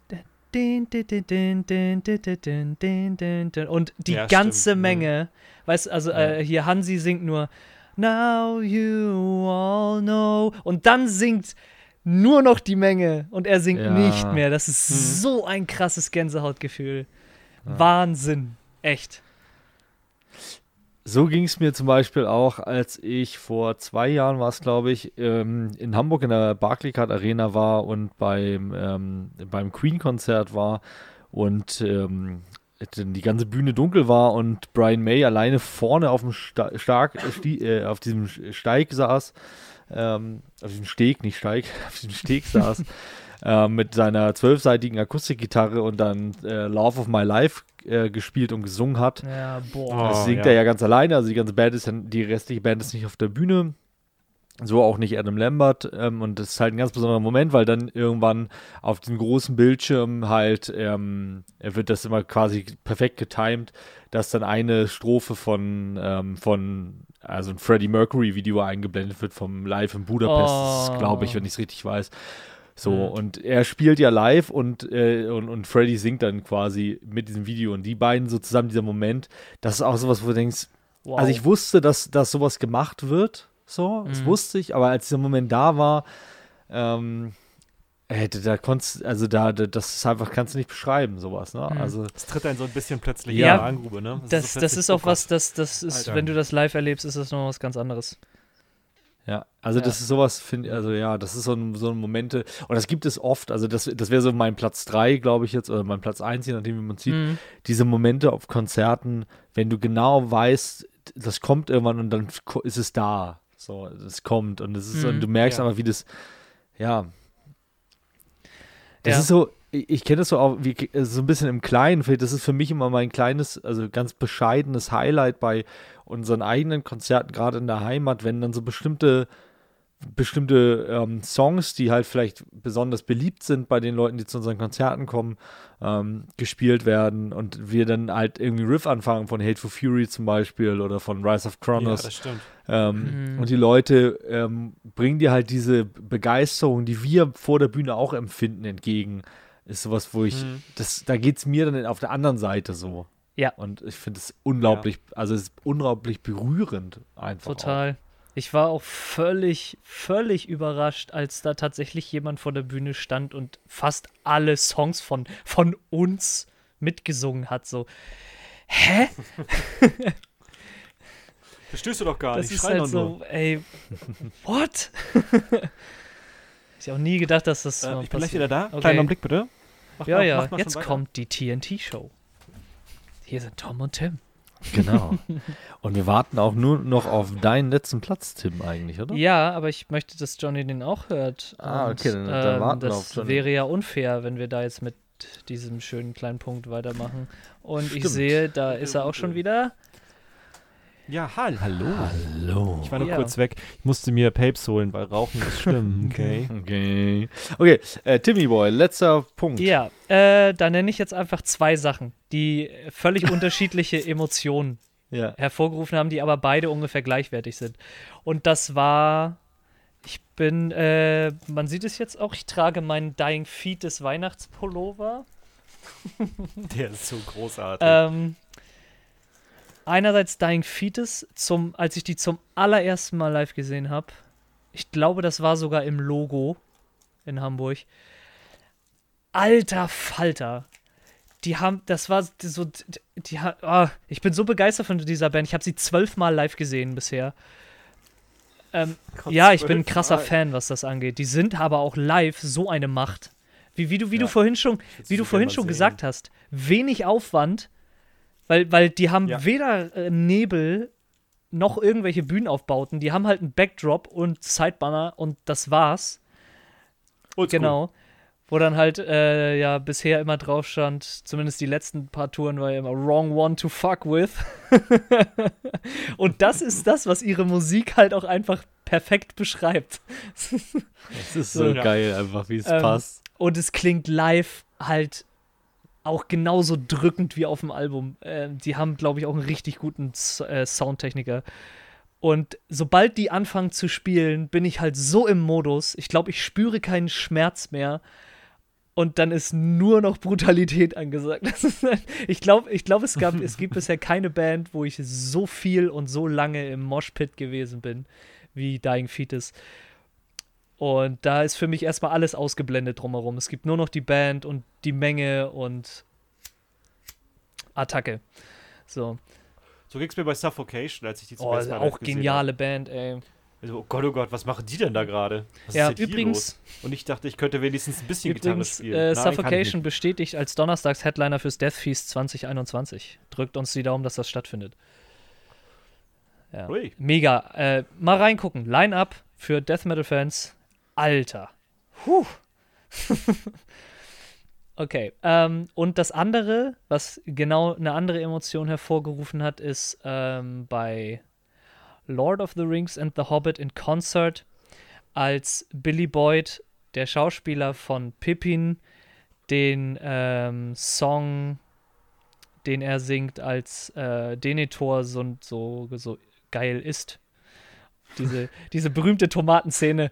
und die ganze Menge, weißt du, also hier Hansi singt nur Now you all know und dann singt nur noch die Menge und er singt nicht mehr. Das ist so ein krasses Gänsehautgefühl. Wahnsinn. Echt. So ging es mir zum Beispiel auch, als ich vor 2 Jahren war es, glaube ich, in Hamburg in der Barclaycard Arena war und beim Queen-Konzert war und die ganze Bühne dunkel war und Brian May alleine vorne auf dem auf diesem Steig saß, auf diesem Steg, nicht Steig, auf diesem Steg saß, mit seiner 12-seitigen Akustikgitarre und dann Love of My Life gespielt und gesungen hat. Ja, das singt er ja ganz alleine, also die restliche Band ist nicht auf der Bühne, so auch nicht Adam Lambert und das ist halt ein ganz besonderer Moment, weil dann irgendwann auf dem großen Bildschirm halt, er wird das immer quasi perfekt getimed, dass dann eine Strophe von also ein Freddie Mercury Video eingeblendet wird vom Live in Budapest, glaube ich, wenn ich es richtig weiß. So, und er spielt ja live und Freddie singt dann quasi mit diesem Video und die beiden so zusammen, dieser Moment, das ist auch sowas, wo du denkst, also ich wusste, dass sowas gemacht wird, so, das wusste ich, aber als dieser Moment da war, das ist einfach, kannst du nicht beschreiben, sowas, ne? Also, Das tritt einen so ein bisschen plötzlich Ja. in die Magengrube, ne? Das ist auch was, das ist, Alter. wenn du das live erlebst, ist das noch was ganz anderes. ja, also Ja. das ist sowas, das ist so ein Momente, und das gibt es oft, also das wäre so mein Platz 3, glaube ich jetzt, oder mein Platz 1, je nachdem, wie man sieht, Mhm. diese Momente auf Konzerten, wenn du genau weißt, das kommt irgendwann und dann ist es da, so, es kommt und es ist, und du merkst Ja. aber, wie das, ja, das Ja. ist so, ich kenne das so auch, so ein bisschen im Kleinen, das ist für mich immer mein kleines, also ganz bescheidenes Highlight bei unseren eigenen Konzerten, gerade in der Heimat, wenn dann so bestimmte Songs, die halt vielleicht besonders beliebt sind bei den Leuten, die zu unseren Konzerten kommen, gespielt werden und wir dann halt irgendwie Riff anfangen von Hateful Fury zum Beispiel oder von Rise of Ja, Kronos. das stimmt. Und die Leute bringen dir halt diese Begeisterung, die wir vor der Bühne auch empfinden, entgegen. Ist sowas, wo ich, da geht es mir dann auf der anderen Seite so. Ja. Und ich finde es unglaublich, also es ist unglaublich berührend einfach. Total. Ich war auch völlig überrascht, als da tatsächlich jemand vor der Bühne stand und fast alle Songs von uns mitgesungen hat. So, hä? Verstehst du doch gar Das nicht. ist Schrei doch halt nur. so, ey, what? Ich habe auch nie gedacht, dass das mal Ich bin gleich wieder passiert. da. Okay. Kleinen Blick bitte. Mach Ja, mal- ja, mach mal jetzt schon weiter. kommt die TNT-Show. Hier sind Tom und Tim. Genau. Und wir warten auch nur noch auf deinen letzten Platz, Tim, eigentlich, oder? Ja, aber ich möchte, dass Johnny den auch hört. Ah, Und, okay, dann warten wir auf das Johnny. wäre ja unfair, wenn wir da jetzt mit diesem schönen kleinen Punkt weitermachen. Und ich Stimmt. sehe, da ist er auch schon wieder. Ja, hallo. Hallo. Ich war nur Ja. kurz weg. Ich musste mir Papes holen, weil Rauchen ist schlimm, okay? Okay, Timmy Boy, letzter Punkt. Ja, da nenne ich jetzt einfach 2 Sachen, die völlig unterschiedliche Emotionen Ja. hervorgerufen haben, die aber beide ungefähr gleichwertig sind. Und das war, man sieht es jetzt auch, ich trage meinen Dying Fetus Weihnachtspullover. Der ist so großartig. Einerseits Dying Fetus, als ich die zum allerersten Mal live gesehen habe. Ich glaube, das war sogar im Logo in Hamburg. Alter Falter. Ich bin so begeistert von dieser Band. Ich habe sie 12 Mal live gesehen bisher. Ja, ich bin ein krasser Fan, was das angeht. Die sind aber auch live so eine Macht. Wie du vorhin schon gesagt hast, wenig Aufwand, weil die haben weder Nebel noch irgendwelche Bühnenaufbauten. Die haben halt einen Backdrop und Sidebanner und das war's. Genau. Wo dann halt bisher immer drauf stand, zumindest die letzten paar Touren war ja immer Wrong One to Fuck With. Und das ist das, was ihre Musik halt auch einfach perfekt beschreibt. Das ist so geil, einfach wie es passt. Und es klingt live halt auch genauso drückend wie auf dem Album. Die haben, glaube ich, auch einen richtig guten Soundtechniker. Und sobald die anfangen zu spielen, bin ich halt so im Modus. Ich glaube, ich spüre keinen Schmerz mehr. Und dann ist nur noch Brutalität angesagt. Ich glaube, es gibt bisher keine Band, wo ich so viel und so lange im Moshpit gewesen bin, wie Dying Fetus. Und da ist für mich erstmal alles ausgeblendet drumherum. Es gibt nur noch die Band und die Menge und Attacke. So ging es mir bei Suffocation, als ich die zum Oh, ersten Mal auch live gesehen geniale Band, ey. habe. Also, oh Gott, was machen die denn da gerade? Was Ja, ist denn hier übrigens- los? Und ich dachte, ich könnte wenigstens ein bisschen Gitarre Übrigens, spielen. Nein, kann ich Suffocation nicht. bestätigt als Donnerstags-Headliner fürs Death Feast 2021. Drückt uns die Daumen, dass das stattfindet. Ja. Ui. Mega. Mal reingucken. Line-Up für Death Metal-Fans. Alter. Puh. Okay. Und das andere, was genau eine andere Emotion hervorgerufen hat, ist bei Lord of the Rings and the Hobbit in Concert, als Billy Boyd, der Schauspieler von Pippin, den Song, den er singt, als Denethor so geil ist, diese berühmte Tomatenszene.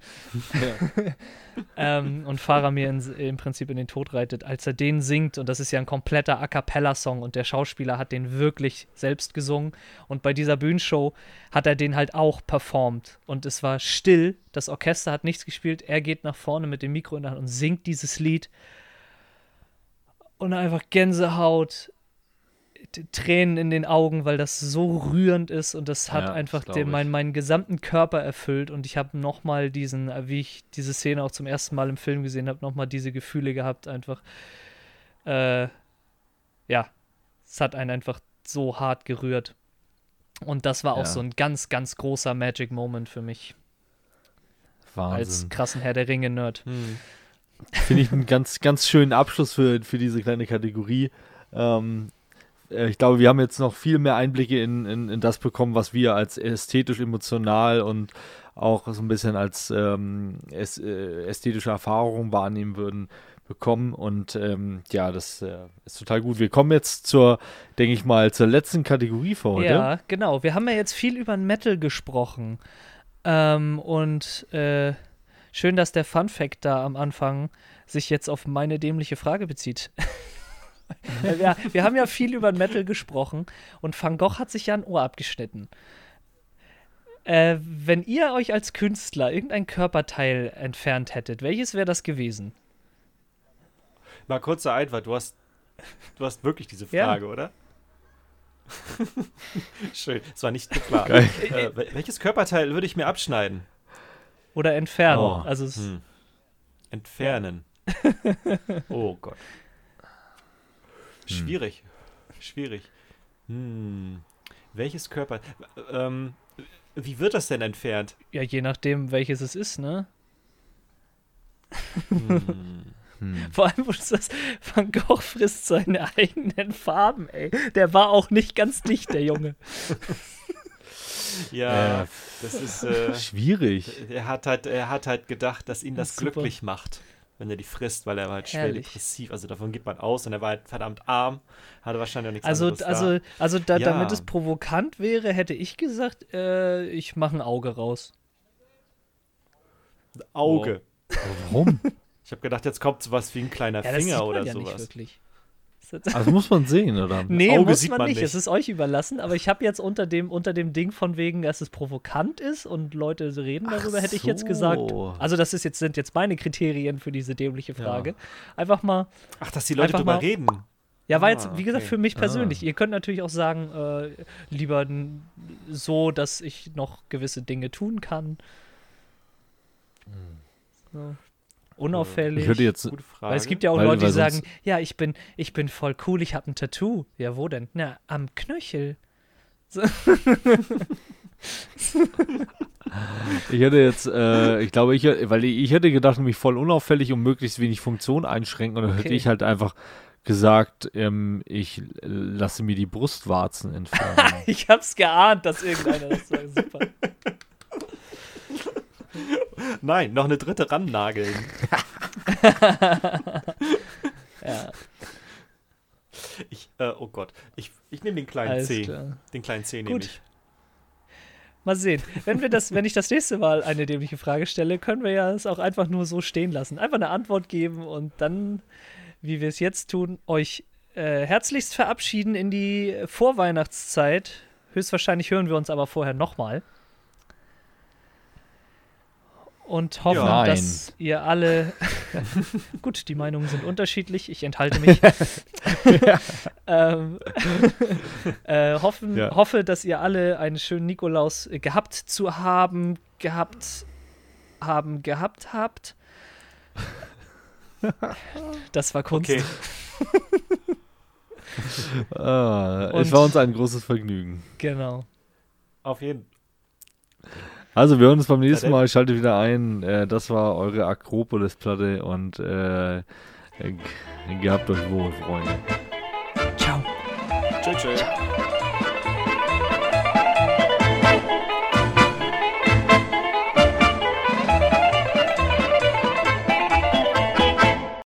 Und Faramir im Prinzip in den Tod reitet, als er den singt, und das ist ja ein kompletter A-Cappella-Song und der Schauspieler hat den wirklich selbst gesungen und bei dieser Bühnenshow hat er den halt auch performt und es war still, das Orchester hat nichts gespielt, er geht nach vorne mit dem Mikro in der Hand und singt dieses Lied und einfach Gänsehaut, Tränen in den Augen, weil das so rührend ist und das hat einfach meinen gesamten Körper erfüllt und ich habe nochmal wie ich diese Szene auch zum ersten Mal im Film gesehen habe, nochmal diese Gefühle gehabt, einfach es hat einen einfach so hart gerührt und das war auch so ein ganz, ganz großer Magic Moment für mich. Wahnsinn. Als krassen Herr der Ringe-Nerd. Finde ich einen ganz, ganz schönen Abschluss für diese kleine Kategorie. Ich glaube, wir haben jetzt noch viel mehr Einblicke in das bekommen, was wir als ästhetisch, emotional und auch so ein bisschen als ästhetische Erfahrung wahrnehmen würden, bekommen. Und das ist total gut. Wir kommen jetzt denke ich mal, zur letzten Kategorie für heute. Ja, genau. Wir haben ja jetzt viel über Metal gesprochen. Schön, dass der Fun-Fact da am Anfang sich jetzt auf meine dämliche Frage bezieht. Wir haben ja viel über Metal gesprochen und Van Gogh hat sich ja ein Ohr abgeschnitten. Wenn ihr euch als Künstler irgendein Körperteil entfernt hättet, welches wäre das gewesen? Mal kurzer Einwand, du hast wirklich diese Frage, oder? Schön, das war nicht geplant. Welches Körperteil würde ich mir abschneiden? Oder entfernen. Oh. Also Entfernen. Oh Gott. Schwierig. Welches Körper? Wie wird das denn entfernt? Ja, je nachdem, welches es ist, ne? Vor allem, wo du sagst, Van Gogh frisst seine eigenen Farben, ey. Der war auch nicht ganz dicht, der Junge. Ja, das ist schwierig. Er hat halt gedacht, dass ihn das Super. glücklich macht, wenn er die frisst, weil er war halt schwer Herrlich. depressiv. Also davon geht man aus und er war halt verdammt arm, hatte wahrscheinlich auch nichts anderes Damit es provokant wäre, hätte ich gesagt, ich mache ein Auge raus. Auge. Warum? Ich habe gedacht, jetzt kommt sowas wie ein kleiner Ja, das Finger sieht man oder ja sowas. nicht wirklich. Also muss man sehen, oder? Nee, Auge muss sieht man man nicht. nicht. Es ist euch überlassen, aber ich habe jetzt unter dem Ding von wegen, dass es provokant ist und Leute reden darüber, hätte ich jetzt gesagt. Also das sind jetzt meine Kriterien für diese dämliche Frage. Einfach mal. Ach, dass die Leute Einfach drüber mal- reden. Ja, war jetzt, wie gesagt, okay. für mich persönlich. Ihr könnt natürlich auch sagen, lieber so, dass ich noch gewisse Dinge tun kann. So. Unauffällig. Ich würde jetzt, Gute Frage. Weil es gibt ja auch Weil- Leute, die weil sagen, sonst- ja, ich bin voll cool, ich habe ein Tattoo. Ja, wo denn? Na, am Knöchel. So. ich hätte jetzt, ich glaube, ich hätte gedacht, nämlich voll unauffällig und möglichst wenig Funktion einschränken. Und dann hätte Okay. ich halt einfach gesagt, ich lasse mir die Brustwarzen entfernen. Ich hab's geahnt, dass irgendeiner das sagt. Super. Nein, noch eine dritte rannageln. Ja, Oh Gott. Ich nehme den kleinen alles C. klar. Den kleinen C nehme Gut. ich. Mal sehen. Wenn ich das nächste Mal eine dämliche Frage stelle, können wir ja es auch einfach nur so stehen lassen. Einfach eine Antwort geben und dann, wie wir es jetzt tun, euch herzlichst verabschieden in die Vorweihnachtszeit. Höchstwahrscheinlich hören wir uns aber vorher nochmal. Und hoffen, Ja. dass ihr alle. Gut, die Meinungen sind unterschiedlich, ich enthalte mich. Hoffe, dass ihr alle einen schönen Nikolaus gehabt habt. Das war Kunst. Okay. Es war uns ein großes Vergnügen. Genau. Auf jeden Fall. Also wir hören uns beim nächsten Ja, Mal. Schaltet wieder ein. Das war eure Akropolis-Platte und gehabt euch wohl, Freunde. Ciao. Tschüss.